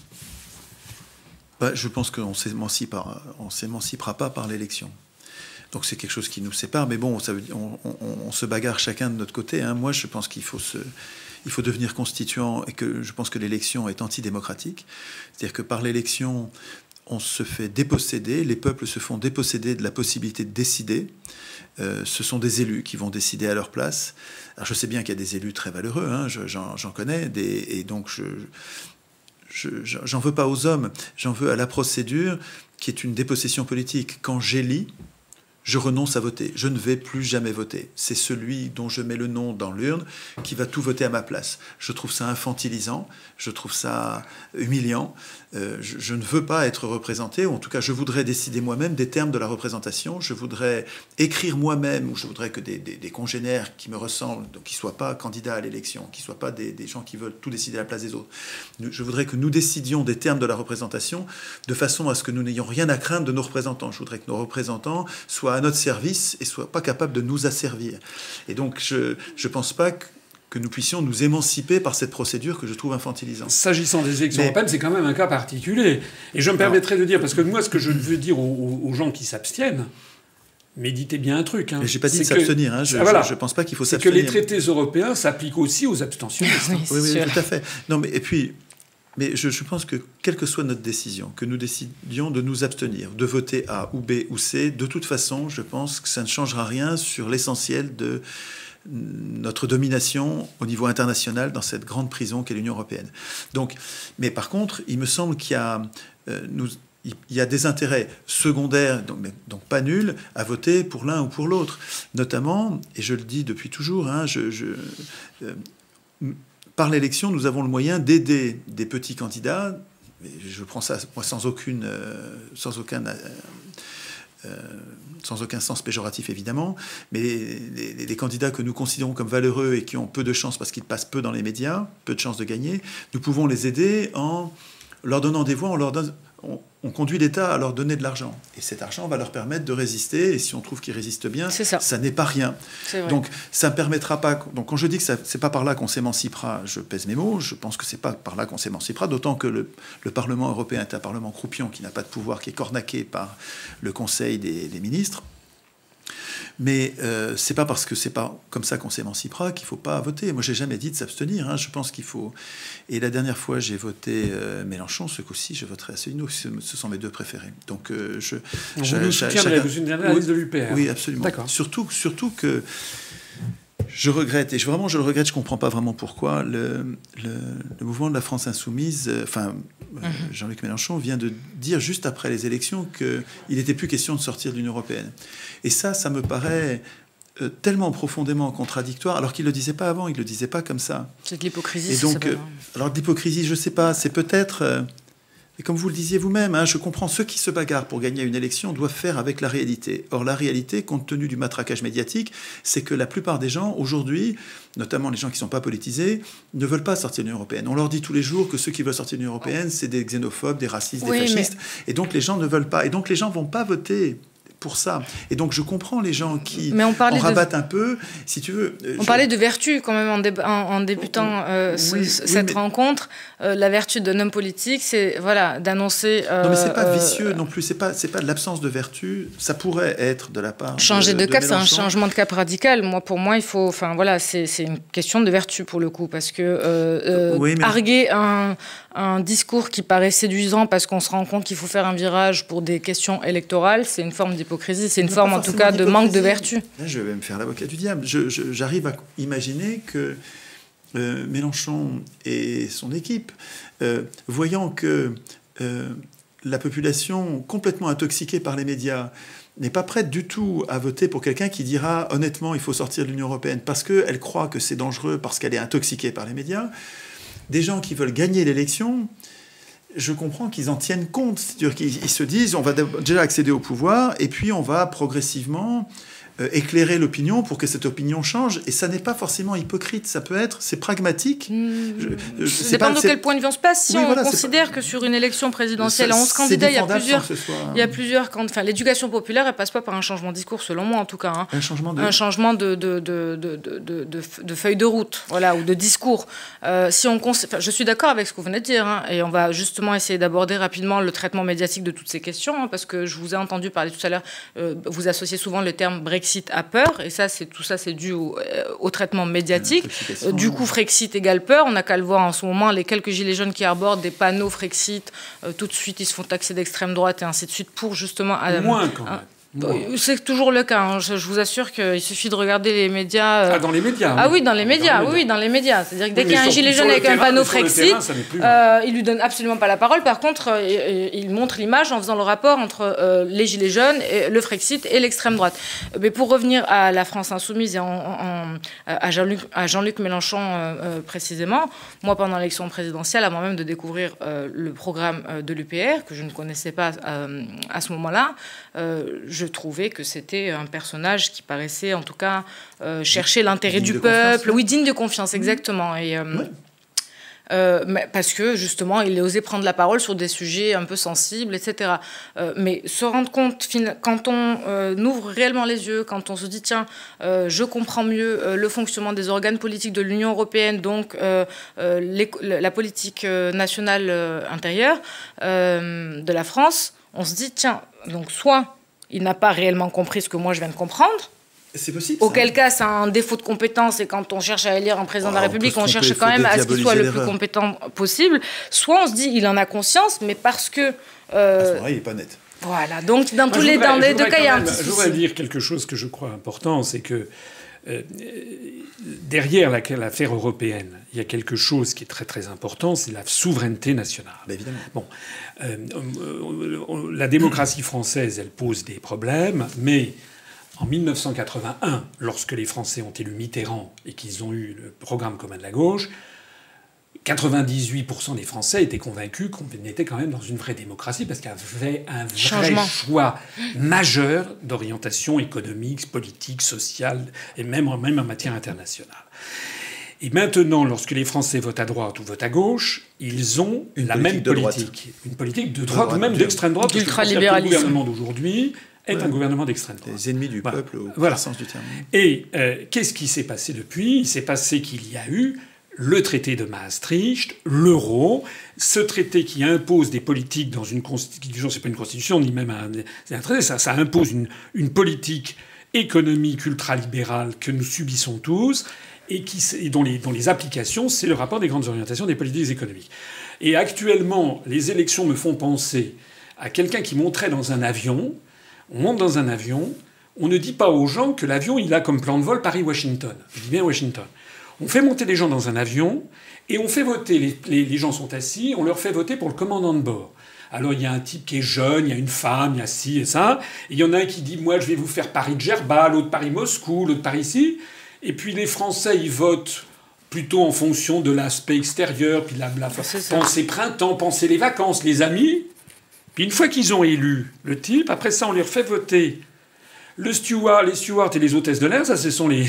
Je pense qu'on ne s'émancipera pas par l'élection. Donc c'est quelque chose qui nous sépare. Mais bon, ça veut dire, on se bagarre chacun de notre côté. Hein. Moi, je pense qu'il faut devenir constituant et que je pense que l'élection est antidémocratique. C'est-à-dire que par l'élection, on se fait déposséder, les peuples se font déposséder de la possibilité de décider. Ce sont des élus qui vont décider à leur place. Alors je sais bien qu'il y a des élus très valeureux, hein, j'en connais, et donc j'en veux pas aux hommes, j'en veux à la procédure qui est une dépossession politique. Quand j'élis, je renonce à voter. Je ne vais plus jamais voter. C'est celui dont je mets le nom dans l'urne qui va tout voter à ma place. Je trouve ça infantilisant, je trouve ça humiliant. Je ne veux pas être représenté, ou en tout cas je voudrais décider moi-même des termes de la représentation. Je voudrais écrire moi-même, ou je voudrais que des congénères qui me ressemblent, donc qui ne soient pas candidats à l'élection, qui ne soient pas des gens qui veulent tout décider à la place des autres. Je voudrais que nous décidions des termes de la représentation de façon à ce que nous n'ayons rien à craindre de nos représentants. Je voudrais que nos représentants soient à notre service et soient pas capables de nous asservir. Et donc je pense pas que nous puissions nous émanciper par cette procédure que je trouve infantilisante.
S'agissant des élections européennes, c'est quand même un cas particulier. Et je me permettrai de dire, parce que moi, ce que je veux dire aux gens qui s'abstiennent, méditez bien un truc.
Mais je n'ai pas dit de s'abstenir. Je ne pense pas qu'il faut s'abstenir.
C'est que les traités européens s'appliquent aussi aux abstentionnistes.
Oui, tout à fait. Non, mais, et puis, mais je pense que, quelle que soit notre décision, que nous décidions de nous abstenir, de voter A ou B ou C, de toute façon, je pense que ça ne changera rien sur l'essentiel de notre domination au niveau international dans cette grande prison qu'est l'Union européenne. Donc, mais par contre, il me semble qu'il y a des intérêts secondaires, donc pas nuls, à voter pour l'un ou pour l'autre. Notamment, et je le dis depuis toujours, par l'élection, nous avons le moyen d'aider des petits candidats. Je prends ça moi, sans aucun sens péjoratif, évidemment, mais les candidats que nous considérons comme valeureux et qui ont peu de chance parce qu'ils passent peu dans les médias, peu de chances de gagner, nous pouvons les aider en leur donnant des voix, on conduit l'État à leur donner de l'argent. Et cet argent va leur permettre de résister. Et si on trouve qu'ils résistent bien, ça n'est pas rien. Donc, ça ne permettra pas... Donc, quand je dis que ce n'est pas par là qu'on s'émancipera, je pèse mes mots. Je pense que ce n'est pas par là qu'on s'émancipera. D'autant que le Parlement européen est un Parlement croupion qui n'a pas de pouvoir, qui est cornaqué par le Conseil des ministres. Mais c'est pas parce que c'est pas comme ça qu'on s'émancipera qu'il faut pas voter. Moi, j'ai jamais dit de s'abstenir. Je pense qu'il faut. Et la dernière fois, j'ai voté Mélenchon. Ce coup-ci, je voterai Asselineau. Ce sont mes deux préférés. Donc,
vous nous soutiendrez. Vous soutiendrez la liste de l'UPR.
Oui, absolument. D'accord. Surtout que je regrette, et vraiment je le regrette, je ne comprends pas vraiment pourquoi, le mouvement de la France insoumise, Jean-Luc Mélenchon vient de dire juste après les élections qu'il n'était plus question de sortir de l'Union européenne. Et ça me paraît tellement profondément contradictoire, alors qu'il ne le disait pas avant, il ne le disait pas comme ça.
C'est de l'hypocrisie.
Et donc, alors de l'hypocrisie, je ne sais pas, c'est peut-être... Et comme vous le disiez vous-même, je comprends, ceux qui se bagarrent pour gagner une élection doivent faire avec la réalité. Or, la réalité, compte tenu du matraquage médiatique, c'est que la plupart des gens, aujourd'hui, notamment les gens qui ne sont pas politisés, ne veulent pas sortir de l'Union européenne. On leur dit tous les jours que ceux qui veulent sortir de l'Union européenne, c'est des xénophobes, des racistes, des fascistes. Et donc, les gens ne veulent pas. Et donc, les gens ne vont pas voter pour ça. Et donc, je comprends les gens qui en rabattent un peu, si tu veux.
On parlait de vertu, quand même, en débutant cette rencontre. La vertu d'un homme politique, c'est d'annoncer...
non, mais c'est pas vicieux non plus. C'est pas de l'absence de vertu. Ça pourrait être de la part
changer de cap, c'est un
Mélenchon.
changement de cap radical. Pour moi, il faut... c'est une question de vertu, pour le coup, parce que arguer un discours qui paraît séduisant parce qu'on se rend compte qu'il faut faire un virage pour des questions électorales, c'est une forme d'hypocrisie, c'est une forme en tout cas de manque de vertu.
Là, je vais me faire l'avocat du diable. J'arrive à imaginer que Mélenchon et son équipe, voyant que la population complètement intoxiquée par les médias n'est pas prête du tout à voter pour quelqu'un qui dira honnêtement il faut sortir de l'Union européenne parce qu'elle croit que c'est dangereux, parce qu'elle est intoxiquée par les médias, des gens qui veulent gagner l'élection, je comprends qu'ils en tiennent compte. C'est-à-dire qu'ils se disent on va déjà accéder au pouvoir et puis on va progressivement éclairer l'opinion pour que cette opinion change. Et ça n'est pas forcément hypocrite. Ça peut être, c'est pragmatique.
Ça dépend de quel point de vue on se passe. Si on considère que sur une élection présidentielle à 11 candidats, il y a plusieurs candidats. L'éducation populaire, elle passe pas par un changement de discours, selon moi en tout cas. Un changement de feuille de route, ou de discours. Je suis d'accord avec ce que vous venez de dire, et on va justement essayer d'aborder rapidement le traitement médiatique de toutes ces questions, parce que je vous ai entendu parler tout à l'heure, vous associez souvent le terme Brexit à peur, et tout ça c'est dû au traitement médiatique. Du coup, Frexit égale peur. On n'a qu'à le voir en ce moment, les quelques gilets jaunes qui arborent des panneaux Frexit, tout de suite ils se font taxer d'extrême droite et ainsi de suite pour justement...
Moins quand même.
C'est toujours le cas. Je vous assure qu'il suffit de regarder les médias.
Dans les médias.
Ah oui, dans les médias. Oui, dans les médias. C'est-à-dire que dès qu'il y a un gilet jaune avec un panneau Frexit, il lui donne absolument pas la parole. Par contre, il montre l'image en faisant le rapport entre les gilets jaunes, et le Frexit et l'extrême droite. Mais pour revenir à la France insoumise et à Jean-Luc Mélenchon précisément, moi pendant l'élection présidentielle, avant même de découvrir le programme de l'UPR que je ne connaissais pas à ce moment-là, je trouvais que c'était un personnage qui paraissait, en tout cas, chercher l'intérêt du peuple. Oui, digne de confiance, exactement. Et parce que justement, il a osé prendre la parole sur des sujets un peu sensibles, etc. Mais se rendre compte, quand on ouvre réellement les yeux, quand on se dit, tiens, je comprends mieux le fonctionnement des organes politiques de l'Union européenne, donc la politique nationale intérieure de la France, on se dit, tiens, donc soit il n'a pas réellement compris ce que moi je viens de comprendre.
C'est possible.
Auquel cas, c'est un défaut de compétence, et quand on cherche à élire un président de la République, on cherche quand même à ce qu'il soit le plus compétent possible. Soit on se dit, il en a conscience, mais parce que...
à ce moment-là, il n'est pas net.
Voilà, donc dans les deux cas, il y a un petit souci.
Je voudrais dire quelque chose que je crois important, c'est que derrière l'affaire européenne, il y a quelque chose qui est très très important, c'est la souveraineté nationale.
Évidemment.
Bon, la démocratie française, elle pose des problèmes, mais en 1981, lorsque les Français ont élu Mitterrand et qu'ils ont eu le programme commun de la gauche, 98% des Français étaient convaincus qu'on était quand même dans une vraie démocratie parce qu'il y avait un vrai choix majeur d'orientation économique, politique, sociale et même en matière internationale. Et maintenant, lorsque les Français votent à droite ou votent à gauche, ils ont la même politique. Une politique de droite ou même d'extrême droite.
D'ultralibéralisme.
Le gouvernement d'aujourd'hui est un gouvernement d'extrême droite.
Les ennemis du peuple au sens du terme.
Et qu'est-ce qui s'est passé depuis ? Il s'est passé qu'il y a eu le traité de Maastricht, l'euro, ce traité qui impose des politiques dans une constitution, c'est pas une constitution ni même un traité, ça impose une politique économique ultralibérale que nous subissons tous et dont les applications, c'est le rapport des grandes orientations des politiques économiques. Et actuellement, les élections me font penser à quelqu'un qui monterait dans un avion. On monte dans un avion, on ne dit pas aux gens que l'avion, il a comme plan de vol Paris-Washington. Je dis bien Washington. On fait monter les gens dans un avion et on fait voter. Les gens sont assis, on leur fait voter pour le commandant de bord. Alors il y a un type qui est jeune, il y a une femme, il y a ci et ça. Et il y en a un qui dit « Moi, je vais vous faire Paris-Djerba », l'autre Paris-Moscou, l'autre Paris-ci. Et puis les Français, ils votent plutôt en fonction de l'aspect extérieur, puis penser printemps, penser les vacances, les amis. Puis une fois qu'ils ont élu le type, après ça, on leur fait voter les stewards et les hôtesses de l'air, ça, ce sont les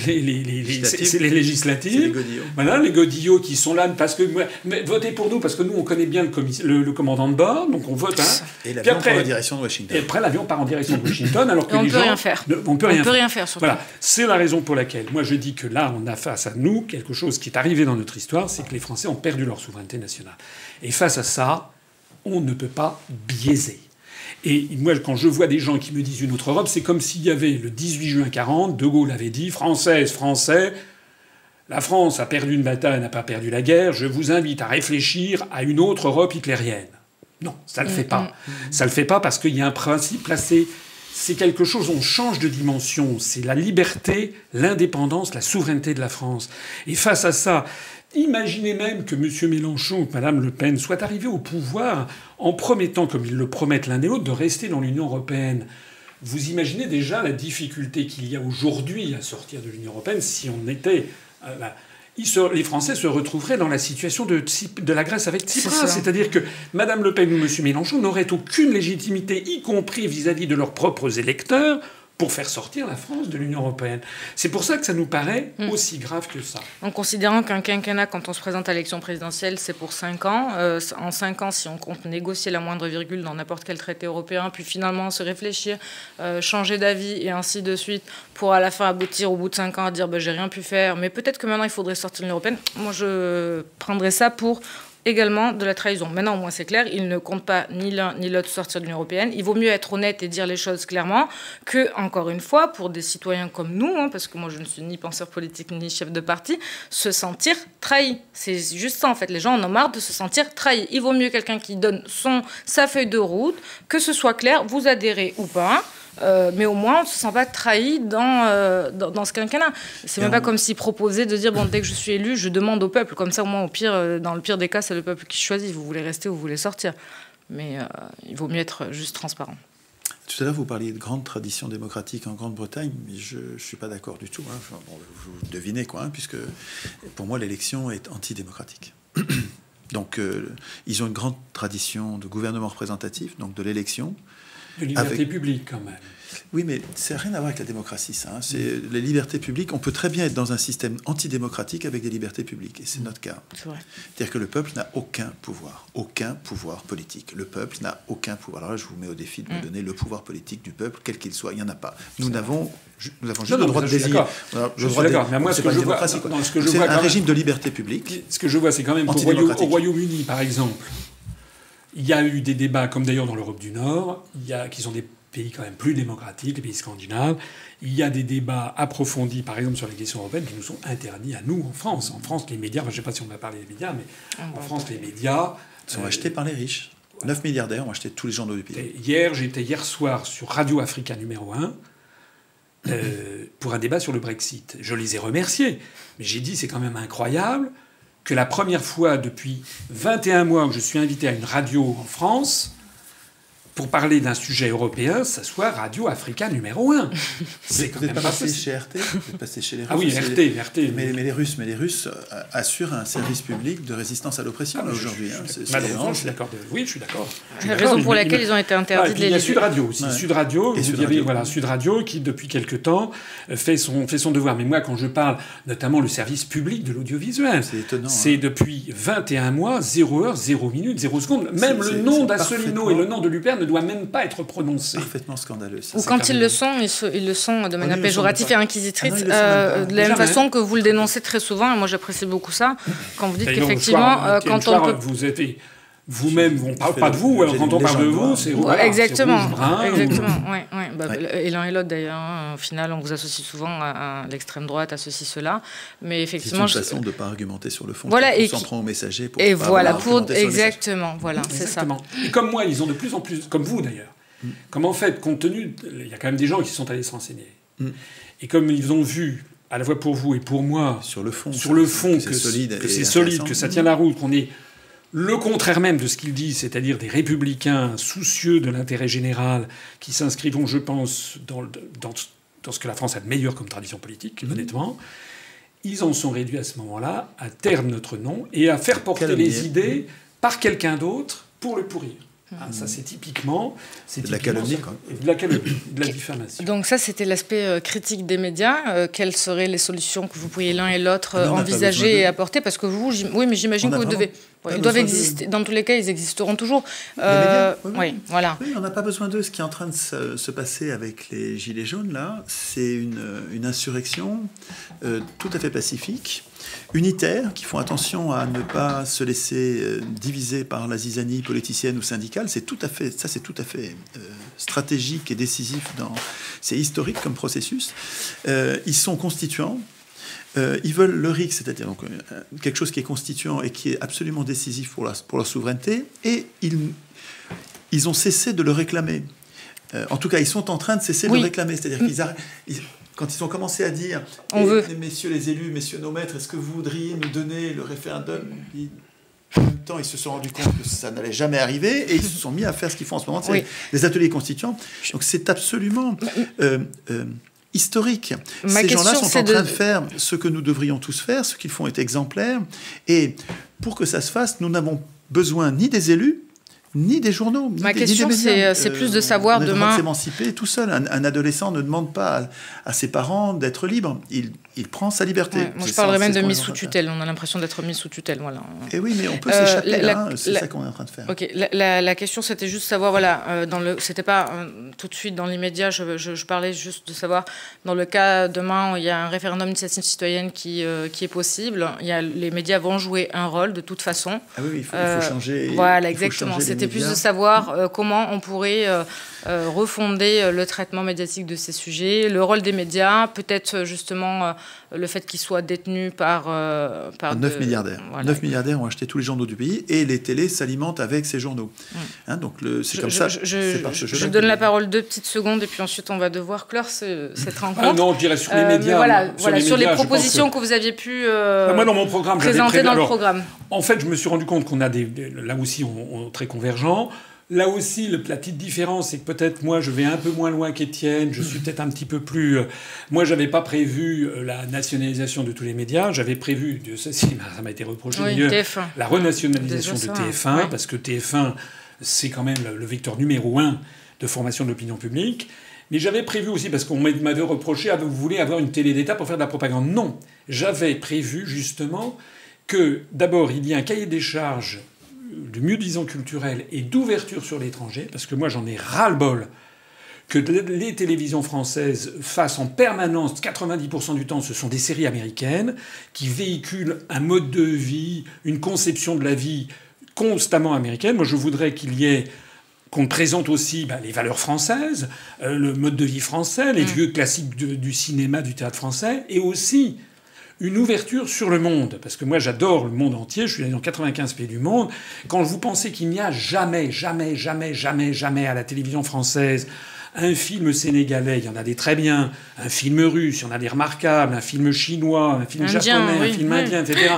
législatives.
C'est les godillots.
Voilà, les godillots qui sont là parce que votez pour nous parce que nous on connaît bien le commandant de bord, donc on vote.
Et l'avion part en direction de Washington.
Et après l'avion part en direction de Washington, alors que les gens
on peut rien faire. Surtout.
Voilà, c'est la raison pour laquelle moi je dis que là on a face à nous quelque chose qui est arrivé dans notre histoire, c'est que les Français ont perdu leur souveraineté nationale. Et face à ça, on ne peut pas biaiser. Et moi, quand je vois des gens qui me disent une autre Europe, c'est comme s'il y avait le 18 juin 40, De Gaulle avait dit « Françaises, Français, la France a perdu une bataille, n'a pas perdu la guerre, je vous invite à réfléchir à une autre Europe hitlérienne. » Non, ça ne le fait pas. Ça ne le fait pas parce qu'il y a un principe placé. C'est quelque chose, on change de dimension. C'est la liberté, l'indépendance, la souveraineté de la France. Et face à ça... Imaginez même que M. Mélenchon ou Mme Le Pen soient arrivés au pouvoir en promettant, comme ils le promettent l'un et l'autre, de rester dans l'Union européenne. Vous imaginez déjà la difficulté qu'il y a aujourd'hui à sortir de l'Union européenne si on était... les Français se retrouveraient dans la situation de la Grèce avec Tsipras. C'est-à-dire que Mme Le Pen ou M. Mélenchon n'auraient aucune légitimité, y compris vis-à-vis de leurs propres électeurs, pour faire sortir la France de l'Union européenne. C'est pour ça que ça nous paraît aussi grave que ça.
En considérant qu'un quinquennat, quand on se présente à l'élection présidentielle, c'est pour 5 ans. En 5 ans, si on compte négocier la moindre virgule dans n'importe quel traité européen, puis finalement se réfléchir, changer d'avis et ainsi de suite, pour à la fin aboutir au bout de 5 ans à dire j'ai rien pu faire, mais peut-être que maintenant il faudrait sortir de l'Union européenne. Moi, je prendrais ça pour... également de la trahison. Maintenant, au moins, c'est clair, il ne compte pas ni l'un ni l'autre sortir de l'Union européenne. Il vaut mieux être honnête et dire les choses clairement que, encore une fois, pour des citoyens comme nous, parce que moi, je ne suis ni penseur politique ni chef de parti, se sentir trahi. C'est juste ça, en fait. Les gens en ont marre de se sentir trahis. Il vaut mieux quelqu'un qui donne sa feuille de route, que ce soit clair, vous adhérez ou pas. Mais au moins, on ne se sent pas trahi dans ce quinquennat. C'est même pas comme s'il proposait de dire dès que je suis élu, je demande au peuple. Comme ça, au moins, dans le pire des cas, c'est le peuple qui choisit. Vous voulez rester ou vous voulez sortir. Mais il vaut mieux être juste transparent.
Tout à l'heure, vous parliez de grande tradition démocratique en Grande-Bretagne, mais je ne suis pas d'accord du tout. Vous devinez quoi, puisque pour moi, l'élection est antidémocratique. Donc, ils ont une grande tradition de gouvernement représentatif, donc de l'élection.
De liberté publique, quand même.
Oui, mais ça n'a rien à voir avec la démocratie, ça. Hein. C'est les libertés publiques. On peut très bien être dans un système antidémocratique avec des libertés publiques, et c'est notre cas. C'est-à-dire que le peuple n'a aucun pouvoir politique. Le peuple n'a aucun pouvoir. Alors là, je vous mets au défi de me donner le pouvoir politique du peuple, quel qu'il soit. Il n'y en a pas. Nous avons juste le droit de désirer.
Je suis d'accord. Mais moi, ce que je vois,
c'est un régime de liberté publique.
Ce que je vois, c'est quand même qu'au Royaume-Uni, par exemple, il y a eu des débats, comme d'ailleurs dans l'Europe du Nord, qui sont des pays quand même plus démocratiques, les pays scandinaves. Il y a des débats approfondis, par exemple, sur les questions européennes qui nous sont interdits à nous, en France. En France, les médias, je ne sais pas si on va parler des médias, mais en France, les médias...
sont achetés par les riches. 9 milliardaires ont acheté tous les journaux du pays.
J'étais hier soir sur Radio Africa numéro 1 pour un débat sur le Brexit. Je les ai remerciés. Mais j'ai dit, c'est quand même incroyable que la première fois depuis 21 mois que je suis invité à une radio en France... pour parler d'un sujet européen, ça soit Radio Africa numéro 1.
Vous n'êtes pas passé chez RT? Vous êtes passé chez les Russes?
Ah oui, RT.
Mais les Russes assurent un service public de résistance à l'oppression aujourd'hui.
Je suis d'accord. Oui, je suis d'accord.
Raison pour laquelle ils ont été interdits de les...
Il y a Sud Radio aussi. Ouais. Sud Radio, Sud Radio qui, depuis quelque temps, fait son devoir. Mais moi, quand je parle, notamment le service public de l'audiovisuel,
c'est étonnant.
C'est depuis 21 mois, 0 heure, 0 minute, 0 seconde. Même le nom d'Asselineau et le nom de Luper ne doit même pas être prononcé.
Parfaitement scandaleux.
Ou quand ils le sont, ils le sont de manière péjorative et inquisitrice, de la même façon que vous le dénoncez très souvent, et moi j'apprécie beaucoup ça, quand vous dites qu'effectivement, quand on peut...
Vous êtes... Vous-même, on ne parle pas de vous, alors quand on parle de vous, c'est rouge.
Exactement.
C'est rouge, brun,
exactement. Et l'un et l'autre d'ailleurs. Hein. Au final, on vous associe souvent à l'extrême droite, à ceci, cela. Mais effectivement,
c'est une façon de ne pas argumenter sur le fond.
Voilà,
et s'en prend au messager pour.
Et voilà, pour exactement. Voilà, c'est ça.
Et comme moi, ils ont de plus en plus, comme vous d'ailleurs. Comme en fait, compte tenu, il y a quand même des gens qui sont allés se renseigner. Et comme ils ont vu, à la fois pour vous et pour moi,
sur le fond,
que c'est solide, que ça tient la route, qu'on est le contraire même de ce qu'ils disent, c'est-à-dire des républicains soucieux de l'intérêt général, qui s'inscrivent, je pense, dans ce que la France a de meilleur comme tradition politique, honnêtement, ils en sont réduits à ce moment-là à taire notre nom et à faire porter les idées par quelqu'un d'autre pour le pourrir. Ça, c'est typiquement...
de la calomnie, quoi.
De la calomnie, de la diffamation.
Donc ça, c'était l'aspect critique des médias. Quelles seraient les solutions que vous pourriez l'un et l'autre envisager et apporter? Parce que vous, oui, mais j'imagine que vous devez... ils doivent exister. Dans tous les cas, ils existeront toujours.
Les médias,
oui, voilà.
Oui, on n'a pas besoin d'eux. Ce qui est en train de se passer avec les Gilets jaunes, là, c'est une insurrection tout à fait pacifique, unitaire, qui font attention à ne pas se laisser diviser par la zizanie politicienne ou syndicale. C'est tout à fait stratégique et décisif. C'est historique comme processus. Ils sont constituants. Ils veulent le RIC, c'est-à-dire donc, quelque chose qui est constituant et qui est absolument décisif pour leur souveraineté, et ils ont cessé de le réclamer. En tout cas, ils sont en train de cesser de le réclamer. C'est-à-dire quand ils ont commencé à dire messieurs les élus, messieurs nos maîtres, est-ce que vous voudriez nous donner le référendum? En même temps, ils se sont rendus compte que ça n'allait jamais arriver, et ils se sont mis à faire ce qu'ils font en ce moment, c'est des ateliers constituants. Donc c'est absolument historique. Ces gens-là sont en train de faire ce que nous devrions tous faire, ce qu'ils font est exemplaire, et pour que ça se fasse, nous n'avons besoin ni des élus, ni des journaux.
Ma question, c'est plus de savoir demain...
On est s'émanciper tout seul. Un adolescent ne demande pas à ses parents d'être libre. Il prend sa liberté.
Ouais, moi, je parlerais même de mise sous tutelle. On a l'impression d'être mis sous tutelle. Voilà.
Et oui, mais on peut s'échapper là. C'est ça qu'on est en train de faire.
Ok. La question, c'était juste de savoir, voilà, c'était pas tout de suite dans l'immédiat. Je parlais juste de savoir, dans le cas demain, il y a un référendum d'initiative citoyenne qui est possible. Les médias vont jouer un rôle de toute façon.
Ah oui, il faut changer.
Voilà, exactement. C'était plus de savoir comment on pourrait refonder le traitement médiatique de ces sujets, le rôle des médias, peut-être justement le fait qu'ils soient détenus par
9 milliardaires. Voilà. 9 milliardaires ont acheté tous les journaux du pays, et les télés s'alimentent avec ces journaux. Donc c'est comme ça.
Je donne la parole 2 petites secondes, et puis ensuite on va devoir clore cette rencontre.
Non, je dirais sur les médias.
Sur les propositions que vous aviez pu
moi, dans mon programme,
présenter dans le programme.
En fait, je me suis rendu compte qu'on a là aussi, on est très convergents. Là aussi, la petite différence, c'est que peut-être moi, je vais un peu moins loin qu'Étienne. Je suis peut-être un petit peu plus... Moi, je n'avais pas prévu la nationalisation de tous les médias. J'avais prévu, ça m'a été reproché d'ailleurs, la renationalisation de TF1, parce que TF1, c'est quand même le vecteur numéro 1 de formation de l'opinion publique. Mais j'avais prévu aussi, parce qu'on m'avait reproché, vous voulez avoir une télé d'État pour faire de la propagande. Non, j'avais prévu justement que d'abord il y ait un cahier des charges de mieux-disant culturel et d'ouverture sur l'étranger, parce que moi j'en ai ras-le-bol que les télévisions françaises fassent en permanence, 90% du temps, ce sont des séries américaines qui véhiculent un mode de vie, une conception de la vie constamment américaine. Moi je voudrais qu'on présente aussi les valeurs françaises, le mode de vie français, les vieux classiques du cinéma, du théâtre français, et aussi une ouverture sur le monde. Parce que moi, j'adore le monde entier. Je suis allé dans 95 pays du monde. Quand vous pensez qu'il n'y a jamais à la télévision française un film sénégalais, il y en a des très bien, un film russe, il y en a des remarquables, un film chinois, un film japonais, un film indien, etc.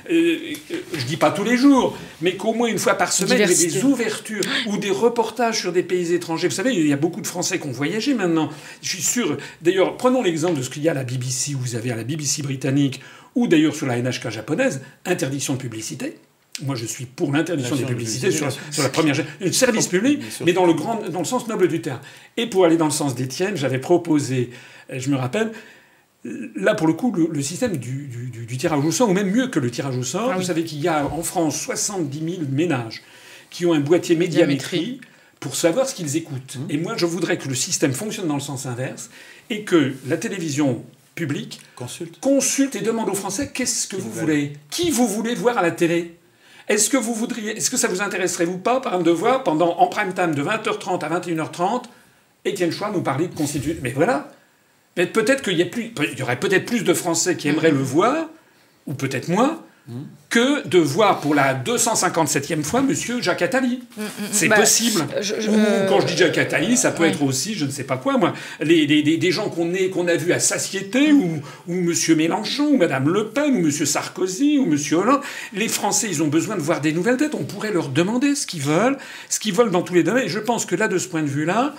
Je dis pas tous les jours, mais qu'au moins une fois par semaine, il y ait des ouvertures ou des reportages sur des pays étrangers. Vous savez, il y a beaucoup de Français qui ont voyagé maintenant. Je suis sûr. D'ailleurs, prenons l'exemple de ce qu'il y a à la BBC, où vous avez à la BBC britannique, ou d'ailleurs sur la NHK japonaise, interdiction de publicité. Moi, je suis pour l'interdiction des publicités sur la première chaîne. Un service public, mais dans le sens noble du terme. Et pour aller dans le sens d'Étienne, j'avais proposé, je me rappelle, là, pour le coup, le système du tirage au sort, ou même mieux que le tirage au sort, vous savez qu'il y a en France 70 000 ménages qui ont un boîtier médiamétrie pour savoir ce qu'ils écoutent. Et moi, je voudrais que le système fonctionne dans le sens inverse et que la télévision publique consulte et demande aux Français qu'est-ce que vous voulez, qui vous voulez voir à la télé. Est-ce que ça vous intéresserait ou pas, par exemple, de voir en prime time de 20h30 à 21h30, Étienne Chouard nous parler de Constitution. Mais voilà. Mais peut-être qu'il y aurait peut-être plus de Français qui aimeraient le voir, ou peut-être moins, que de voir pour la 257e fois Monsieur Jacques Attali. C'est possible. Ou quand je dis Jacques Attali, ça peut être aussi, je ne sais pas quoi, moi, des gens qu'on a vus à Satiété, ou Monsieur Mélenchon, ou Madame Le Pen, ou Monsieur Sarkozy, ou Monsieur Hollande. Les Français, ils ont besoin de voir des nouvelles têtes. On pourrait leur demander ce qu'ils veulent dans tous les domaines. Et je pense que là, de ce point de vue-là,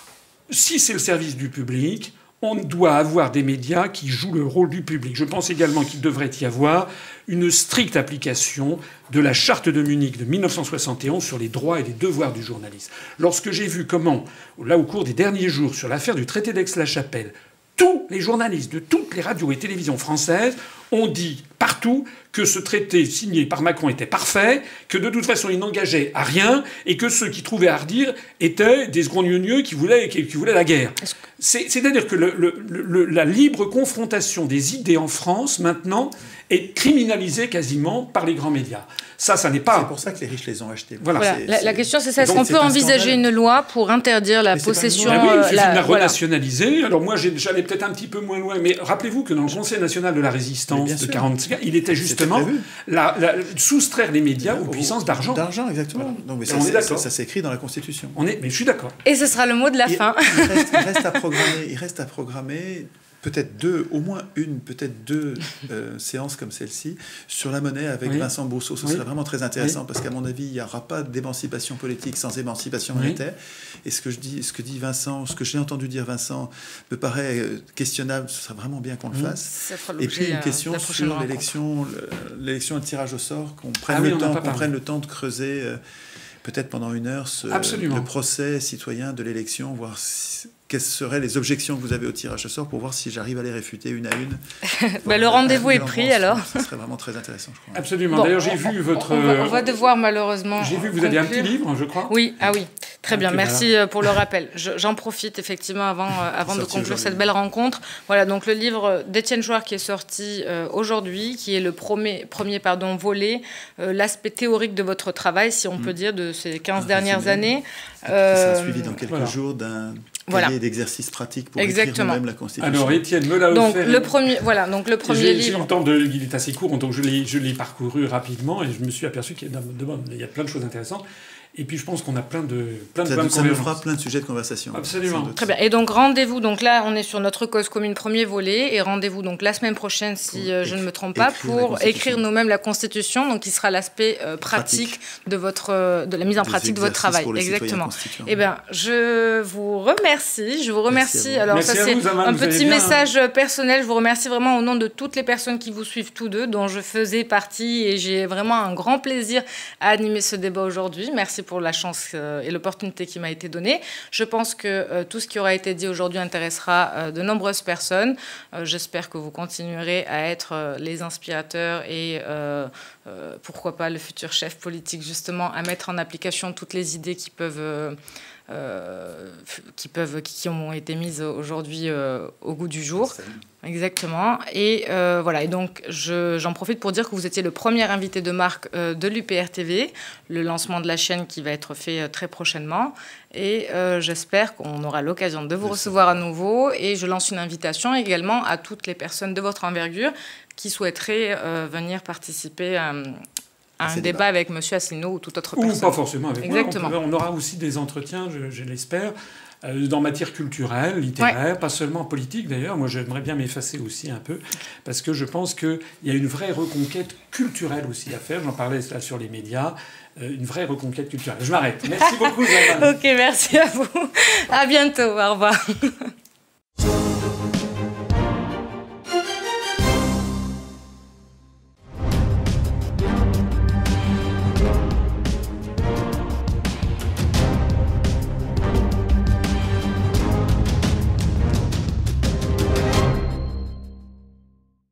si c'est le service du public, on doit avoir des médias qui jouent le rôle du public. Je pense également qu'il devrait y avoir une stricte application de la Charte de Munich de 1971 sur les droits et les devoirs du journaliste. Lorsque j'ai vu comment, là, au cours des derniers jours, sur l'affaire du traité d'Aix-la-Chapelle, tous les journalistes de toutes les radios et télévisions françaises ont dit partout que ce traité signé par Macron était parfait, que de toute façon il n'engageait à rien, et que ceux qui trouvaient à redire étaient des secondigneux qui voulaient la guerre. C'est-à-dire que la libre confrontation des idées en France, maintenant, est criminalisée quasiment par les grands médias. Ça n'est pas...
C'est pour ça que les riches les ont achetés.
Voilà. La question, c'est ça. Est-ce qu'on peut envisager une loi pour interdire la possession...
Oui, il suffit de la renationaliser. Alors moi, j'allais peut-être un petit peu moins loin, mais rappelez-vous que dans le Conseil national de la résistance de 1945, il était justement soustraire les médias aux puissances d'argent.
D'argent, exactement. Donc, mais ça s'écrit dans la Constitution.
Mais je suis d'accord.
Et ce sera le mot de la fin.
Il reste à programmer peut-être au moins une, peut-être deux séances comme celle-ci sur la monnaie avec Vincent Brousseau. Ce serait vraiment très intéressant parce qu'à mon avis, il n'y aura pas d'émancipation politique sans émancipation monétaire. Et ce que dit Vincent, ce que j'ai entendu dire Vincent, me paraît questionnable. Ce serait vraiment bien qu'on le fasse. Et puis une question sur l'élection et le tirage au sort, qu'on prenne le temps de creuser peut-être pendant une heure le procès citoyen de l'élection, voir quelles seraient les objections que vous avez au tirage au sort pour voir si j'arrive à les réfuter une à une.
Le rendez-vous est pris, alors.
Ce serait vraiment très intéressant, je crois.
Absolument. Bon, d'ailleurs, j'ai vu votre...
On va devoir malheureusement...
J'ai vu que vous aviez un petit livre, je crois.
Oui, très bien. Merci pour le rappel. J'en profite effectivement avant de conclure cette belle rencontre. Voilà, donc le livre d'Étienne Chouard qui est sorti aujourd'hui, qui est le premier volet, l'aspect théorique de votre travail, si on peut dire, de ces 15 dernières années.
Qui sera suivi dans quelques jours d'un... cahier d'exercices pratiques pour écrire même la Constitution.
Alors, Étienne me l'a offert.
Le premier livre...
J'ai eu le temps il est assez court, donc je l'ai parcouru rapidement et je me suis aperçu qu'il y a plein de choses intéressantes. Et puis je pense qu'on a plein de
ça nous fera plein de sujets de conversation.
Absolument.
Très bien. Et donc rendez-vous, donc là on est sur notre cause commune premier volet, et rendez-vous donc la semaine prochaine, si je ne me trompe pas, pour écrire nous-mêmes la Constitution, donc qui sera l'aspect pratique de la mise en pratique de votre travail. Exactement. Eh bien, je vous remercie. Alors ça c'est un petit message personnel. Je vous remercie vraiment au nom de toutes les personnes qui vous suivent tous deux, dont je faisais partie, et j'ai vraiment un grand plaisir à animer ce débat aujourd'hui. Merci pour la chance et l'opportunité qui m'a été donnée. Je pense que tout ce qui aura été dit aujourd'hui intéressera de nombreuses personnes. J'espère que vous continuerez à être les inspirateurs et pourquoi pas le futur chef politique, justement, à mettre en application toutes les idées qui ont été mises aujourd'hui au goût du jour. Exactement. Et voilà. Et donc, j'en profite pour dire que vous étiez le premier invité de marque de l'UPR TV, le lancement de la chaîne qui va être fait très prochainement. Et j'espère qu'on aura l'occasion de vous recevoir à nouveau. Et je lance une invitation également à toutes les personnes de votre envergure qui souhaiteraient venir participer à un débat avec M. Asselineau ou toute autre personne.
Ou pas forcément avec
Exactement.
moi. On aura aussi des entretiens, je l'espère, dans matière culturelle, littéraire, pas seulement politique d'ailleurs. Moi, j'aimerais bien m'effacer aussi un peu, parce que je pense qu'il y a une vraie reconquête culturelle aussi à faire. J'en parlais là sur les médias. Une vraie reconquête culturelle. Je m'arrête. Merci beaucoup, Jeanne.
Ok, merci à vous. À bientôt. Au revoir.